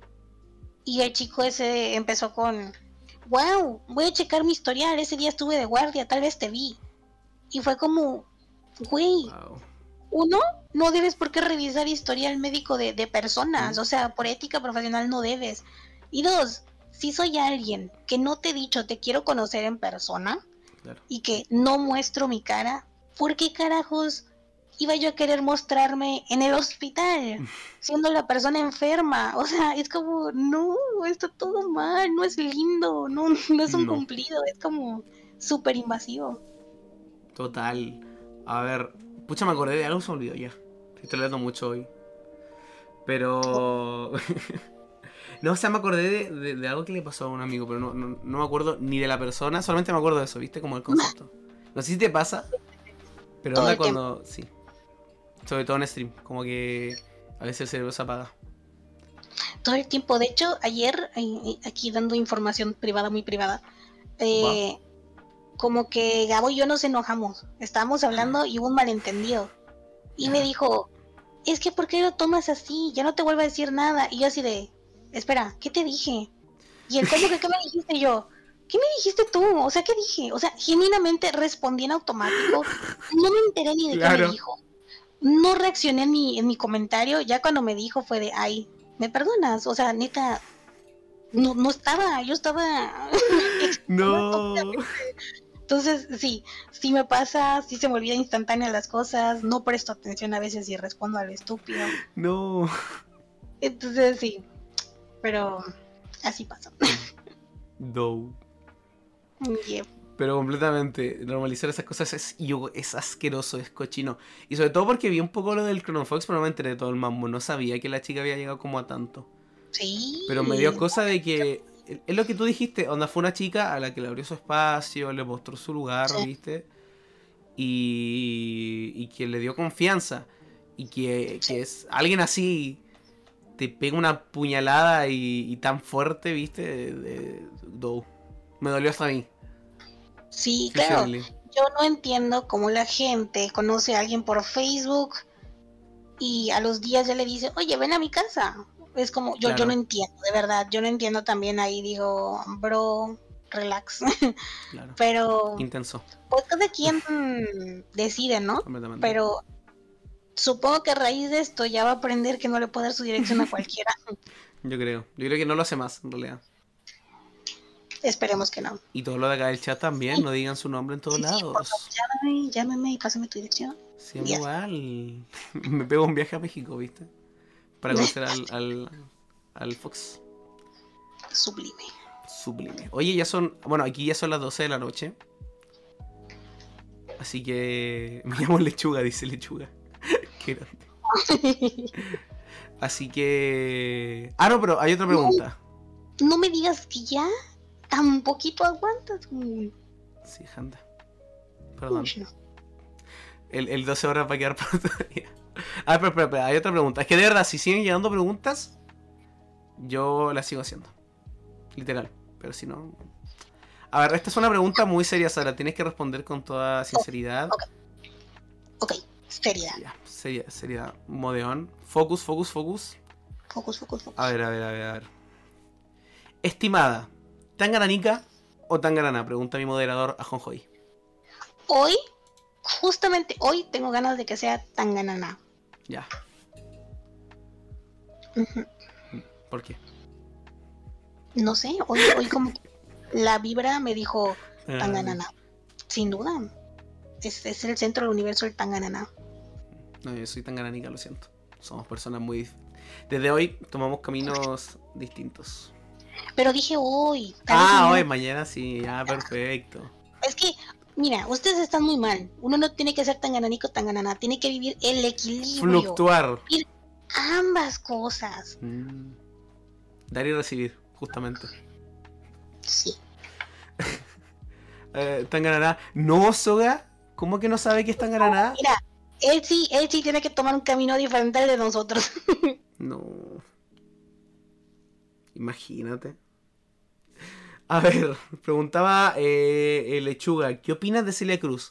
Y el chico ese empezó con, wow, voy a checar mi historial, ese día estuve de guardia, tal vez te vi. Y fue como, güey, wow. uno, no debes por qué revisar historial médico de, de personas, Mm, o sea, por ética profesional no debes. Y dos, si soy alguien que no te he dicho te quiero conocer en persona claro. y que no muestro mi cara, ¿por qué carajos iba yo a querer mostrarme en el hospital siendo la persona enferma? O sea, es como, no, está todo mal, no es lindo, no, no es un No, cumplido, es como súper invasivo. total. A ver, pucha, me acordé de algo, se me olvidó ya. Estoy hablando mucho hoy. Pero. No, o sea, me acordé de, de- de algo que le pasó a un amigo, pero no, no, no me acuerdo ni de la persona, solamente me acuerdo de eso, ¿viste? Como el concepto. No sé si te pasa, pero Todo onda el tiempo. cuando. Sí. Sobre todo en stream, como que a veces el cerebro se apaga. Todo el tiempo. De hecho, ayer, eh, aquí dando información privada, muy privada, ¿Va? eh, como que Gabo y yo nos enojamos. Estábamos hablando y hubo un malentendido. Y me Ya. dijo, es que ¿por qué lo tomas así? Ya no te vuelvo a decir nada. Y yo así de, espera, ¿qué te dije? Y él, ¿cómo que qué me dijiste? Y yo, ¿qué me dijiste tú? O sea, ¿qué dije? O sea, genuinamente respondí en automático. No me enteré ni de qué me Claro. dijo. No reaccioné en mi, en mi comentario. Ya cuando me dijo fue de, ay, ¿me perdonas? O sea, neta, no, no estaba, yo estaba No. Entonces, sí, sí me pasa, sí se me olvida instantánea las cosas, no presto atención a veces y respondo a lo estúpido. No. Entonces, sí, pero así pasa. No. Yep. Pero completamente, normalizar esas cosas es, yo, es asqueroso, es cochino. Y sobre todo porque vi un poco lo del Chrono Fox, pero no me enteré de todo el mambo. No sabía que la chica había llegado como a tanto. Sí. Pero me dio cosa de que, es lo que tú dijiste, onda fue una chica a la que le abrió su espacio, le mostró su lugar, Sí. ¿viste? Y, y que le dio confianza. Y que, que es alguien así te pega una puñalada y, y tan fuerte, ¿viste? De, de, de, me dolió hasta a mí. Sí, claro. Sincerely. Yo no entiendo cómo la gente conoce a alguien por Facebook y a los días ya le dice, oye, ven a mi casa. Es como, yo, Claro. yo no entiendo, de verdad, yo no entiendo también ahí, digo, bro, relax. Claro. Pero, Intenso. pues cada quien decide, ¿no? Completamente. Pero supongo que a raíz de esto ya va a aprender que no le puede dar su dirección a cualquiera. Yo creo. Yo creo que no lo hace más, en realidad. Esperemos que no. Y todo lo de acá del chat también, no digan su nombre en todos Sí, sí, por lados. favor, llámame, llámame y pásame tu dirección. Sí, es Ya. igual. Me pego un viaje a México, ¿viste? Para conocer al, al, al Fox. Sublime. Sublime. Oye, ya son... Bueno, aquí ya son las doce de la noche. Así que... Me llamo Lechuga, dice Lechuga. Qué grande. Así que... Ah, no, pero hay otra pregunta. No me digas que ya tan poquito aguantas. Mm. Sí, anda. Perdón. Uy, no. El, el doce horas va a quedar para todavía. Ah, pero espera, espera, hay otra pregunta. Es que de verdad, si siguen llegando preguntas, yo las sigo haciendo. Literal. Pero si no... A ver, esta es una pregunta muy seria, Sara. Tienes que responder con toda sinceridad. Ok. Ok, seriedad. Ya, seria, seriedad. Modeón. Focus, focus, focus. Focus, focus, focus. A ver, a ver, a ver, a ver. Estimada, ¿Tangaranica o Tangarana? Pregunta mi moderador a Jonjoy. Hoy, justamente hoy, tengo ganas de que sea Tanganana. Ya. Ujú. ¿Por qué? No sé, hoy, hoy como que la vibra me dijo Ah, Tanganana. Sin duda. Es, es el centro del universo el Tanganana. No, yo soy Tangaranica, lo siento. Somos personas muy... Desde hoy tomamos caminos distintos. Pero dije hoy. tal vez Ah, mañana. hoy, mañana sí. Ya, perfecto. Es que, mira, ustedes están muy mal. Uno no tiene que ser tangananico tanganana. Tiene que vivir el equilibrio. Fluctuar. Ambas cosas. Mm. Dar y recibir, justamente. Sí. Eh, Tangaraná. No, Soga. ¿Cómo que no sabe que es Tangaraná? Mira, él sí, él sí tiene que tomar un camino diferente al de nosotros. No. Imagínate. A ver, preguntaba eh, el Lechuga, ¿qué opinas de Celia Cruz?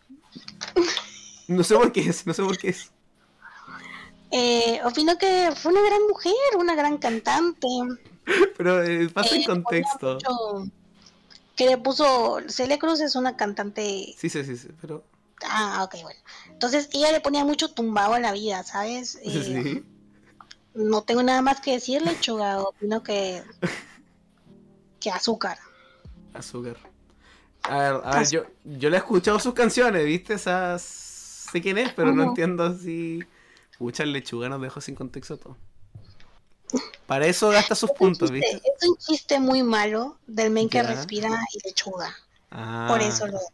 No sé por qué es, no sé por qué es. Eh, opino que fue una gran mujer, una gran cantante. Pero eh, pasa en Eh, contexto. mucho- que le puso, Celia Cruz es una cantante. Sí, sí, sí, sí, pero... Ah, ok, bueno. Entonces ella le ponía mucho tumbado a la vida, ¿sabes? Eh, Sí. No tengo nada más que decirle, Chuga. Opino que. que azúcar. Azúcar. A ver, a ver, yo, yo le he escuchado sus canciones, ¿viste? Esas... Sé quién es, pero no Ujú. entiendo si... Pucha, el Lechuga nos dejó sin contexto todo. Para eso gasta sus puntos, Chiste, ¿viste? es un chiste muy malo del men que Ya. respira y lechuga. Ah, Por eso lo.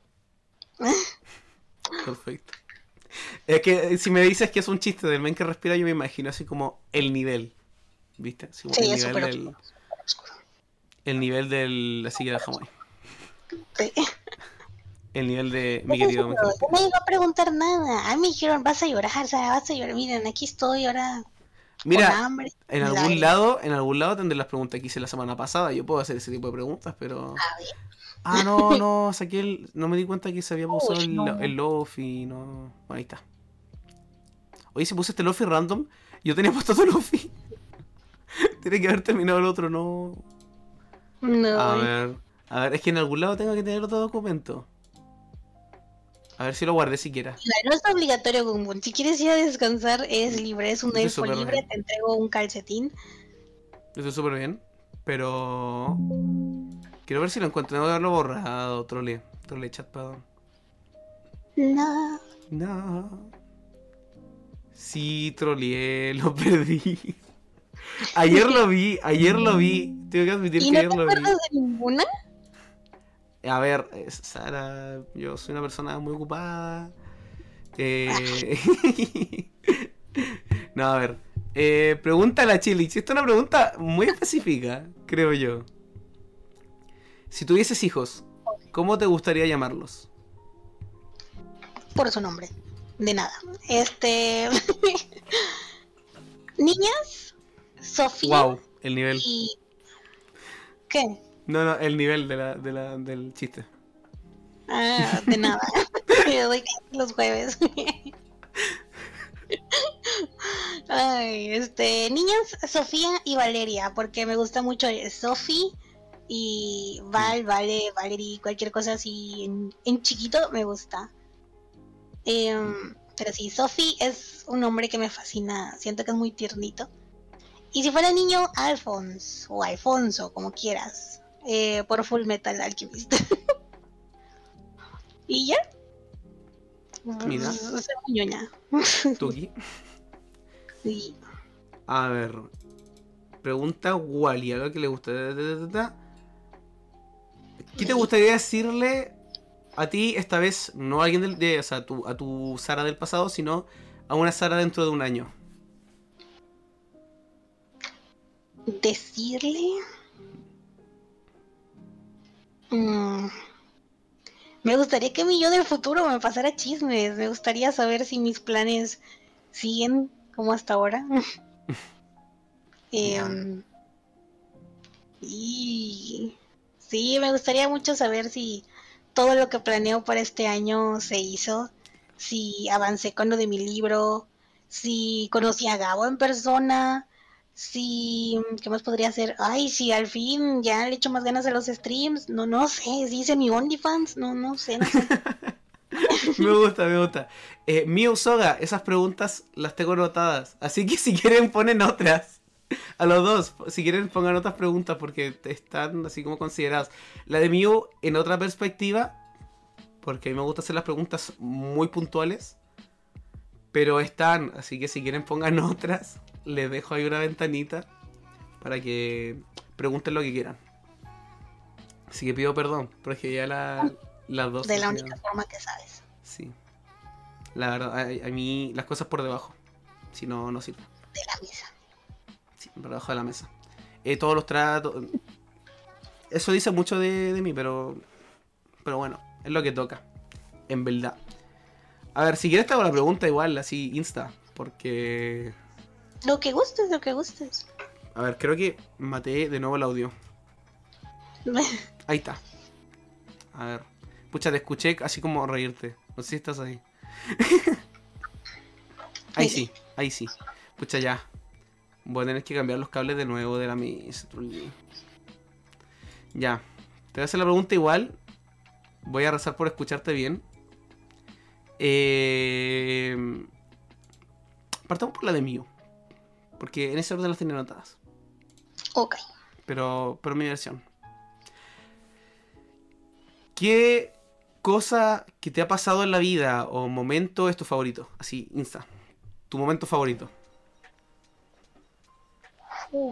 perfecto. Es que si me dices que es un chiste del men que respira, yo me imagino así como el nivel. ¿Viste? Así como Sí, el es nivel súper del... oscuro. El nivel del... La silla de Hawái. Sí. El nivel de mi Eso querido sí, men que pero respira. no me iba a preguntar nada. A mí me dijeron, vas a llorar, Sara, vas a llorar. Miren, aquí estoy ahora con Mira, hambre. en y algún lágrimas. lado, en algún lado tendré las preguntas que hice la semana pasada. Yo puedo hacer ese tipo de preguntas, pero... A ver. Ah, no, no, saqué el... No me di cuenta que se había usado Uy, el, no. el Lofi, no... Bueno, ahí está. Oye, si puse este Lofi random, yo tenía puesto otro Lofi. Tiene que haber terminado el otro, no... No. A ver, a ver, es que en algún lado tengo que tener otro documento. A ver si lo guardé siquiera. Mira, no es obligatorio, Gumbun. Si quieres ir a descansar, es libre, es un Estoy elfo súper libre, bien. te entrego un calcetín. Estoy súper bien. Pero... Quiero ver si lo encuentro. Tengo que haberlo borrado, trole. Trolé chat, perdón. No. No. Sí, troleé, lo perdí. Ayer lo vi, ayer lo vi. Tengo que admitir ¿Y que no ayer te lo vi. acuerdas de ninguna? A ver, eh, Sara, yo soy una persona muy ocupada. Eh... no, a ver. Eh, pregunta a la Chili. Esta es una pregunta muy específica, creo yo. Si tuvieses hijos, ¿cómo te gustaría llamarlos? Por su nombre. De nada. Este. Niñas, Sofía Wow, el nivel. y. ¿Qué? No, no, el nivel de la, de la, del chiste. Ah, de nada. Me doy los jueves. Ay, este, niñas, Sofía y Valeria, porque me gusta mucho Sofi y Val, Vale, Valerie, cualquier cosa así en, en chiquito me gusta. Em, pero sí, Sofi es un nombre que me fascina, siento que es muy tiernito. Y si fuera niño, Alphonse o Alfonso, como quieras, eh, por Full Metal Alchemist. ¿Y ya? Mira. Soy muy ñoña. Tuki. Sí. A ver. Pregunta Wally, algo que le gusta. ¿Qué te gustaría decirle a ti esta vez? No a alguien del, de, o sea, a tu, a tu Sara del pasado, sino a una Sara dentro de un año. Decirle. Mm, me gustaría que mi yo del futuro me pasara chismes. Me gustaría saber si mis planes siguen como hasta ahora. eh, y sí, me gustaría mucho saber si todo lo que planeo para este año se hizo. Si avancé con lo de mi libro. Si conocí a Gabo en persona. Si, ¿qué más podría hacer? Ay, si al fin ya le echo más ganas a los streams. No, no sé. Si hice mi OnlyFans. No, no sé, no sé. Me gusta, me gusta. Eh, Mio Soga, esas preguntas las tengo anotadas. Así que si quieren ponen otras. A los dos, si quieren pongan otras preguntas porque están así como consideradas. La de Mio en otra perspectiva, porque a mí me gusta hacer las preguntas muy puntuales. Pero están, así que si quieren pongan otras. Les dejo ahí una ventanita para que pregunten lo que quieran. Así que pido perdón, porque ya la, las dos... De la única forma que sabes. Sí. La verdad, a, a mí las cosas por debajo. Si no, no sirve. De la misa. Sí, por debajo de la mesa. Eh, todos los tratos... Eso dice mucho de, de mí, pero... Pero bueno, es lo que toca. En verdad. A ver, si quieres te hago la pregunta igual, así, insta. Porque... Lo que gustes, lo que gustes. A ver, creo que maté de nuevo el audio. Ahí está. A ver. Pucha, te escuché así como reírte. No sé si estás ahí. Ahí sí, ahí sí. Pucha, ya. Voy a tener que cambiar los cables de nuevo de la mesa. Ya. Te voy a hacer la pregunta igual. Voy a rezar por escucharte bien. Eh... Partamos por la de mío. Porque en ese orden las tenía anotadas. Ok. Pero, pero mi versión. ¿Qué cosa que te ha pasado en la vida o momento es tu favorito? Así, insta. Tu momento favorito. Uf.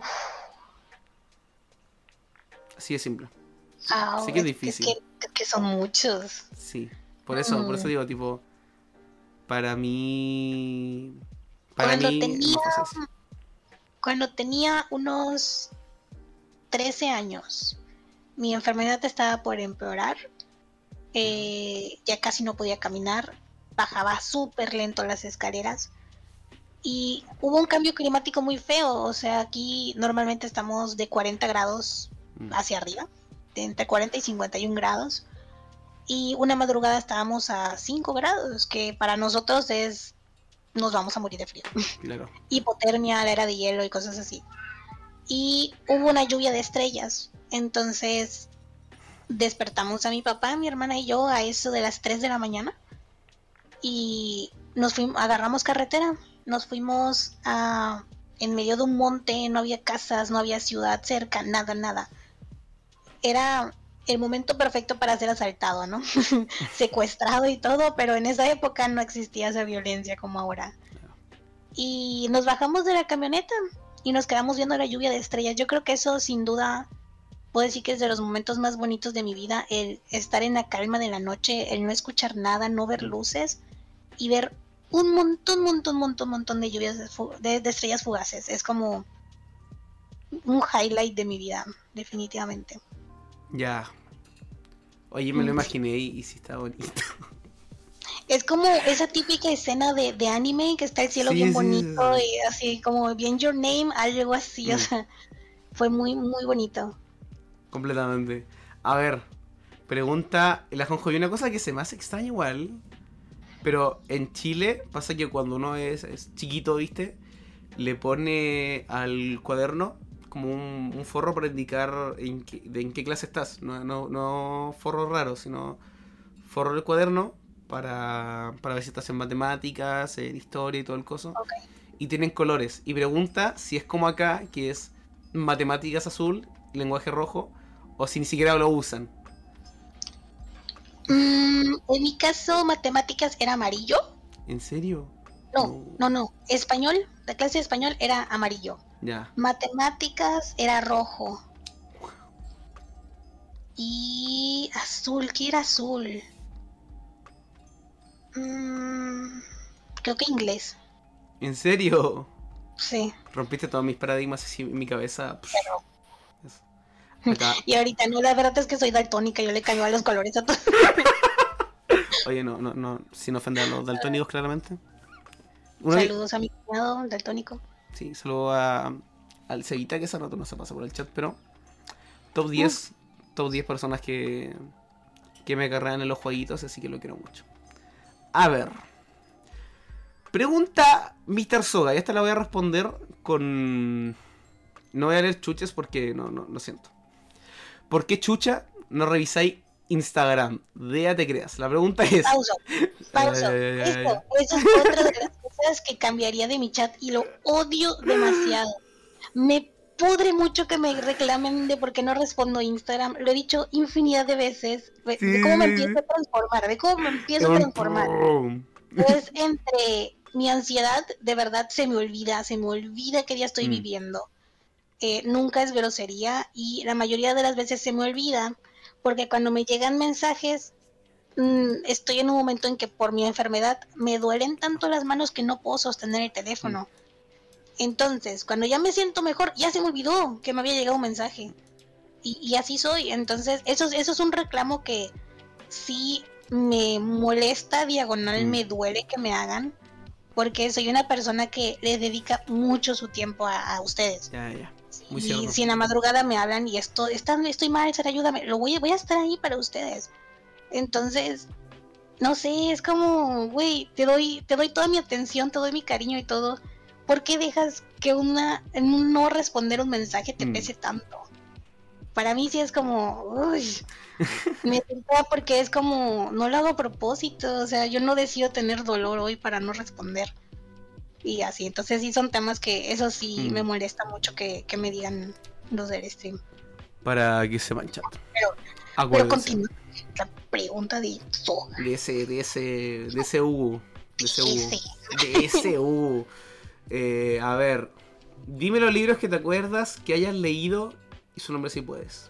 Así de simple. Ah, Sí que es es, difícil. Es que, es que son muchos. Sí. Por eso, Mm. por eso digo, tipo. Para mí. Para Cuando mí. tenía- Es más fácil. Cuando tenía unos trece años, mi enfermedad estaba por empeorar. Eh, ya casi no podía caminar. Bajaba súper lento las escaleras. Y hubo un cambio climático muy feo. O sea, aquí normalmente estamos de cuarenta grados Mm. hacia arriba. De entre cuarenta y cincuenta y un grados. Y una madrugada estábamos a cinco grados, que para nosotros es... nos vamos a morir de frío. Claro. Hipotermia, la era de hielo y cosas así. Y hubo una lluvia de estrellas. Entonces despertamos a mi papá, mi hermana y yo a eso de las tres de la mañana. Y nos fuimos, agarramos carretera. Nos fuimos a, en medio de un monte, no había casas, no había ciudad cerca, nada, nada. Era el momento perfecto para ser asaltado, ¿no? Secuestrado y todo, pero en esa época no existía esa violencia como ahora. Y nos bajamos de la camioneta y nos quedamos viendo la lluvia de estrellas. Yo creo que eso sin duda puedo decir que es de los momentos más bonitos de mi vida, el estar en la calma de la noche, el no escuchar nada, no ver luces y ver un montón, montón, montón, montón de lluvias de, de, de estrellas fugaces. Es como un highlight de mi vida, definitivamente. Ya. Oye, me lo imaginé y, y sí está bonito. Es como esa típica escena de, de anime que está el cielo sí, bien sí, bonito sí, sí. Y así como bien Your Name, algo así, mm. O sea, fue muy, muy bonito. Completamente. A ver, pregunta la Jonjo, y una cosa que se me hace extraña igual, pero en Chile pasa que cuando uno es, es chiquito, ¿viste? Le pone al cuaderno como un, un forro para indicar en qué, de en qué clase estás. No, no, no forro raro, sino forro del cuaderno para, para ver si estás en matemáticas, en historia y todo el coso. Okay. Y tienen colores. Y pregunta si es como acá, que es matemáticas azul, lenguaje rojo, o si ni siquiera lo usan. Mm, en mi caso, matemáticas era amarillo. ¿En serio? No, no, no, no. Español, la clase de español era amarillo. Ya. Matemáticas era rojo. Y azul, ¿qué era azul? Mm, creo que inglés. ¿En serio? Sí. Rompiste todos mis paradigmas así en mi cabeza. Pero... Y ahorita no, la verdad es que soy daltónica, yo le cambio a los colores a todos. Oye, no, no, no, sin ofender a los daltónicos claramente. Una Saludos vez... a mi cuñado daltónico. Sí, saludo a al Cevita, que esa nota no se pasa por el chat, pero top diez, uh. top diez personas que que me carrean en los jueguitos, así que lo quiero mucho. A ver. Pregunta mister Soga, y esta la voy a responder con... No voy a leer chuches porque no, no, lo siento. ¿Por qué chucha no revisáis Instagram? Dea te creas. La pregunta es... Pausa, pausa. Ay, ay, ay, Esto, eso es otra de las cosas que cambiaría de mi chat y lo odio demasiado. Me pudre mucho que me reclamen de por qué no respondo Instagram. Lo he dicho infinidad de veces. Ve, sí. de cómo me empiezo a transformar, de cómo me empiezo a transformar. Pues entre mi ansiedad, de verdad se me olvida, se me olvida qué día estoy mm. viviendo. Eh, nunca es grosería y la mayoría de las veces se me olvida porque cuando me llegan mensajes mmm, estoy en un momento en que por mi enfermedad me duelen tanto las manos que no puedo sostener el teléfono. Mm. Entonces, cuando ya me siento mejor, ya se me olvidó que me había llegado un mensaje. Y, y así soy. Entonces, eso, eso es un reclamo que sí me molesta, diagonal, mm. me duele que me hagan. Porque soy una persona que le dedica mucho su tiempo a, a ustedes. Ya, ya. Muy y cierto. Si en la madrugada me hablan y esto, está, estoy mal, Sara, ayúdame, lo voy, voy a estar ahí para ustedes. Entonces, no sé, es como, güey, te doy, te doy toda mi atención, te doy mi cariño y todo. ¿Por qué dejas que una no responder un mensaje te mm. pese tanto? Para mí sí es como, uy, me tenta porque es como, no lo hago a propósito, o sea, yo no decido tener dolor hoy para no responder. Y así, entonces sí son temas que eso sí mm. me molesta mucho que, que me digan los del stream. Para que se manchan. Pero, pero continúa la pregunta de Soga. De ese, de ese, de ese Hugo. De ese Hugo. De ese Hugo. Eh, a ver, dime los libros que te acuerdas que hayas leído y su nombre si puedes.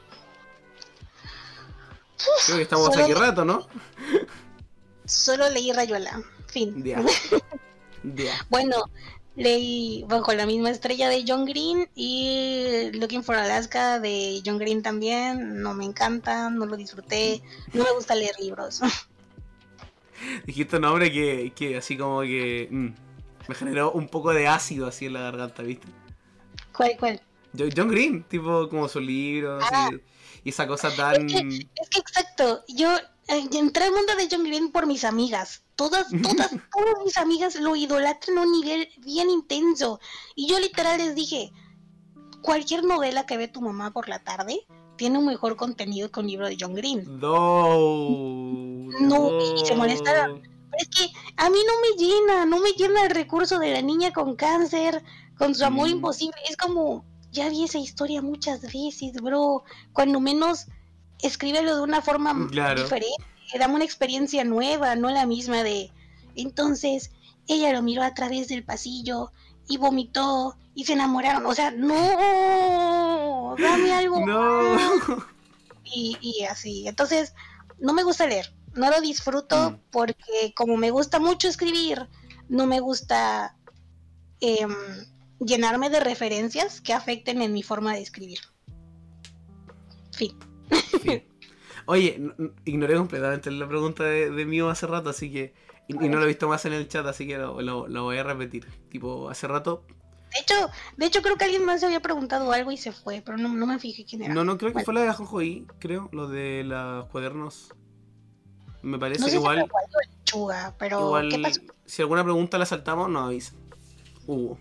Creo que estamos solo aquí rato, ¿no? Solo leí Rayuela, fin. Yeah. Yeah. Bueno, leí Bajo la misma estrella de John Green y Looking for Alaska de John Green también. No me encanta, no lo disfruté, no me gusta leer libros. Dijiste un nombre que, que así como que... Mm. Me generó un poco de ácido así en la garganta, ¿viste? ¿Cuál, cuál? John Green, tipo como sus libros ah, y, y esa cosa tan... Es que, es que exacto, yo eh, entré al mundo de John Green por mis amigas. Todas, todas, todas mis amigas lo idolatran a un nivel bien intenso. Y yo literal les dije, cualquier novela que ve tu mamá por la tarde tiene un mejor contenido que un libro de John Green. No, no, no. Y se molestaron. Pero es que a mí no me llena, no me llena el recurso de la niña con cáncer, con su amor mm. imposible. Es como, ya vi esa historia muchas veces, bro. Cuando menos escríbelo de una forma Claro. diferente, dame una experiencia nueva, no la misma de, entonces ella lo miró a través del pasillo y vomitó y se enamoraron, o sea, no, dame algo No. más. Y, y así, entonces no me gusta leer, no lo disfruto Mm. porque como me gusta mucho escribir, no me gusta eh, llenarme de referencias que afecten en mi forma de escribir. Fin. Fin. Oye, n- n- ignoré completamente la pregunta de, de mío hace rato, así que... Y, y no lo he visto más en el chat, así que lo, lo, lo voy a repetir. Tipo, hace rato... De hecho, de hecho creo que alguien más se había preguntado algo y se fue, pero no, no me fijé quién era. No, no, creo que Bueno, fue la de Ajonjoy, creo. Lo de los cuadernos. Me parece no sé si fue igual... cuál o lechuga, pero ¿qué pasó? Igual, si alguna pregunta la saltamos, nos avisa. Hugo.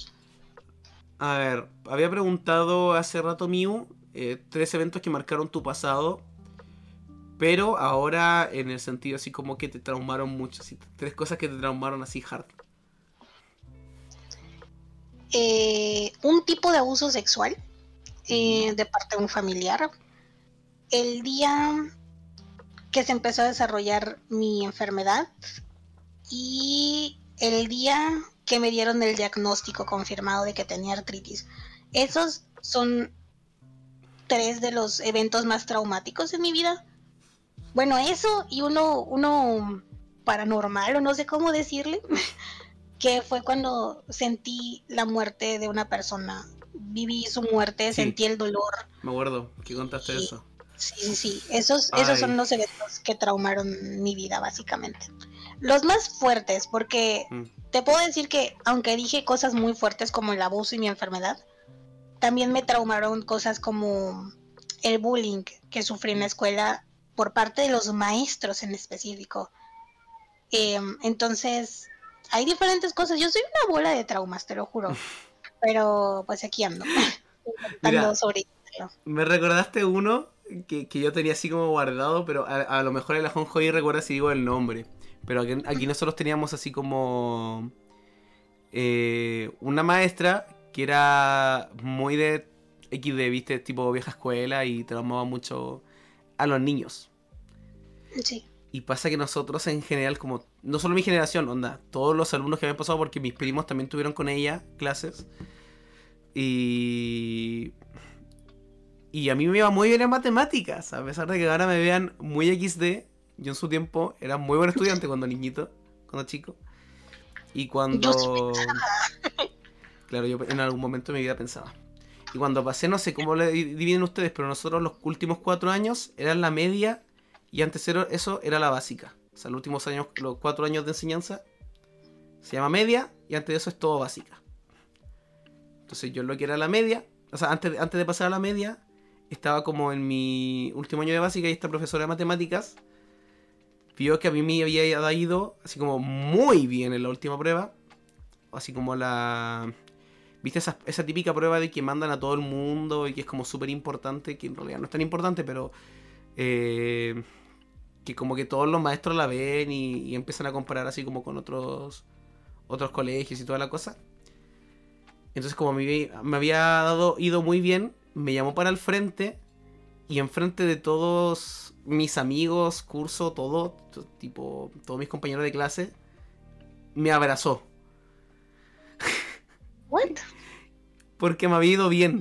A ver, había preguntado hace rato Miu eh, tres eventos que marcaron tu pasado, pero ahora en el sentido así como que te traumaron mucho, así, tres cosas que te traumaron así hard. Eh, un tipo de abuso sexual eh, de parte de un familiar. El día que se empezó a desarrollar mi enfermedad y el día que me dieron el diagnóstico confirmado de que tenía artritis. Esos son tres de los eventos más traumáticos en mi vida. Bueno, eso y uno, uno paranormal, o no sé cómo decirle, que fue cuando sentí la muerte de una persona. Viví su muerte, Sí. sentí el dolor. Me acuerdo que contaste Y- eso. Sí, sí, sí. Esos, esos Ay. son los eventos que traumaron mi vida, básicamente. Los más fuertes, porque Mm. te puedo decir que, aunque dije cosas muy fuertes como el abuso y mi enfermedad, también me traumaron cosas como el bullying que sufrí en la escuela por parte de los maestros en específico. Eh, entonces, hay diferentes cosas. Yo soy una bola de traumas, te lo juro. Pero pues aquí ando, intentando Mira, sobrellevarlo. me recordaste uno que, que yo tenía así como guardado, pero a, a lo mejor el Ajonjoy recuerda si digo el nombre. Pero aquí, aquí nosotros teníamos así como eh, una maestra que era muy de equis de, viste, tipo vieja escuela y traumaba mucho a los niños. Sí. Y pasa que nosotros en general, como no solo mi generación, onda, todos los alumnos que habían pasado, porque mis primos también tuvieron con ella clases. Y... Y a mí me iba muy bien en matemáticas, a pesar de que ahora me vean muy equis de. Yo en su tiempo era muy buen estudiante cuando niñito, cuando chico. Y cuando... Yo sí Claro, yo en algún momento de mi vida pensaba. Y cuando pasé, no sé cómo le di- dividen ustedes, pero nosotros los últimos cuatro años eran la media y antes era- eso era la básica. O sea, los últimos años, los cuatro años de enseñanza se llama media y antes de eso es todo básica. Entonces yo lo que era la media, o sea, antes, de- antes de pasar a la media, estaba como en mi último año de básica y esta profesora de matemáticas vio que a mí me había ido así como muy bien en la última prueba. Así como la... ¿Viste esa, esa típica prueba de que mandan a todo el mundo y que es como súper importante? Que en realidad no es tan importante, pero... Eh, que como que todos los maestros la ven y, y empiezan a comparar así como con otros otros colegios y toda la cosa. Entonces como me, me había dado, ido muy bien, me llamó para el frente y enfrente de todos mis amigos, curso, todo, t- tipo, todos mis compañeros de clase, me abrazó. What? Porque me había ido bien.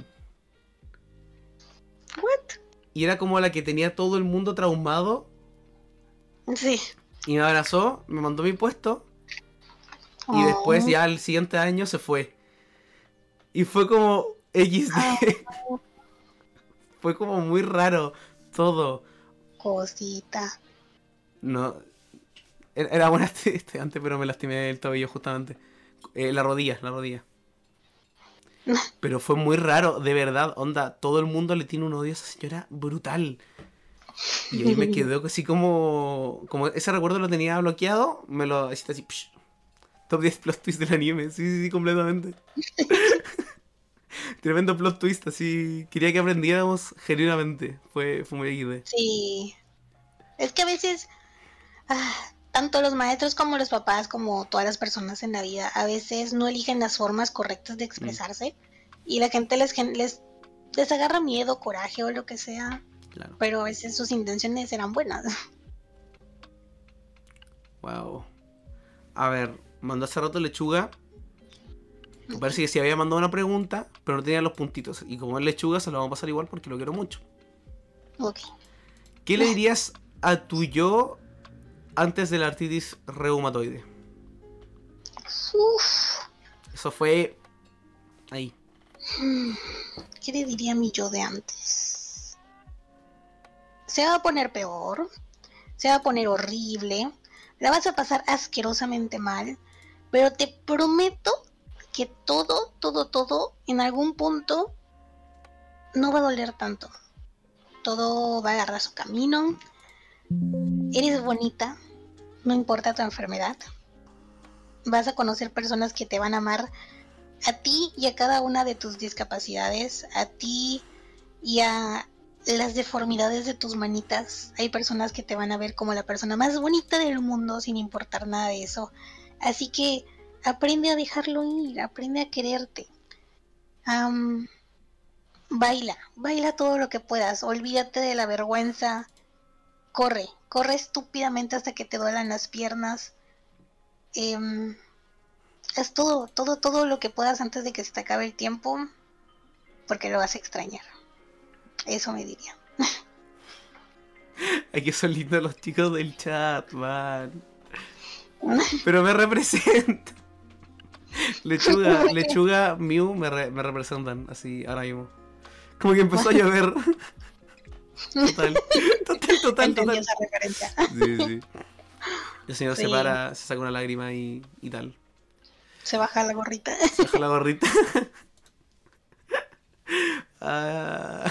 What? Y era como la que tenía todo el mundo traumado. Sí. Y me abrazó, me mandó mi puesto. Y después Oh. ya el siguiente año se fue. Y fue como equis de. Fue como muy raro todo. Cosita. No. Era era buena estudiante, pero me lastimé el tobillo justamente. Eh, la rodilla, la rodilla. Pero fue muy raro, de verdad, onda, todo el mundo le tiene un odio a esa señora brutal. Y ahí me quedó así como... Como ese recuerdo lo tenía bloqueado, me lo hiciste así... Psh, top diez plot twist del anime, sí, sí, sí, completamente. Tremendo plot twist, así... Quería que aprendiéramos genuinamente. Fue, fue muy equis de. Sí. Es que a veces, ah, tanto los maestros como los papás, como todas las personas en la vida, a veces no eligen las formas correctas de expresarse y la gente les, gen- les, les agarra miedo, coraje o lo que sea. Claro. Pero a veces sus intenciones eran buenas. Wow. A ver, mandó hace rato Lechuga. Me parece que sí había mandado una pregunta, pero no tenía los puntitos. Y como es Lechuga, se lo vamos a pasar igual porque lo quiero mucho. Ok. ¿Qué le dirías a tu yo antes de la artritis reumatoide? Uf. Eso fue ahí. ¿Qué le diría a mi yo de antes? Se va a poner peor, se va a poner horrible, la vas a pasar asquerosamente mal, pero te prometo que todo, todo, todo, en algún punto no va a doler tanto. Todo va a agarrar su camino. Eres bonita, no importa tu enfermedad. Vas a conocer personas que te van a amar a ti y a cada una de tus discapacidades, a ti y a las deformidades de tus manitas. Hay personas que te van a ver como la persona más bonita del mundo sin importar nada de eso. Así que aprende a dejarlo ir, aprende a quererte. Um, baila, baila todo lo que puedas, olvídate de la vergüenza. Corre, corre estúpidamente hasta que te duelan las piernas. Um, haz todo, todo, todo lo que puedas antes de que se te acabe el tiempo, porque lo vas a extrañar. Eso me diría. Aquí son lindos los chicos del chat, man. Pero me representan. Lechuga, Lechuga, Mew me, re, me representan así ahora mismo. Como que empezó a llover. Total, total, total, total. Esa referencia. Sí, sí. El señor Sí. se para, se saca una lágrima y, y tal. Se baja la gorrita. Se baja la gorrita. Ah.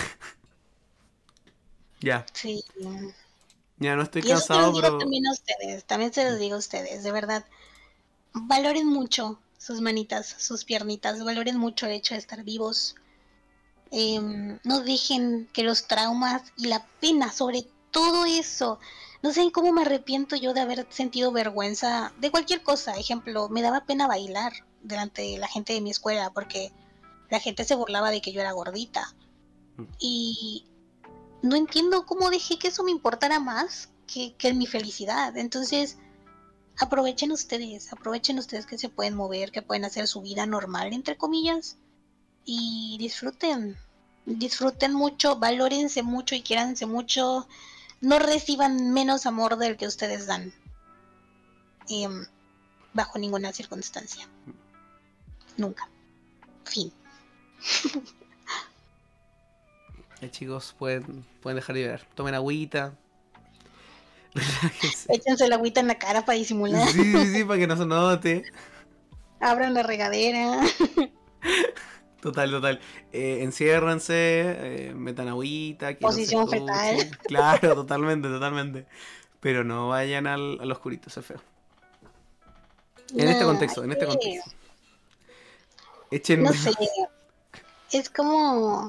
Ya. Sí. Ya no estoy Y eso se cansado, los digo pero. también a ustedes, también se los digo a ustedes, de verdad. Valoren mucho sus manitas, sus piernitas, valoren mucho el hecho de estar vivos. Eh, no dejen que los traumas y la pena, sobre todo eso. No sé cómo me arrepiento yo de haber sentido vergüenza de cualquier cosa. Ejemplo, me daba pena bailar delante de la gente de mi escuela porque la gente se burlaba de que yo era gordita. Y no entiendo cómo dejé que eso me importara más que, que mi felicidad. Entonces, aprovechen ustedes, aprovechen ustedes que se pueden mover, que pueden hacer su vida normal, entre comillas, y disfruten, disfruten mucho, valórense mucho y quiéranse mucho, no reciban menos amor del que ustedes dan, eh, bajo ninguna circunstancia, nunca, fin. Eh, chicos, pueden, pueden dejar de llorar. Tomen agüita. Relájense. Échense la agüita en la cara para disimular, Sí, sí, sí, para que no se note. abran la regadera. Total, total. Eh, enciérranse, eh, metan agüita. Que Posición no se fetal. escuche. Claro, totalmente, totalmente. Pero no vayan al, al oscurito, eso es feo. En No, este contexto, en hay este que- contexto. Echen. No sé, es como...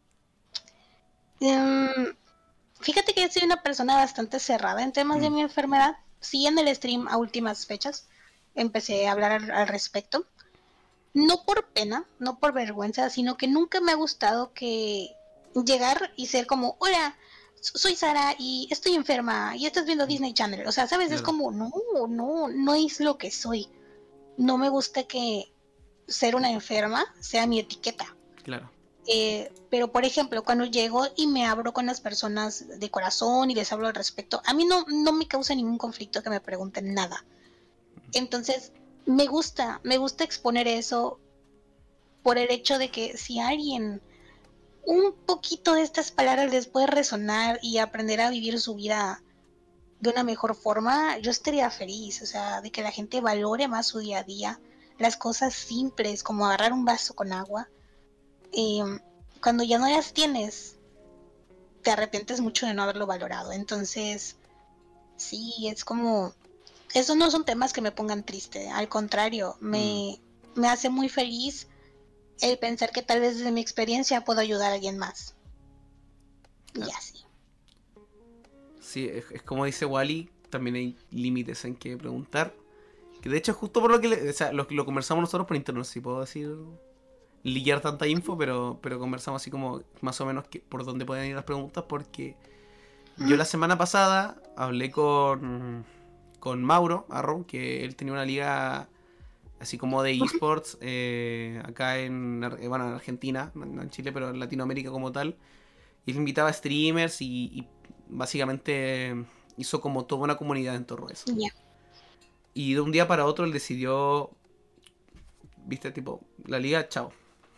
em, fíjate que yo soy una persona bastante cerrada en temas de Mm. mi enfermedad. Sí, en el stream a últimas fechas empecé a hablar al, al respecto. No por pena, no por vergüenza, sino que nunca me ha gustado que llegar y ser como, hola, so- soy Sara y estoy enferma y estás viendo Disney Channel. O sea, ¿sabes? Es Claro. como, no, no, no es lo que soy. No me gusta que ser una enferma sea mi etiqueta. Claro. Eh, pero por ejemplo, cuando llego y me abro con las personas de corazón y les hablo al respecto, a mí no, no me causa ningún conflicto que me pregunten nada. Entonces, me gusta, me gusta exponer eso por el hecho de que si alguien un poquito de estas palabras les puede resonar y aprender a vivir su vida de una mejor forma, yo estaría feliz, o sea, de que la gente valore más su día a día, las cosas simples como agarrar un vaso con agua. Eh, cuando ya no las tienes, te arrepientes mucho de no haberlo valorado. Entonces, sí, es como... Esos no son temas que me pongan triste, al contrario, me, mm. me hace muy feliz el pensar que tal vez desde mi experiencia puedo ayudar a alguien más. Claro. Y así. Sí, es, es como dice Wally, también hay límites en que preguntar. Que de hecho es justo por lo que le, o sea, lo, lo conversamos nosotros por internet, si puedo decir liquear tanta info, pero, pero conversamos así como más o menos que, por dónde pueden ir las preguntas, porque yo la semana pasada hablé con, con Mauro Arro, que él tenía una liga así como de esports eh, acá en, bueno, en Argentina, no en Chile, pero en Latinoamérica como tal. Y él invitaba a streamers y, y básicamente hizo como toda una comunidad en torno a eso. Ya. Y de un día para otro él decidió, viste, tipo, la liga, chao.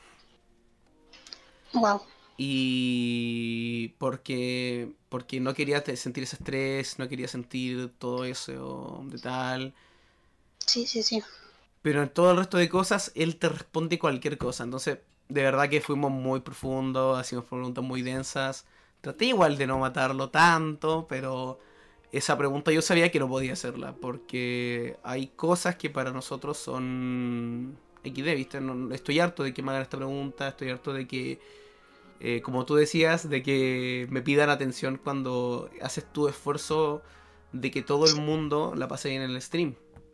Wow. Y porque, porque no quería te- sentir ese estrés, no quería sentir todo eso de tal. Sí, sí, sí. Pero en todo el resto de cosas, él te responde cualquier cosa. Entonces, de verdad que fuimos muy profundos, hacíamos preguntas muy densas. Traté igual de no matarlo tanto, pero esa pregunta yo sabía que no podía hacerla, porque hay cosas que para nosotros son equis de, ¿viste? No- estoy harto de que me hagan esta pregunta, estoy harto de que, eh, como tú decías, de que me pidan atención cuando haces tu esfuerzo de que todo el mundo la pase bien en el stream.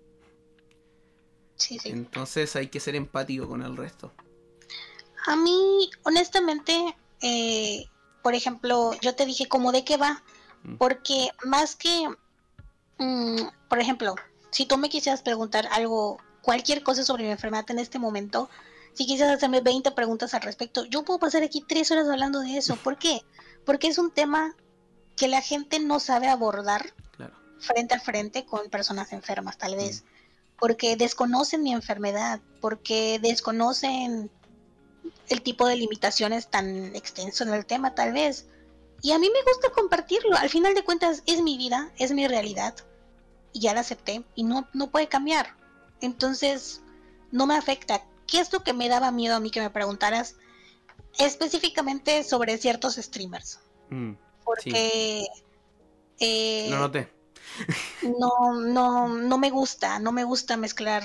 Sí, sí. Entonces hay que ser empático con el resto. A mí, honestamente, eh, por ejemplo, yo te dije como de qué va, Mm. porque más que, mm, por ejemplo, si tú me quisieras preguntar algo, cualquier cosa sobre mi enfermedad en este momento, si quisieras hacerme veinte preguntas al respecto, yo puedo pasar aquí tres horas hablando de eso. ¿Por qué? Porque es un tema que la gente no sabe abordar Claro. frente a frente con personas enfermas, tal Mm. vez, porque desconocen mi enfermedad, porque desconocen el tipo de limitaciones tan extenso en el tema, tal vez. Y a mí me gusta compartirlo. Al final de cuentas, es mi vida, es mi realidad. Y ya la acepté y no, no puede cambiar. Entonces, no me afecta. ¿Qué es lo que me daba miedo a mí que me preguntaras? Específicamente sobre ciertos streamers. Mm. Sí, Porque lo eh, noté. no, no, no me gusta, no me gusta mezclar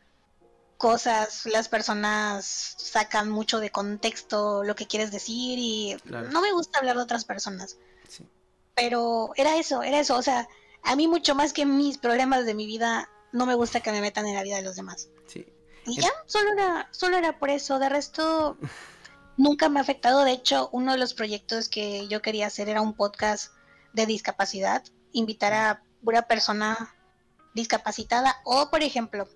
cosas, las personas sacan mucho de contexto lo que quieres decir y Claro. no me gusta hablar de otras personas. Sí. Pero era eso, era eso, o sea, a mí mucho más que mis problemas de mi vida, no me gusta que me metan en la vida de los demás. Sí. Y En- ya, solo era, solo era por eso, de resto nunca me ha afectado. De hecho, uno de los proyectos que yo quería hacer era un podcast de discapacidad, invitar a una persona discapacitada o, por ejemplo,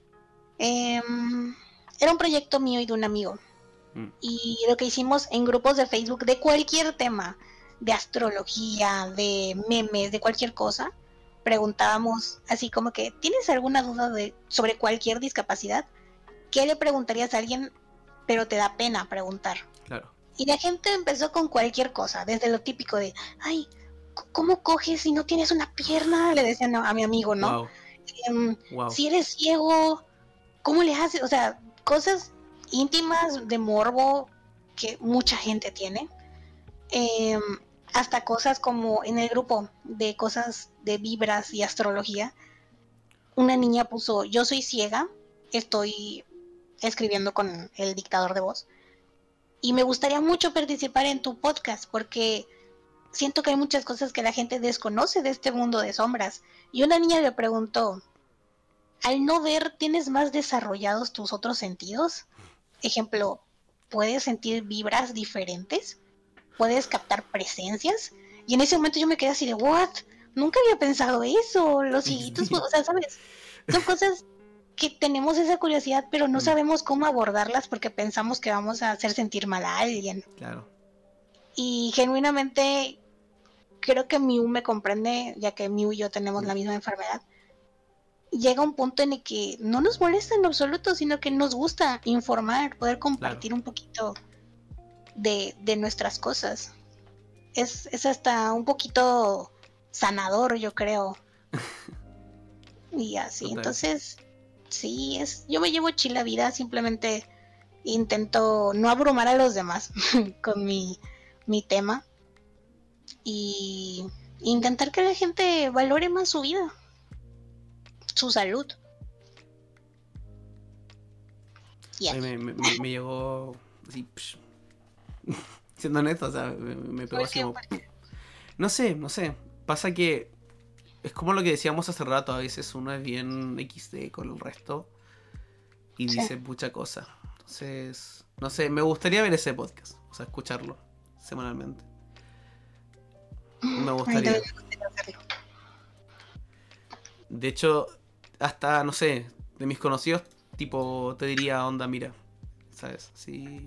eh, era un proyecto mío y de un amigo. Mm. Y lo que hicimos en grupos de Facebook de cualquier tema, de astrología, de memes, de cualquier cosa, preguntábamos así como que, ¿tienes alguna duda de, sobre cualquier discapacidad? ¿Qué le preguntarías a alguien, pero te da pena preguntar? Claro. Y la gente empezó con cualquier cosa, desde lo típico de, ay, ¿cómo coges si no tienes una pierna? Le decían no, a mi amigo, ¿no? Wow. Em, Wow. Si eres ciego, ¿cómo le haces? O sea, cosas íntimas de morbo que mucha gente tiene. Eh, hasta cosas como en el grupo de cosas de vibras y astrología. Una niña puso, yo soy ciega, estoy escribiendo con el dictador de voz. Y me gustaría mucho participar en tu podcast porque siento que hay muchas cosas que la gente desconoce de este mundo de sombras. Y una niña le preguntó, al no ver, ¿tienes más desarrollados tus otros sentidos? Ejemplo, ¿puedes sentir vibras diferentes? ¿Puedes captar presencias? Y en ese momento yo me quedé así de, ¿what? Nunca había pensado eso. Los cieguitos, o sea, ¿sabes? Son cosas que tenemos esa curiosidad, pero no Mm. sabemos cómo abordarlas porque pensamos que vamos a hacer sentir mal a alguien. Claro. Y genuinamente creo que Miu me comprende, ya que Miu y yo tenemos Mm. la misma enfermedad. Llega un punto en el que no nos molesta en absoluto, sino que nos gusta informar, poder compartir Claro. un poquito de, de nuestras cosas. Es, es hasta un poquito sanador, yo creo. Y así, Total. entonces, sí, es, yo me llevo chila vida, simplemente intento no abrumar a los demás con mi, mi tema y intentar que la gente valore más su vida, su salud. Y Ay, así. me, me, me- me llegó así. Psh. Siendo honesto, o sea, me, me pegó ¿Por así qué? como. ¿Por qué? No sé, no sé. Pasa que es como lo que decíamos hace rato. A veces uno es bien equis de con el resto y Sí. dice mucha cosa. Entonces, no sé, me gustaría ver ese podcast. O sea, escucharlo semanalmente. Me gustaría. Ay, también me gustaría hacerlo. De hecho, hasta, no sé, de mis conocidos, tipo, te diría, onda, mira, ¿sabes? Sí.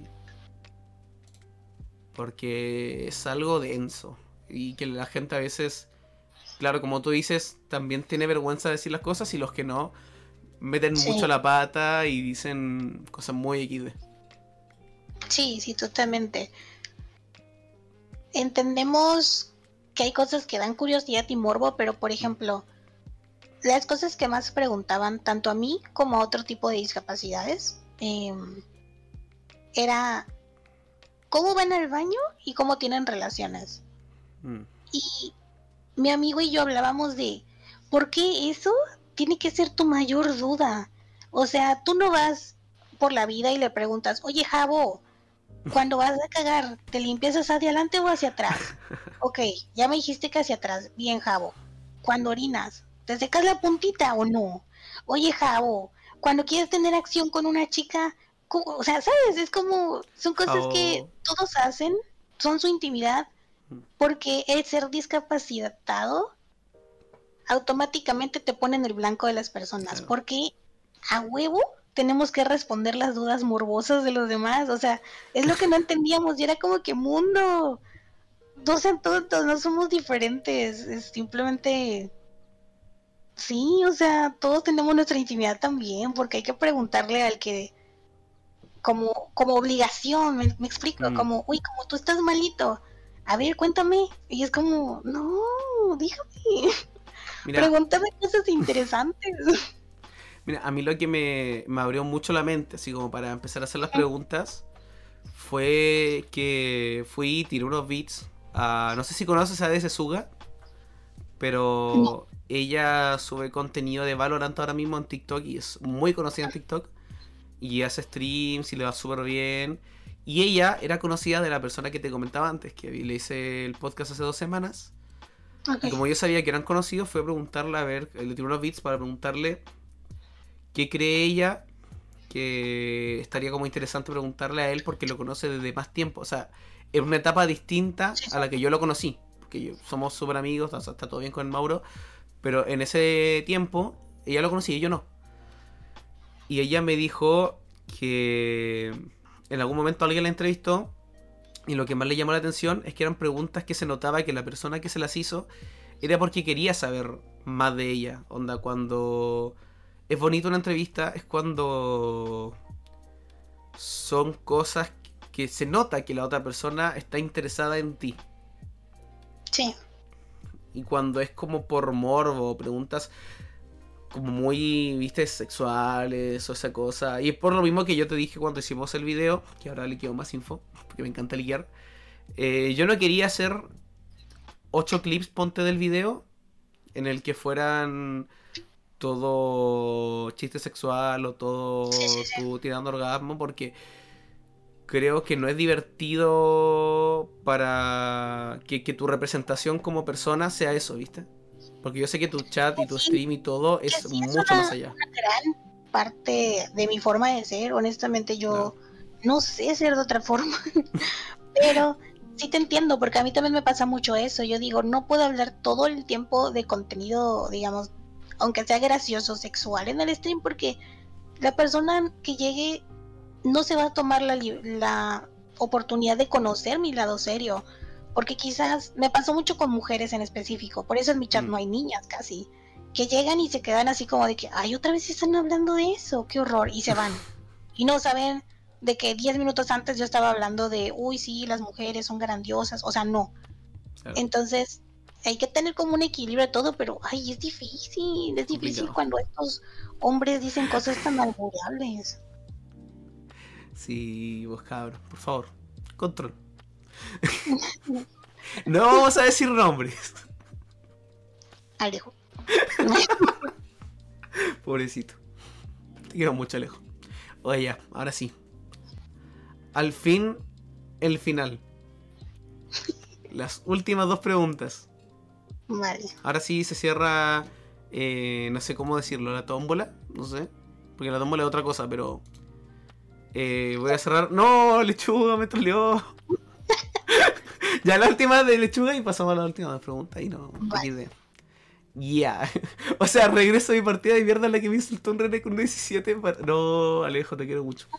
Porque es algo denso. Y que la gente a veces, claro, como tú dices, también tiene vergüenza de decir las cosas y los que no, meten Sí. mucho la pata y dicen cosas muy equis de. Sí, sí, totalmente. Entendemos que hay cosas que dan curiosidad y morbo, pero por ejemplo, las cosas que más preguntaban tanto a mí como a otro tipo de discapacidades eh, era cómo van al baño y cómo tienen relaciones. Mm. Y mi amigo y yo hablábamos de por qué eso tiene que ser tu mayor duda. O sea, tú no vas por la vida y le preguntas, oye, Jabo, cuando vas a cagar, ¿te limpias hacia adelante o hacia atrás? Ok, ya me dijiste que hacia atrás. Bien, Jabo. Cuando orinas, ¿te secas la puntita o no? Oye, Jabo, cuando quieres tener acción con una chica, ¿cómo? O sea, ¿sabes? Es como, son cosas que Jabo. todos hacen, son su intimidad, porque el ser discapacitado automáticamente te pone en el blanco de las personas, Claro. porque a huevo tenemos que responder las dudas morbosas de los demás, o sea, es lo que no entendíamos y era como que mundo, no sean tontos, no somos diferentes, es simplemente sí, o sea, todos tenemos nuestra intimidad también, porque hay que preguntarle al que como como obligación, me, me explico, Mm. como, uy, como tú estás malito, a ver, cuéntame, y es como, no, dígame, Mira, pregúntame cosas interesantes. mira, a mí lo que me, me abrió mucho la mente, así como para empezar a hacer las preguntas, fue que fui y tiré unos beats a... No sé si conoces a D S Suga, pero ella sube contenido de Valorant ahora mismo en TikTok y es muy conocida en TikTok. Y hace streams y le va súper bien. Y ella era conocida de la persona que te comentaba antes, que le hice el podcast hace dos semanas. Okay. Y como yo sabía que eran conocidos, fui a preguntarle, a ver, le tiré unos beats para preguntarle qué cree ella que estaría como interesante preguntarle a él porque lo conoce desde más tiempo. O sea, en una etapa distinta a la que yo lo conocí. Porque yo, somos súper amigos, o sea, está todo bien con el Mauro. Pero en ese tiempo, ella lo conocía y yo no. Y ella me dijo que en algún momento alguien la entrevistó y lo que más le llamó la atención es que eran preguntas que se notaba que la persona que se las hizo era porque quería saber más de ella. Onda, cuando es bonito una entrevista es cuando son cosas que se nota que la otra persona está interesada en ti. Sí. Y cuando es como por morbo, preguntas como muy, viste, sexuales o esa cosa. Y es por lo mismo que yo te dije cuando hicimos el video, que ahora le quedo más info, porque me encanta liquear. Eh, yo no quería hacer ocho clips, ponte, del video, en el que fueran todo chiste sexual o todo Sí, sí, sí. tú tirando orgasmo, porque creo que no es divertido para que, que tu representación como persona sea eso, ¿viste? Porque yo sé que tu chat y tu Sí, stream y todo que es sí es mucho una, más allá. una gran parte de mi forma de ser. Honestamente, yo Claro. no sé ser de otra forma, pero sí te entiendo, porque a mí también me pasa mucho eso. Yo digo, no puedo hablar todo el tiempo de contenido, digamos, aunque sea gracioso, sexual en el stream, porque la persona que llegue no se va a tomar la, li- la oportunidad de conocer mi lado serio. Porque quizás me pasó mucho con mujeres en específico, por eso en mi chat Mm. no hay niñas casi, que llegan y se quedan así como de que, ay, otra vez están hablando de eso, qué horror, y se van. Y no saben de que diez minutos antes yo estaba hablando de, uy, sí, las mujeres son grandiosas, o sea, no. Claro. Entonces, hay que tener como un equilibrio de todo, pero, ay, es difícil, es difícil Complicado. cuando estos hombres dicen cosas tan albureables. Sí, vos cabrón, por favor, control. No vamos a decir nombres. Alejo. Pobrecito. Te quiero mucho, Alejo. Oye, ya, ahora sí. Al fin, el final. Las últimas dos preguntas. Vale. Ahora sí se cierra, eh, no sé cómo decirlo, la tómbola, no sé. Porque la tómbola es otra cosa, pero Eh, voy a cerrar. ¡No! Lechuga me troleó. Ya la última de lechuga y pasamos a la última pregunta. Y no, Vale. idea. Ya. Yeah. O sea, regreso a mi partida de mierda la que me insultó un René con un diecisiete. Para... No, Alejo, te quiero mucho.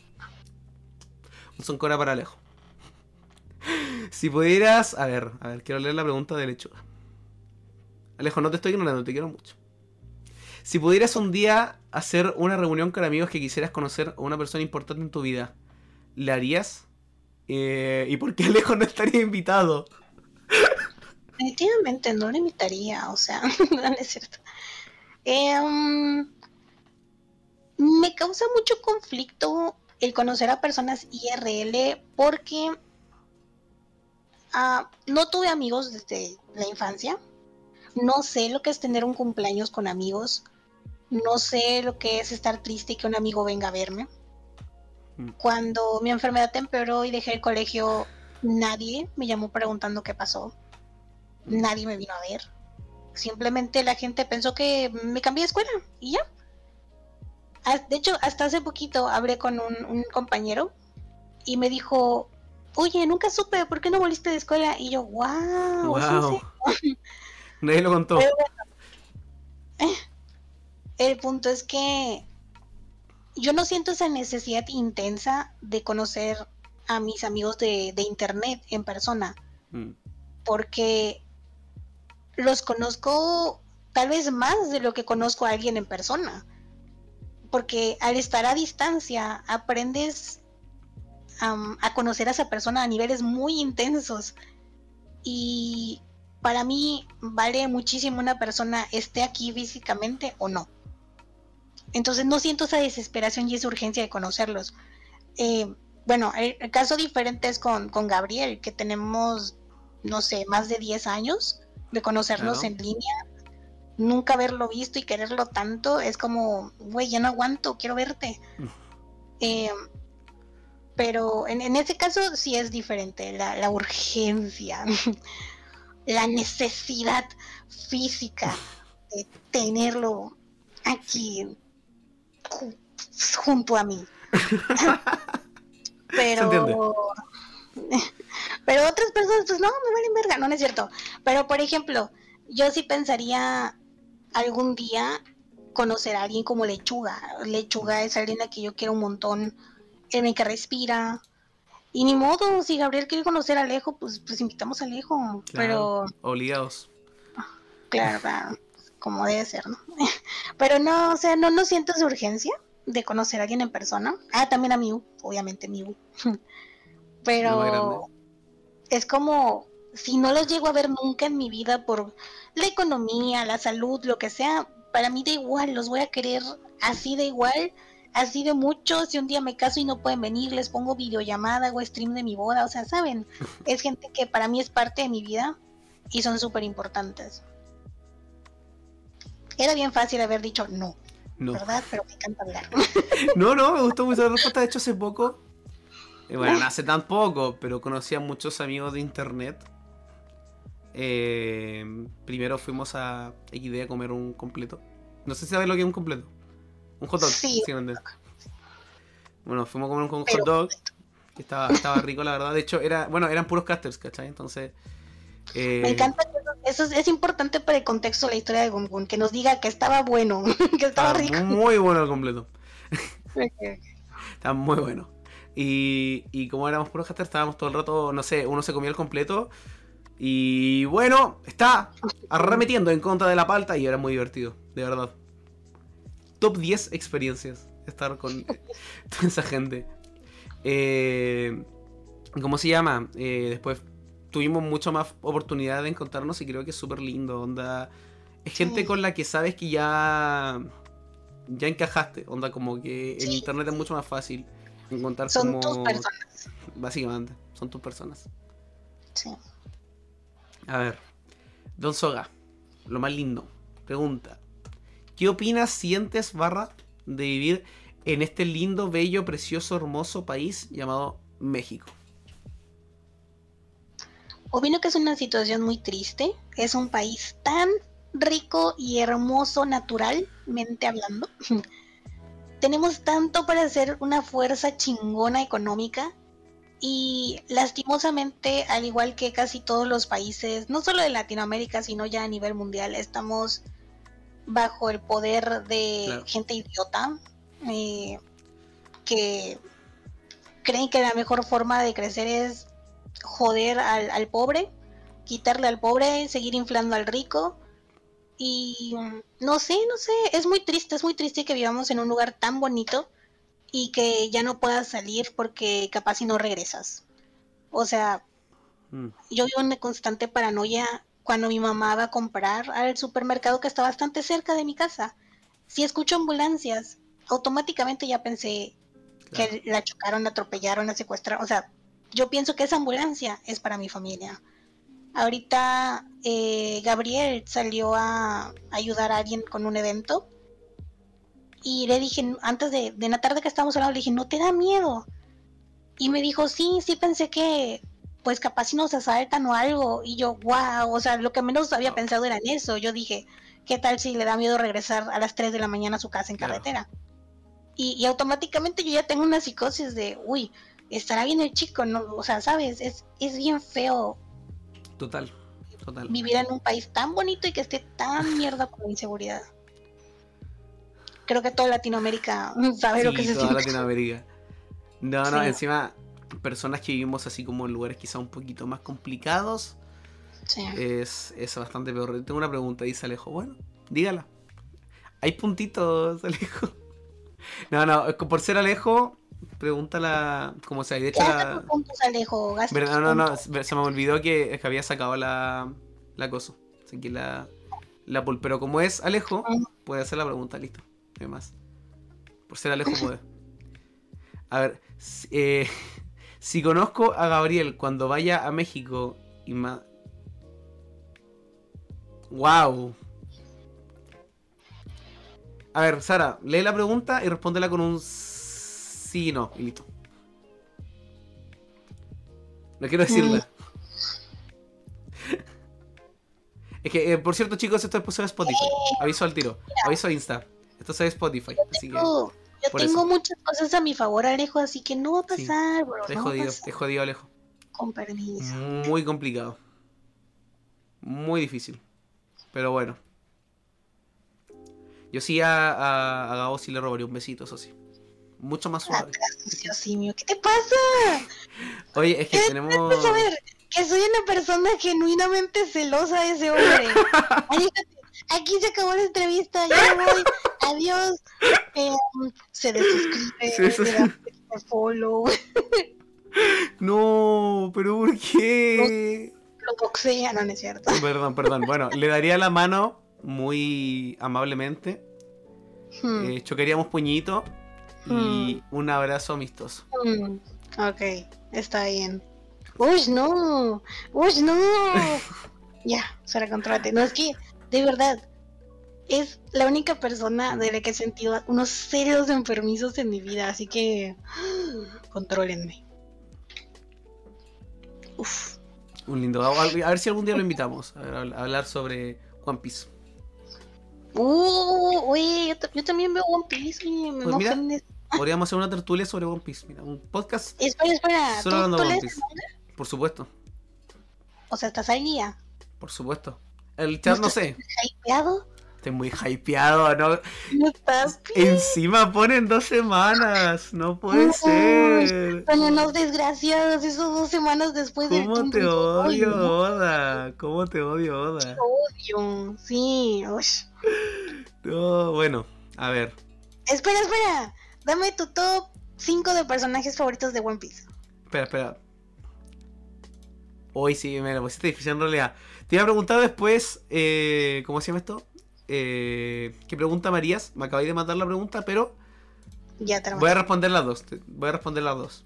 Un soncora para Alejo. Si pudieras... A ver, a ver, quiero leer la pregunta de lechuga. Alejo, no te estoy ignorando, te quiero mucho. Si pudieras un día hacer una reunión con amigos que quisieras conocer a una persona importante en tu vida, ¿la harías? Eh, ¿Y por qué Alejo no estaría invitado? Definitivamente no le invitaría, o sea, no es cierto. Eh, um, me causa mucho conflicto el conocer a personas I R L porque uh, no tuve amigos desde la infancia. No sé lo que es tener un cumpleaños con amigos. No sé lo que es estar triste y que un amigo venga a verme. Cuando mi enfermedad empeoró y dejé el colegio, nadie me llamó preguntando qué pasó. Nadie me vino a ver. Simplemente la gente pensó que me cambié de escuela y ya. De hecho, hasta hace poquito hablé con un, un compañero y me dijo, oye, nunca supe, ¿por qué no volviste de escuela? Y yo, wow, Wow. Nadie lo contó. Pero bueno, el punto es que yo no siento esa necesidad intensa de conocer a mis amigos de, de internet en persona. Mm. Porque los conozco tal vez más de lo que conozco a alguien en persona. Porque al estar a distancia aprendes um, a conocer a esa persona a niveles muy intensos. Y para mí vale muchísimo una persona esté aquí físicamente o no. Entonces no siento esa desesperación y esa urgencia de conocerlos. Eh, bueno, el, el caso diferente es con, con Gabriel, que tenemos, no sé, más de diez años de conocernos claro. en línea. Nunca haberlo visto y quererlo tanto es como, güey, ya no aguanto, quiero verte. eh, pero en, en ese caso sí es diferente, la, la urgencia, la necesidad física de tenerlo aquí junto a mí. Pero pero otras personas pues no, me valen verga, no, no es cierto. Pero por ejemplo, yo sí pensaría algún día conocer a alguien como Lechuga. Lechuga es alguien a que yo quiero un montón, en el que respira. Y ni modo, si Gabriel quiere conocer a Alejo, pues, pues invitamos a Alejo. Claro, pero obligados. Claro, claro, como debe ser, ¿no? Pero no, o sea, no, no siento esa urgencia de conocer a alguien en persona. Ah, también a Miu, obviamente Miu. Pero es como, si no los llego a ver nunca en mi vida por la economía, la salud, lo que sea, para mí da igual, los voy a querer así de igual, así de mucho. Si un día me caso y no pueden venir, les pongo videollamada, hago stream de mi boda, o sea, ¿saben? Es gente que para mí es parte de mi vida y son súper importantes. Era bien fácil haber dicho no, no, ¿verdad? Pero me encanta hablar. No, no, me gustó mucho la respuesta. De hecho, hace poco, eh, bueno, no hace tan poco, pero conocí a muchos amigos de internet. Eh, primero fuimos a X D a comer un completo. No sé si sabes lo que es un completo. Un hot dog. Sí. ¿Sí? Bueno, fuimos a comer un hot dog, que estaba, estaba rico, la verdad. De hecho, era, bueno, eran puros casters, ¿cachai? Entonces... Eh... Me encanta eso, es, es importante para el contexto de la historia de Gun Gun, que nos diga que estaba bueno, que estaba, estaba rico. Muy bueno el completo. Estaba muy bueno. Y, y como éramos puros casters, estábamos todo el rato, no sé, uno se comía el completo y bueno, está arremetiendo en contra de la palta y era muy divertido, de verdad. Top diez experiencias estar con toda esa gente. Eh, ¿Cómo se llama? Eh, después tuvimos mucha más oportunidad de encontrarnos y creo que es súper lindo, onda. Es gente sí. con la que sabes que ya ya encajaste, onda, como que en sí. internet es mucho más fácil encontrar son como... tus personas. Básicamente, son tus personas. Sí. A ver, Don Soga, lo más lindo, pregunta: ¿qué opinas, sientes, barra, de vivir en este lindo, bello, precioso, hermoso país llamado México? Opino que es una situación muy triste. Es un país tan rico y hermoso naturalmente hablando, tenemos tanto para hacer una fuerza chingona económica y lastimosamente, al igual que casi todos los países, no solo de Latinoamérica, sino ya a nivel mundial, estamos bajo el poder de Claro. gente idiota eh, que creen que la mejor forma de crecer es joder al, al pobre, quitarle al pobre, seguir inflando al rico. Y no sé, no sé, es muy triste, es muy triste que vivamos en un lugar tan bonito y que ya no puedas salir porque capaz si no regresas. O sea, Mm. yo vivo en constante paranoia cuando mi mamá va a comprar al supermercado que está bastante cerca de mi casa. Si escucho ambulancias, automáticamente ya pensé Claro. que la chocaron, la atropellaron, la secuestraron. O sea, yo pienso que esa ambulancia es para mi familia. Ahorita eh, Gabriel salió a ayudar a alguien con un evento y le dije, antes de, de la tarde que estábamos hablando, le dije, ¿no te da miedo? Y me dijo, sí, sí pensé que pues capaz si nos asaltan o algo. Y yo, wow, o sea, lo que menos había Wow. pensado era en eso. Yo dije, ¿qué tal si le da miedo regresar a las tres de la mañana a su casa en Claro. carretera? Y, y automáticamente yo ya tengo una psicosis de, uy, estará bien el chico, ¿no? O sea, ¿sabes? Es, es bien feo Total, total. vivir en un país tan bonito y que esté tan mierda por la inseguridad. Creo que toda Latinoamérica sabe lo que Sí, se toda siente. Latinoamérica. No, no, Sí. encima, personas que vivimos así como en lugares quizá un poquito más complicados, Sí. es, es bastante peor. Tengo una pregunta, dice Alejo. Bueno, dígala. ¿Hay puntitos, Alejo? No, no, es que por ser Alejo, pregúntala como sea. Y de hecho, Gasta la... tus puntos, Alejo. Gasta Verdad, tus no, no, puntos. no, se me olvidó que, que había sacado la, la cosa. Así que la, la pool. Pero como es Alejo, Mm. puede hacer la pregunta, listo. No hay más. Por ser Alejo puede. A ver, si, eh, si conozco a Gabriel cuando vaya a México y más... ¡Wow! A ver, Sara, lee la pregunta y respóndela con un sí y no, y listo. No quiero decirla. Es que, eh, por cierto, chicos, esto es puesto en Spotify. Aviso al tiro. Aviso a Insta. Esto es en Spotify. Así que, Yo, yo por tengo eso. muchas cosas a mi favor, Alejo, así que no va a Sí. pasar, bro. Te he No va a jodido, pasar. te he jodido, Alejo. Con permiso. Muy complicado. Muy difícil. Pero bueno. Yo sí a, a, a Gabo sí le robaría un besito, eso sí. Mucho más suave. Dios mío, ¿qué te pasa? Oye, es que ¿Qué tenemos... debes saber? Que soy una persona genuinamente celosa de ese hombre. Aléjate. Aquí se acabó la entrevista, ya me voy. Adiós. Eh, se desuscribe, Sí, eso le sí. da un follow, No, pero ¿por qué? lo boxea, no, no es cierto. Perdón, perdón. Bueno, le daría la mano muy amablemente. Hmm, Eh, chocaríamos puñito y un abrazo amistoso. hmm, Ok, está bien. Uy, no. Uy, no. Ya, Sara, contrólate. No, es que, de verdad, es la única persona de la que he sentido unos serios enfermizos en mi vida, así que contrólenme. Uf. Un lindo. A, a ver si algún día lo invitamos a, ver, a hablar sobre One Piece. Uh, oye, yo, ta- yo también veo One Piece, oye, me Pues mira, ofendes. podríamos hacer una tertulia sobre One Piece. Mira, un podcast Espera, espera, solo ¿tú, hablando tú de One lees? Piece. Por supuesto, O sea, ¿estás al día? por supuesto. El ¿No chat no estás sé. hypeado? Estoy muy hypeado, ¿no? ¿No estás? Encima ponen dos semanas. No puede Uy, ser. Son unos desgraciados, esos dos semanas después del ¿Cómo tum, te tum, tum. Uy, odio, no, Oda? ¿Cómo te odio, Oda? odio. Sí, uy. No, bueno, a ver. Espera, espera. Dame tu top cinco de personajes favoritos de One Piece. Espera, espera. Hoy sí, me lo pusiste difícil en realidad. Te iba a preguntar después, eh, ¿cómo se llama esto? Eh, ¿Qué pregunta me harías? Me acabáis de matar la pregunta, pero Ya te lo voy a responder las dos. te- Voy a responder las dos.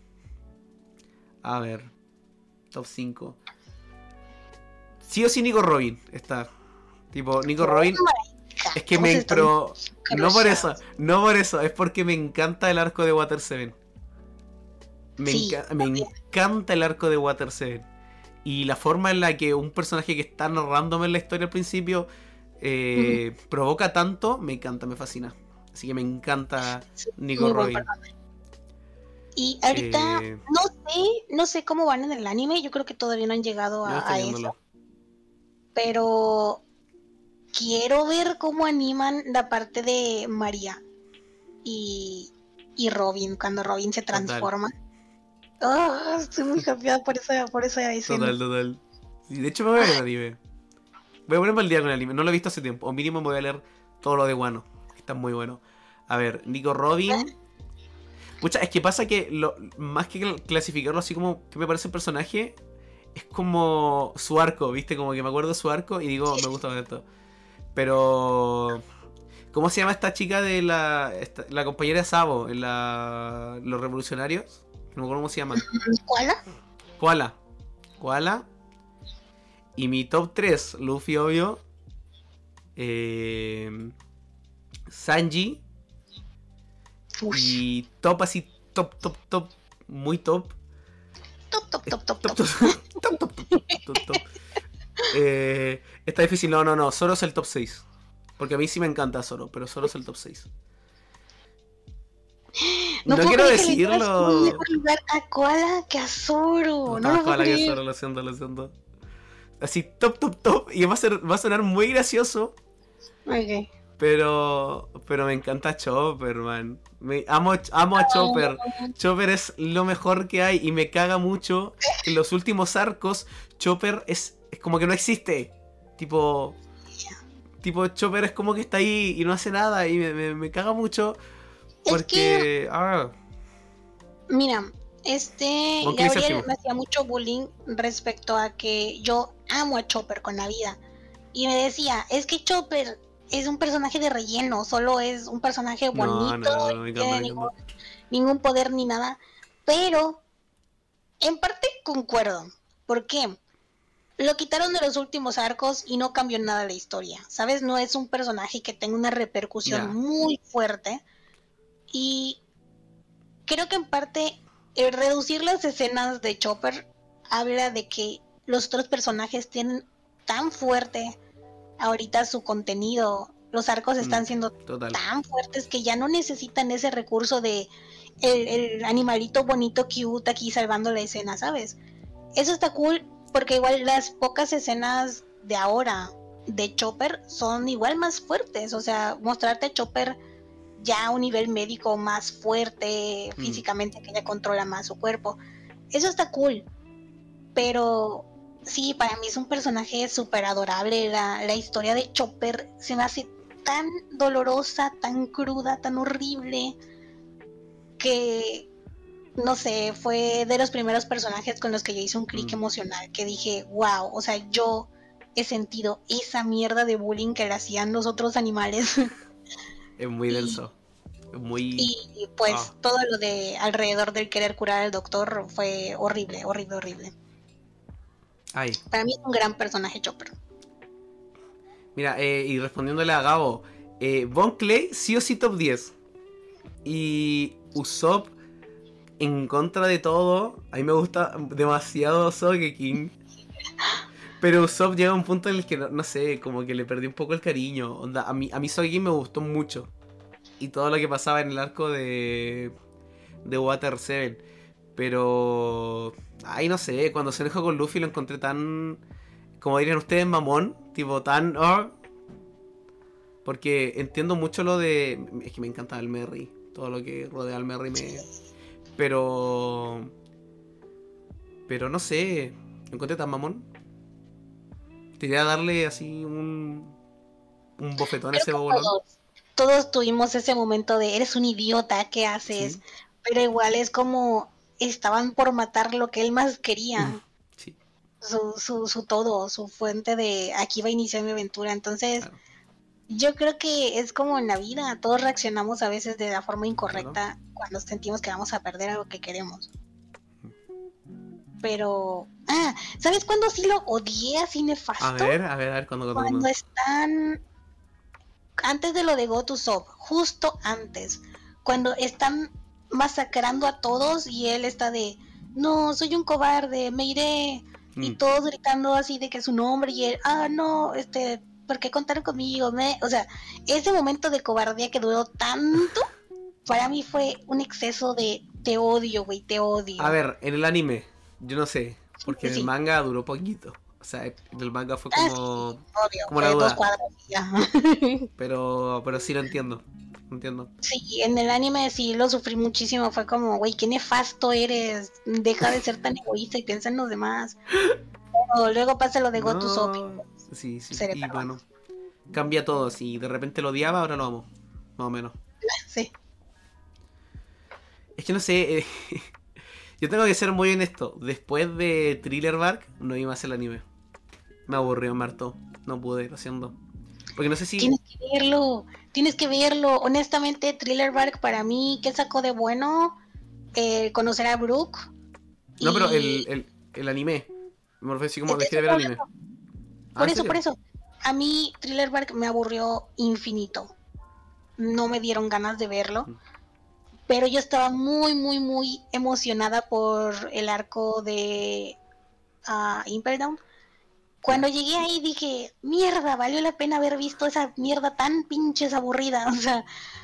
A ver. Top cinco. Sí o sí Nico Robin está. Tipo, Nico Robin. Es que me pero no por eso, no por eso, es porque me encanta el arco de Water seven. Me, Sí, enca- me también. encanta el arco de Water seven. Y la forma en la que un personaje que está narrándome la historia al principio eh, provoca tanto, me encanta, me fascina. Así que me encanta Sí, Nico muy buen Robin. personaje. Y ahorita Eh, no sé, no sé cómo van en el anime, yo creo que todavía no han llegado yo a, estoy a eso, viéndolo. pero quiero ver cómo animan la parte de María y, y Robin, cuando Robin se Total, transforma. Ah, estoy muy hypeada por esa, por esa escena. total, total. Sí, de hecho me voy a ver el anime. Voy a ponerme al día con el anime. No lo he visto hace tiempo. O mínimo me voy a leer todo lo de Wano. Que está muy bueno. A ver, Nico Robin. Pucha, es que pasa que lo, más que cl- clasificarlo así como que me parece el personaje, es como su arco, ¿viste? Como que me acuerdo de su arco y digo, me gusta esto. Pero... ¿Cómo se llama esta chica de la... esta- la compañera de Sabo en la, Los Revolucionarios? No me acuerdo cómo se llaman. ¿Cuál? Koala. Koala. Y mi top tres, Luffy, obvio. Eh, Sanji. Uy, Y top así, top, top, top. Muy top. top, top, Eh, top, top, Top, top. top, top, top, top, top, top. Eh, está difícil. No, no, no. Zoro es el top seis. Porque a mí sí me encanta Zoro, pero Zoro es el top seis. No No puedo quiero creer que le dieras un decirlo. mejor lugar a Koala que a Zoro. No, No está lo más puedo Koala que creer. Zoro, lo siento, lo siento. Así, top, top, top. Y va a, ser, va a sonar muy gracioso. Ok. Pero pero me encanta Chopper, man. Me, amo, amo a Chopper. Chopper es lo mejor que hay y me caga mucho que en los últimos arcos Chopper es, es como que no existe. Tipo, tipo Chopper es como que está ahí y no hace nada y me, me, me caga mucho Es que, porque... Ah, mira, este Monkey D. Gabriel Séptimo. me hacía mucho bullying respecto a que yo amo a Chopper con la vida. Y me decía, es que Chopper es un personaje de relleno, solo es un personaje No, bonito, no, no, no, me no encanta, tiene me ningún, encanta. ningún poder ni nada. Pero, en parte concuerdo. ¿Por qué? Lo quitaron de los últimos arcos y no cambió nada la historia, ¿sabes? No es un personaje que tenga una repercusión Ya. muy fuerte. Y creo que en parte el reducir las escenas de Chopper habla de que los otros personajes tienen tan fuerte ahorita su contenido, los arcos Mm, están siendo total. tan fuertes que ya no necesitan ese recurso de el, el animalito bonito cute aquí salvando la escena, ¿sabes? Eso está cool porque igual las pocas escenas de ahora de Chopper son igual más fuertes, o sea, mostrarte a Chopper ya a un nivel médico más fuerte Mm. físicamente, que ya controla más su cuerpo. Eso está cool, pero sí, para mí es un personaje súper adorable. La, la historia de Chopper se me hace tan dolorosa, tan cruda, tan horrible, que no sé, fue de los primeros personajes con los que yo hice un clic Mm. emocional, que dije, wow, o sea, yo he sentido esa mierda de bullying que le hacían los otros animales. Es muy y, denso. Es muy... y pues Ah. todo lo de alrededor del querer curar al doctor fue horrible, horrible, horrible. Ay. Para mí es un gran personaje Chopper. Mira, eh, y respondiéndole a Gabo, eh, Bon Clay sí o sí top diez. Y Usopp en contra de todo. A mí me gusta demasiado Sogeking. Pero Usopp llega a un punto en el que, no, no sé, como que le perdí un poco el cariño. Onda, a mí, a mí Sogeking me gustó mucho. Y todo lo que pasaba en el arco de, de Water seven. Pero... Ay, no sé, cuando se enojó con Luffy lo encontré tan... Como dirían ustedes, mamón. Tipo, tan... Oh, porque entiendo mucho lo de... Es que me encanta el Merry. Todo lo que rodea al Merry me... Pero... Pero no sé. Lo encontré tan mamón. Quería darle así un... Un bofetón a Creo ese que bobolón. todos, todos tuvimos ese momento de eres un idiota, ¿qué haces? Sí. Pero igual es como estaban por matar lo que él más quería. Sí, Su, su, su todo, su fuente de aquí va a iniciar mi aventura. Entonces, claro. yo creo que es como en la vida, todos reaccionamos a veces de la forma Claro. incorrecta cuando sentimos que vamos a perder algo que queremos. Pero, ah, ¿sabes cuándo sí lo odié así nefasto? A ver, a ver, a ver, cuando... cuando, Cuando cuando. están antes de lo de Go to Soap, justo antes, cuando están masacrando a todos y él está de, no, soy un cobarde, me iré, y Mm. todos gritando así de que su nombre y él, ah, no, este, ¿por qué contaron conmigo? Me... O sea, ese momento de cobardía que duró tanto, para mí fue un exceso de te odio, güey, te A odio. ver, en el anime, yo no sé, Sí, porque sí, en el sí. manga duró poquito. O sea, en el manga fue Ah, sí, sí, como, obvio, como una fue dos duda. cuadros y ya. Pero, pero sí lo entiendo. Lo entiendo. Sí, en el anime sí lo sufrí muchísimo. Fue como, güey, qué nefasto eres. Deja de ser tan egoísta y piensa en los demás. Pero luego pasa lo de Gotu Sopi. No, sí, sí. Seré Y peruano. bueno, cambia todo. Si de repente lo odiaba, ahora lo amo. Más o menos. Sí. Es que no sé. eh, yo tengo que ser muy honesto. Después de Thriller Bark, no iba más el anime. Me aburrió, me hartó. No pude, lo siento. Porque no sé si. Tienes que verlo. Tienes que verlo. Honestamente, Thriller Bark para mí, ¿qué sacó de bueno? Eh, conocer a Brooke. No, pero el, Y el, el anime. Me refiero así como de dejé eso de ver estoy anime. hablando. Ah, Por ¿en eso, por serio? eso. A mí, Thriller Bark me aburrió infinito. No me dieron ganas de verlo. Mm. Pero yo estaba muy, muy, muy emocionada por el arco de uh, Impel Down. Cuando Ya. llegué ahí dije, mierda, valió la pena haber visto esa mierda tan pinches aburrida. O sea,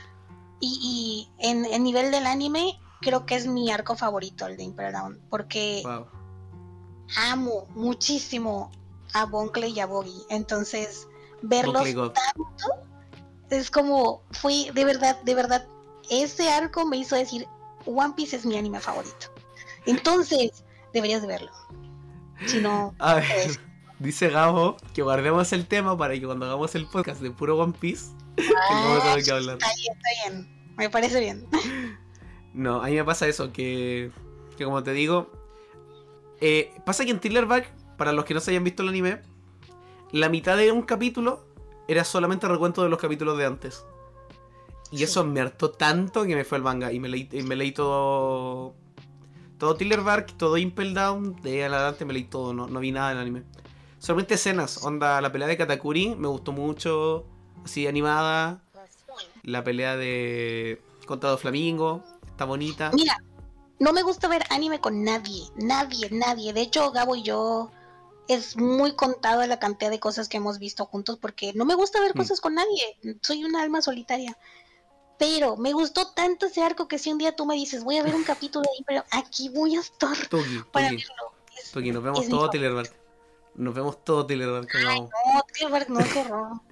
y, y en el nivel del anime, creo que es mi arco favorito, el de Impel Down, porque Wow. amo muchísimo a Bonkley y a Boggy. Entonces, Buckley verlos God. tanto es como, fue de verdad, de verdad, ese arco me hizo decir, One Piece es mi anime favorito. Entonces, deberías de verlo. Si no, A ver, pues, dice Gabo que guardemos el tema para que cuando hagamos el podcast de puro One Piece tengamos ah, algo que hablar. está bien, está bien. Me parece bien. No, a mí me pasa eso, que, que como te digo, eh, pasa que en Thriller Bark, para los que no se hayan visto el anime, la mitad de un capítulo era solamente recuento de los capítulos de antes. Y Sí. eso me hartó tanto que me fue al manga y me leí, y me leí todo... Todo Thriller Bark, todo Impel Down, de ahí en adelante me leí todo, no, no vi nada del anime. Solamente escenas, onda, la pelea de Katakuri me gustó mucho, así animada. La pelea de contra Doflamingo, está bonita. Mira, no me gusta ver anime con nadie, nadie, nadie. De hecho, Gabo y yo es muy contado la cantidad de cosas que hemos visto juntos porque no me gusta ver Hmm. cosas con nadie. Soy un alma solitaria. Pero me gustó tanto ese arco que si un día tú me dices, voy a ver un capítulo de ahí, pero aquí voy a estar Tuki, para Tuki, verlo. Es, Tuki, nos vemos es mi todo favorito. Thriller Bark. Nos vemos todo Thriller Bark con Ay, Gabo. no, Thriller no, qué horror. No.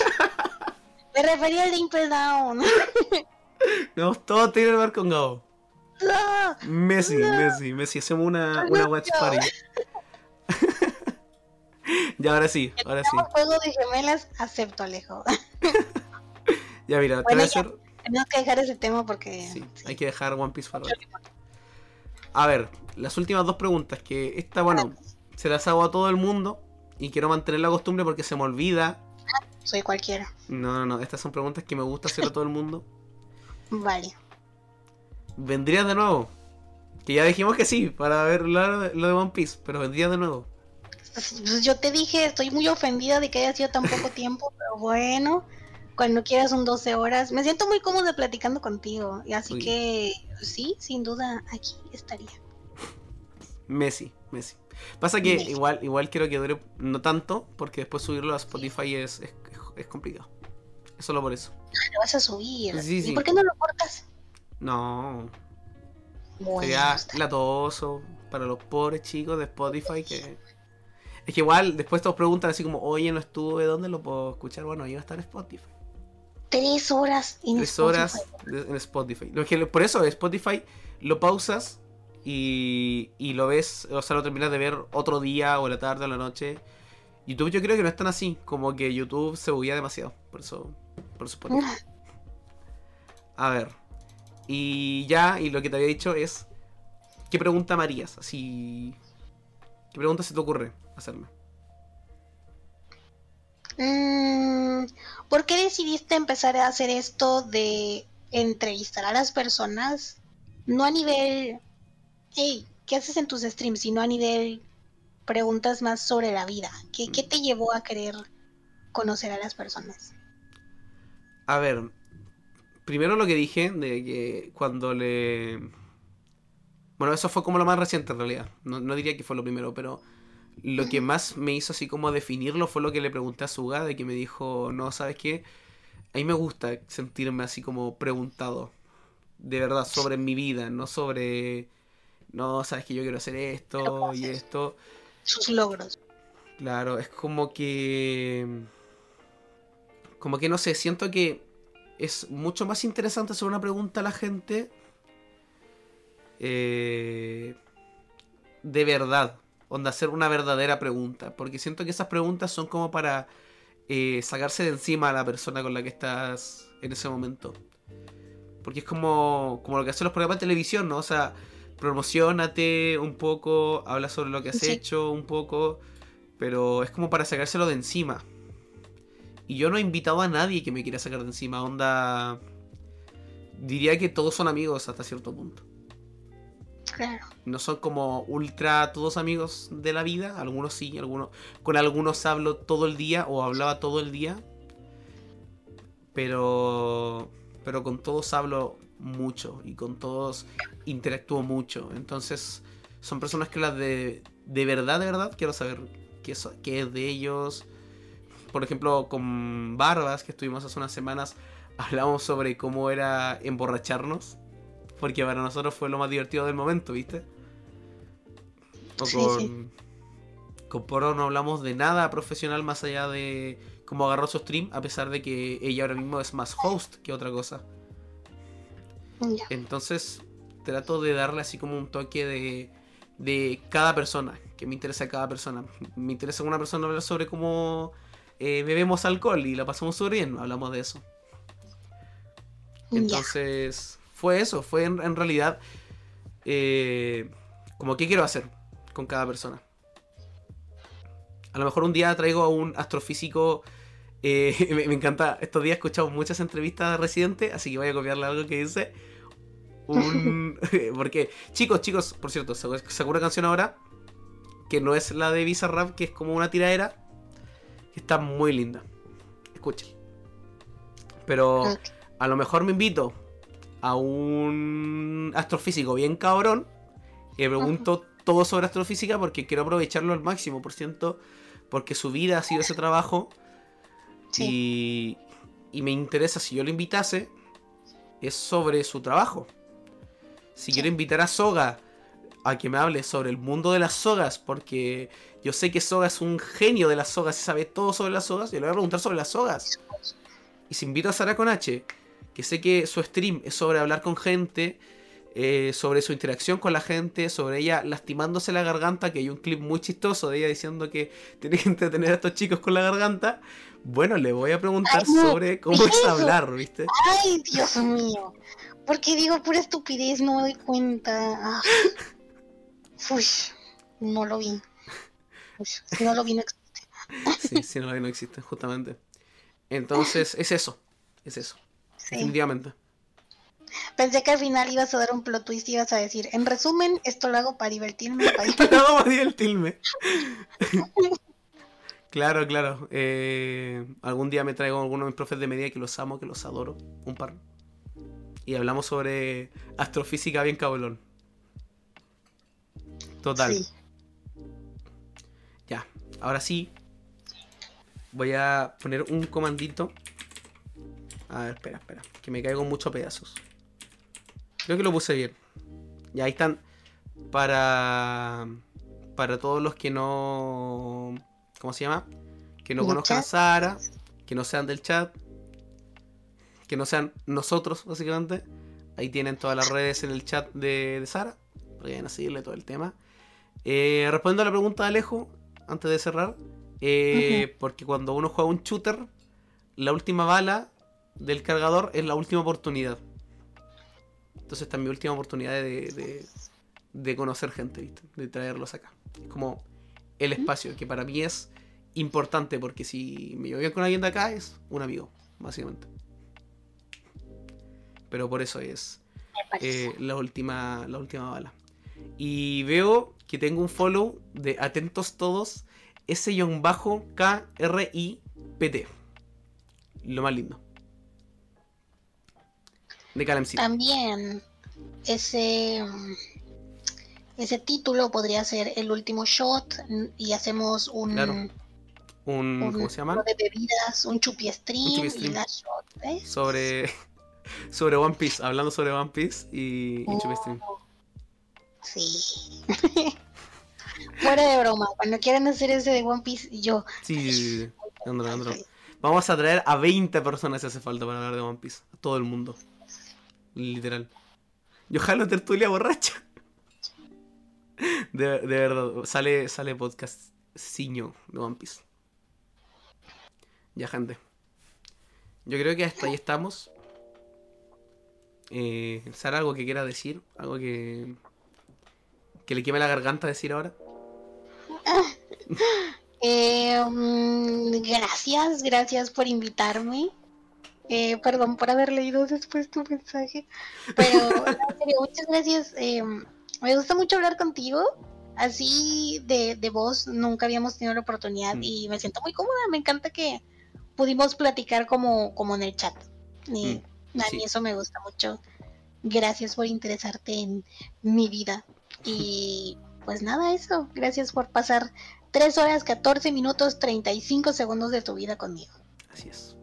Me refería al de Impel Down. Nos vemos todo Thriller Bark con Gabo. No, Messi, no, Messi, Messi, hacemos una, no, una watch party. Ya, ahora sí, que ahora sí. tengamos juego de gemelas, acepto, Alejo. Ya, mira, te Bueno, voy a ya, hacer... tenemos que dejar ese tema porque... Sí, sí. hay que dejar One Piece para rato. A ver, las últimas dos preguntas, que esta, bueno, se las hago a todo el mundo y quiero mantener la costumbre porque se me olvida. Soy cualquiera. No, no, no, estas son preguntas que me gusta hacer a todo el mundo. Vale. ¿Vendrías de nuevo? Que ya dijimos que sí, para ver lo, lo de One Piece, pero vendrías de nuevo. Pues yo te dije, estoy muy ofendida de que haya sido tan poco tiempo, pero bueno, cuando quieras son doce horas. Me siento muy cómoda platicando contigo, y así Uy. que sí, sin duda, aquí estaría. Messi, Messi. Pasa que Messi. igual igual quiero que dure no tanto, porque después subirlo a Spotify es, es, es complicado. Es solo por eso. Lo vas a subir. Sí, ¿Y sí. por qué no lo cortas? No, Bueno, sería está. latoso para los pobres chicos de Spotify que... Es que igual después todos preguntan así como, oye, no estuve, ¿dónde lo puedo escuchar? Bueno, iba a estar en Spotify. Tres horas en Tres Spotify. horas de- en Spotify. Lo que- por eso, Spotify lo pausas y, y lo ves, o sea, lo terminas de ver otro día o en la tarde o en la noche. YouTube yo creo que no es tan así, como que YouTube se buguea demasiado. Por eso, por eso Spotify. A ver. Y ya, y lo que te había dicho es, ¿qué pregunta me harías? Así... ¿Qué pregunta se te ocurre hacerme? Mm, ¿por qué decidiste empezar a hacer esto de entrevistar a las personas? No a nivel, hey, ¿qué haces en tus streams? Sino a nivel preguntas más sobre la vida. ¿Qué, qué te llevó a querer conocer a las personas? A ver, primero lo que dije de que cuando le... Bueno, eso fue como lo más reciente en realidad. No, no diría que fue lo primero, pero lo que más me hizo así como definirlo fue lo que le pregunté a Suga, de que me dijo, no, ¿sabes qué? A mí me gusta sentirme así como preguntado, de verdad, sobre mi vida, no sobre, no, sabes que yo quiero hacer Lo que esto y haces, esto. sus logros. Claro, es como que, como que no sé, siento que es mucho más interesante hacer una pregunta a la gente eh, de verdad, onda, hacer una verdadera pregunta, porque siento que esas preguntas son como para eh, sacarse de encima a la persona con la que estás en ese momento. Porque es como, como lo que hacen los programas de televisión, ¿no? O sea, promocionate un poco, habla sobre lo que has Sí, hecho un poco, pero es como para sacárselo de encima. Y yo no he invitado a nadie que me quiera sacar de encima, onda. Diría que todos son amigos hasta cierto punto. claro. No son como ultra todos amigos de la vida, algunos sí, algunos. Con algunos hablo todo el día o hablaba todo el día, pero pero con todos hablo mucho y con todos interactúo mucho. Entonces son personas que las de de verdad, de verdad quiero saber qué, so- qué es de ellos. Por ejemplo, con Barbas, que estuvimos hace unas semanas, hablamos sobre cómo era emborracharnos, porque para nosotros fue lo más divertido del momento, ¿viste? O Sí, sí. con con Poro no hablamos de nada profesional más allá de cómo agarró su stream, a pesar de que ella ahora mismo es más host que otra cosa. Ya. Entonces trato de darle así como un toque de, de cada persona, que me interesa cada persona. Me interesa una persona hablar sobre cómo eh, bebemos alcohol y la pasamos súper bien, hablamos de eso. Ya. Entonces fue eso, fue en, en realidad eh, como qué quiero hacer con cada persona. A lo mejor un día traigo a un astrofísico. Eh, me, me encanta. Estos días he escuchado muchas entrevistas de Residente, así que voy a copiarle algo que dice. Un. Porque, chicos, chicos, por cierto, sacó una canción ahora que no es la de Bizarrap, que es como una tiradera, que está muy linda. Escuchen. Pero Ok. a lo mejor me invito a un astrofísico bien cabrón y le Ujú. pregunto todo sobre astrofísica porque quiero aprovecharlo al máximo, por ciento, porque su vida ha sido ese trabajo. Sí. Y, y me interesa, si yo lo invitase, es sobre su trabajo. Si quiero Sí. invitar a Soga a que me hable sobre el mundo de las sogas, porque yo sé que Soga es un genio de las sogas y sabe todo sobre las sogas, yo le voy a preguntar sobre las sogas. Y si invito a Sara Conache, que sé que su stream es sobre hablar con gente, eh, sobre su interacción con la gente, sobre ella lastimándose la garganta, que hay un clip muy chistoso de ella diciendo que tiene que entretener a estos chicos con la garganta. Bueno, le voy a Ay, preguntar no. sobre cómo Dije es eso. hablar, ¿viste? Ay, Dios mío. Porque digo pura estupidez, no me doy cuenta. Ah, uy, no lo vi. Uy, si no lo vi, no existe. Sí, sí, no, no existen, justamente. Entonces, es eso. Es eso. Sí. Definitivamente. Pensé que al final ibas a dar un plot twist y ibas a decir, en resumen, esto lo hago para divertirme, para Pero vamos a divertirme. Claro, claro. Eh, algún día me traigo a algunos de mis profes de media que los amo, que los adoro. Un par. Y hablamos sobre astrofísica bien cabrón. Total. Sí. Ya. Ahora sí. Voy a poner un comandito. A ver, espera, espera. Que me caigo en muchos pedazos. Creo que lo puse bien. Y ahí están. Para. Para todos los que no. ¿Cómo se llama? Que no ¿En el conozcan a chat? Sara. Que no sean del chat. Que no sean nosotros, básicamente. Ahí tienen todas las redes en el chat de, de Sara. Vayan a seguirle todo el tema. Eh, respondiendo a la pregunta de Alejo, antes de cerrar. Ujú. Eh, porque cuando uno juega un shooter, la última bala del cargador es la última oportunidad. Entonces esta es mi última oportunidad de, de, de conocer gente, ¿viste? De traerlos acá. Es como el espacio, que para mí es importante, porque si me llevo bien con alguien de acá, es un amigo, básicamente. Pero por eso es Me parece. eh, la, última, la última bala. Y veo que tengo un follow de Atentos Todos, S-K R I P T. Lo más lindo. De Calamcito. También ese, mm, ese título podría ser el último shot y hacemos un... Claro. Un, un ¿cómo se llama? de bebidas, un chupi Un stream, chupi y stream. la shot, ¿ves? Sobre, sobre One Piece, hablando sobre One Piece y, y Oh, chupi stream. sí. Fuera de broma, cuando quieran hacer ese de One Piece, yo... Sí, sí, sí, sí. Ándalo, ándalo. Vamos a traer a veinte personas si hace falta para hablar de One Piece. A todo el mundo. Literal. Yo jalo tertulia borracha. De, de verdad, sale, sale podcast ciño de One Piece. Ya, gente. Yo creo que hasta ahí estamos. Eh, ¿Sara, algo que quiera decir? ¿Algo que, que le queme la garganta decir ahora? Eh, um, gracias, gracias por invitarme. Eh, perdón por haber leído después tu mensaje. Pero, en serio, muchas gracias. Eh, me gusta mucho hablar contigo. Así de, de voz nunca habíamos tenido la oportunidad Mm. y me siento muy cómoda. Me encanta que pudimos platicar como, como en el chat. Y Mm, a sí. mí eso me gusta mucho. Gracias por interesarte en mi vida. Y pues nada, eso. Gracias por pasar tres horas, catorce minutos, treinta y cinco segundos de tu vida conmigo. Así es.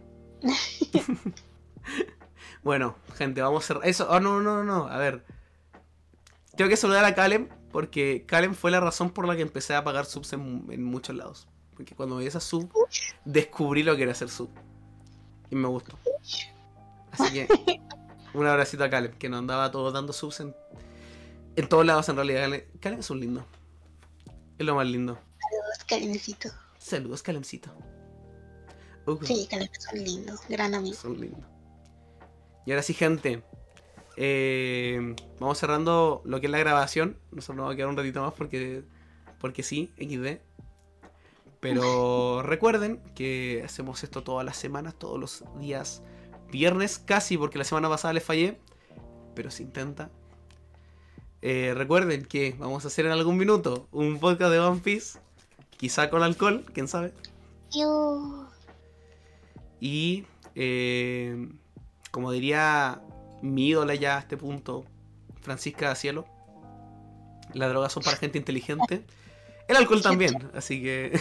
Bueno, gente, vamos a cerrar. Eso, oh, no, no, no, no. A ver. Tengo que saludar a Kalem, porque Kalem fue la razón por la que empecé a pagar subs en, en muchos lados. Porque cuando vi esa sub, descubrí lo que era hacer sub. Y me gustó. Así que, un abracito a Kalem, que nos andaba todo dando subs en, en todos lados en realidad. Kalem, Kalem es un lindo. Es lo más lindo. Saludos, Kalemcito. Saludos, Kalemcito. Uh, Sí, Kalem es un lindo, gran amigo. Son lindos. Y ahora sí, gente. Eh, vamos cerrando lo que es la grabación. Nosotros nos vamos a quedar un ratito más porque, porque sí, equis de. Pero recuerden que hacemos esto todas las semanas, todos los días viernes, casi porque la semana pasada les fallé, pero se intenta. Eh, recuerden que vamos a hacer en algún minuto un podcast de One Piece, quizá con alcohol, quién sabe. Yo... Y eh, como diría mi ídola ya a este punto, Francisca Cielo, las drogas son para gente inteligente. El alcohol también, así que...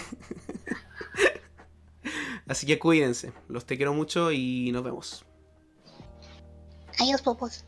así que cuídense. Los te quiero mucho y nos vemos. Adiós, popos.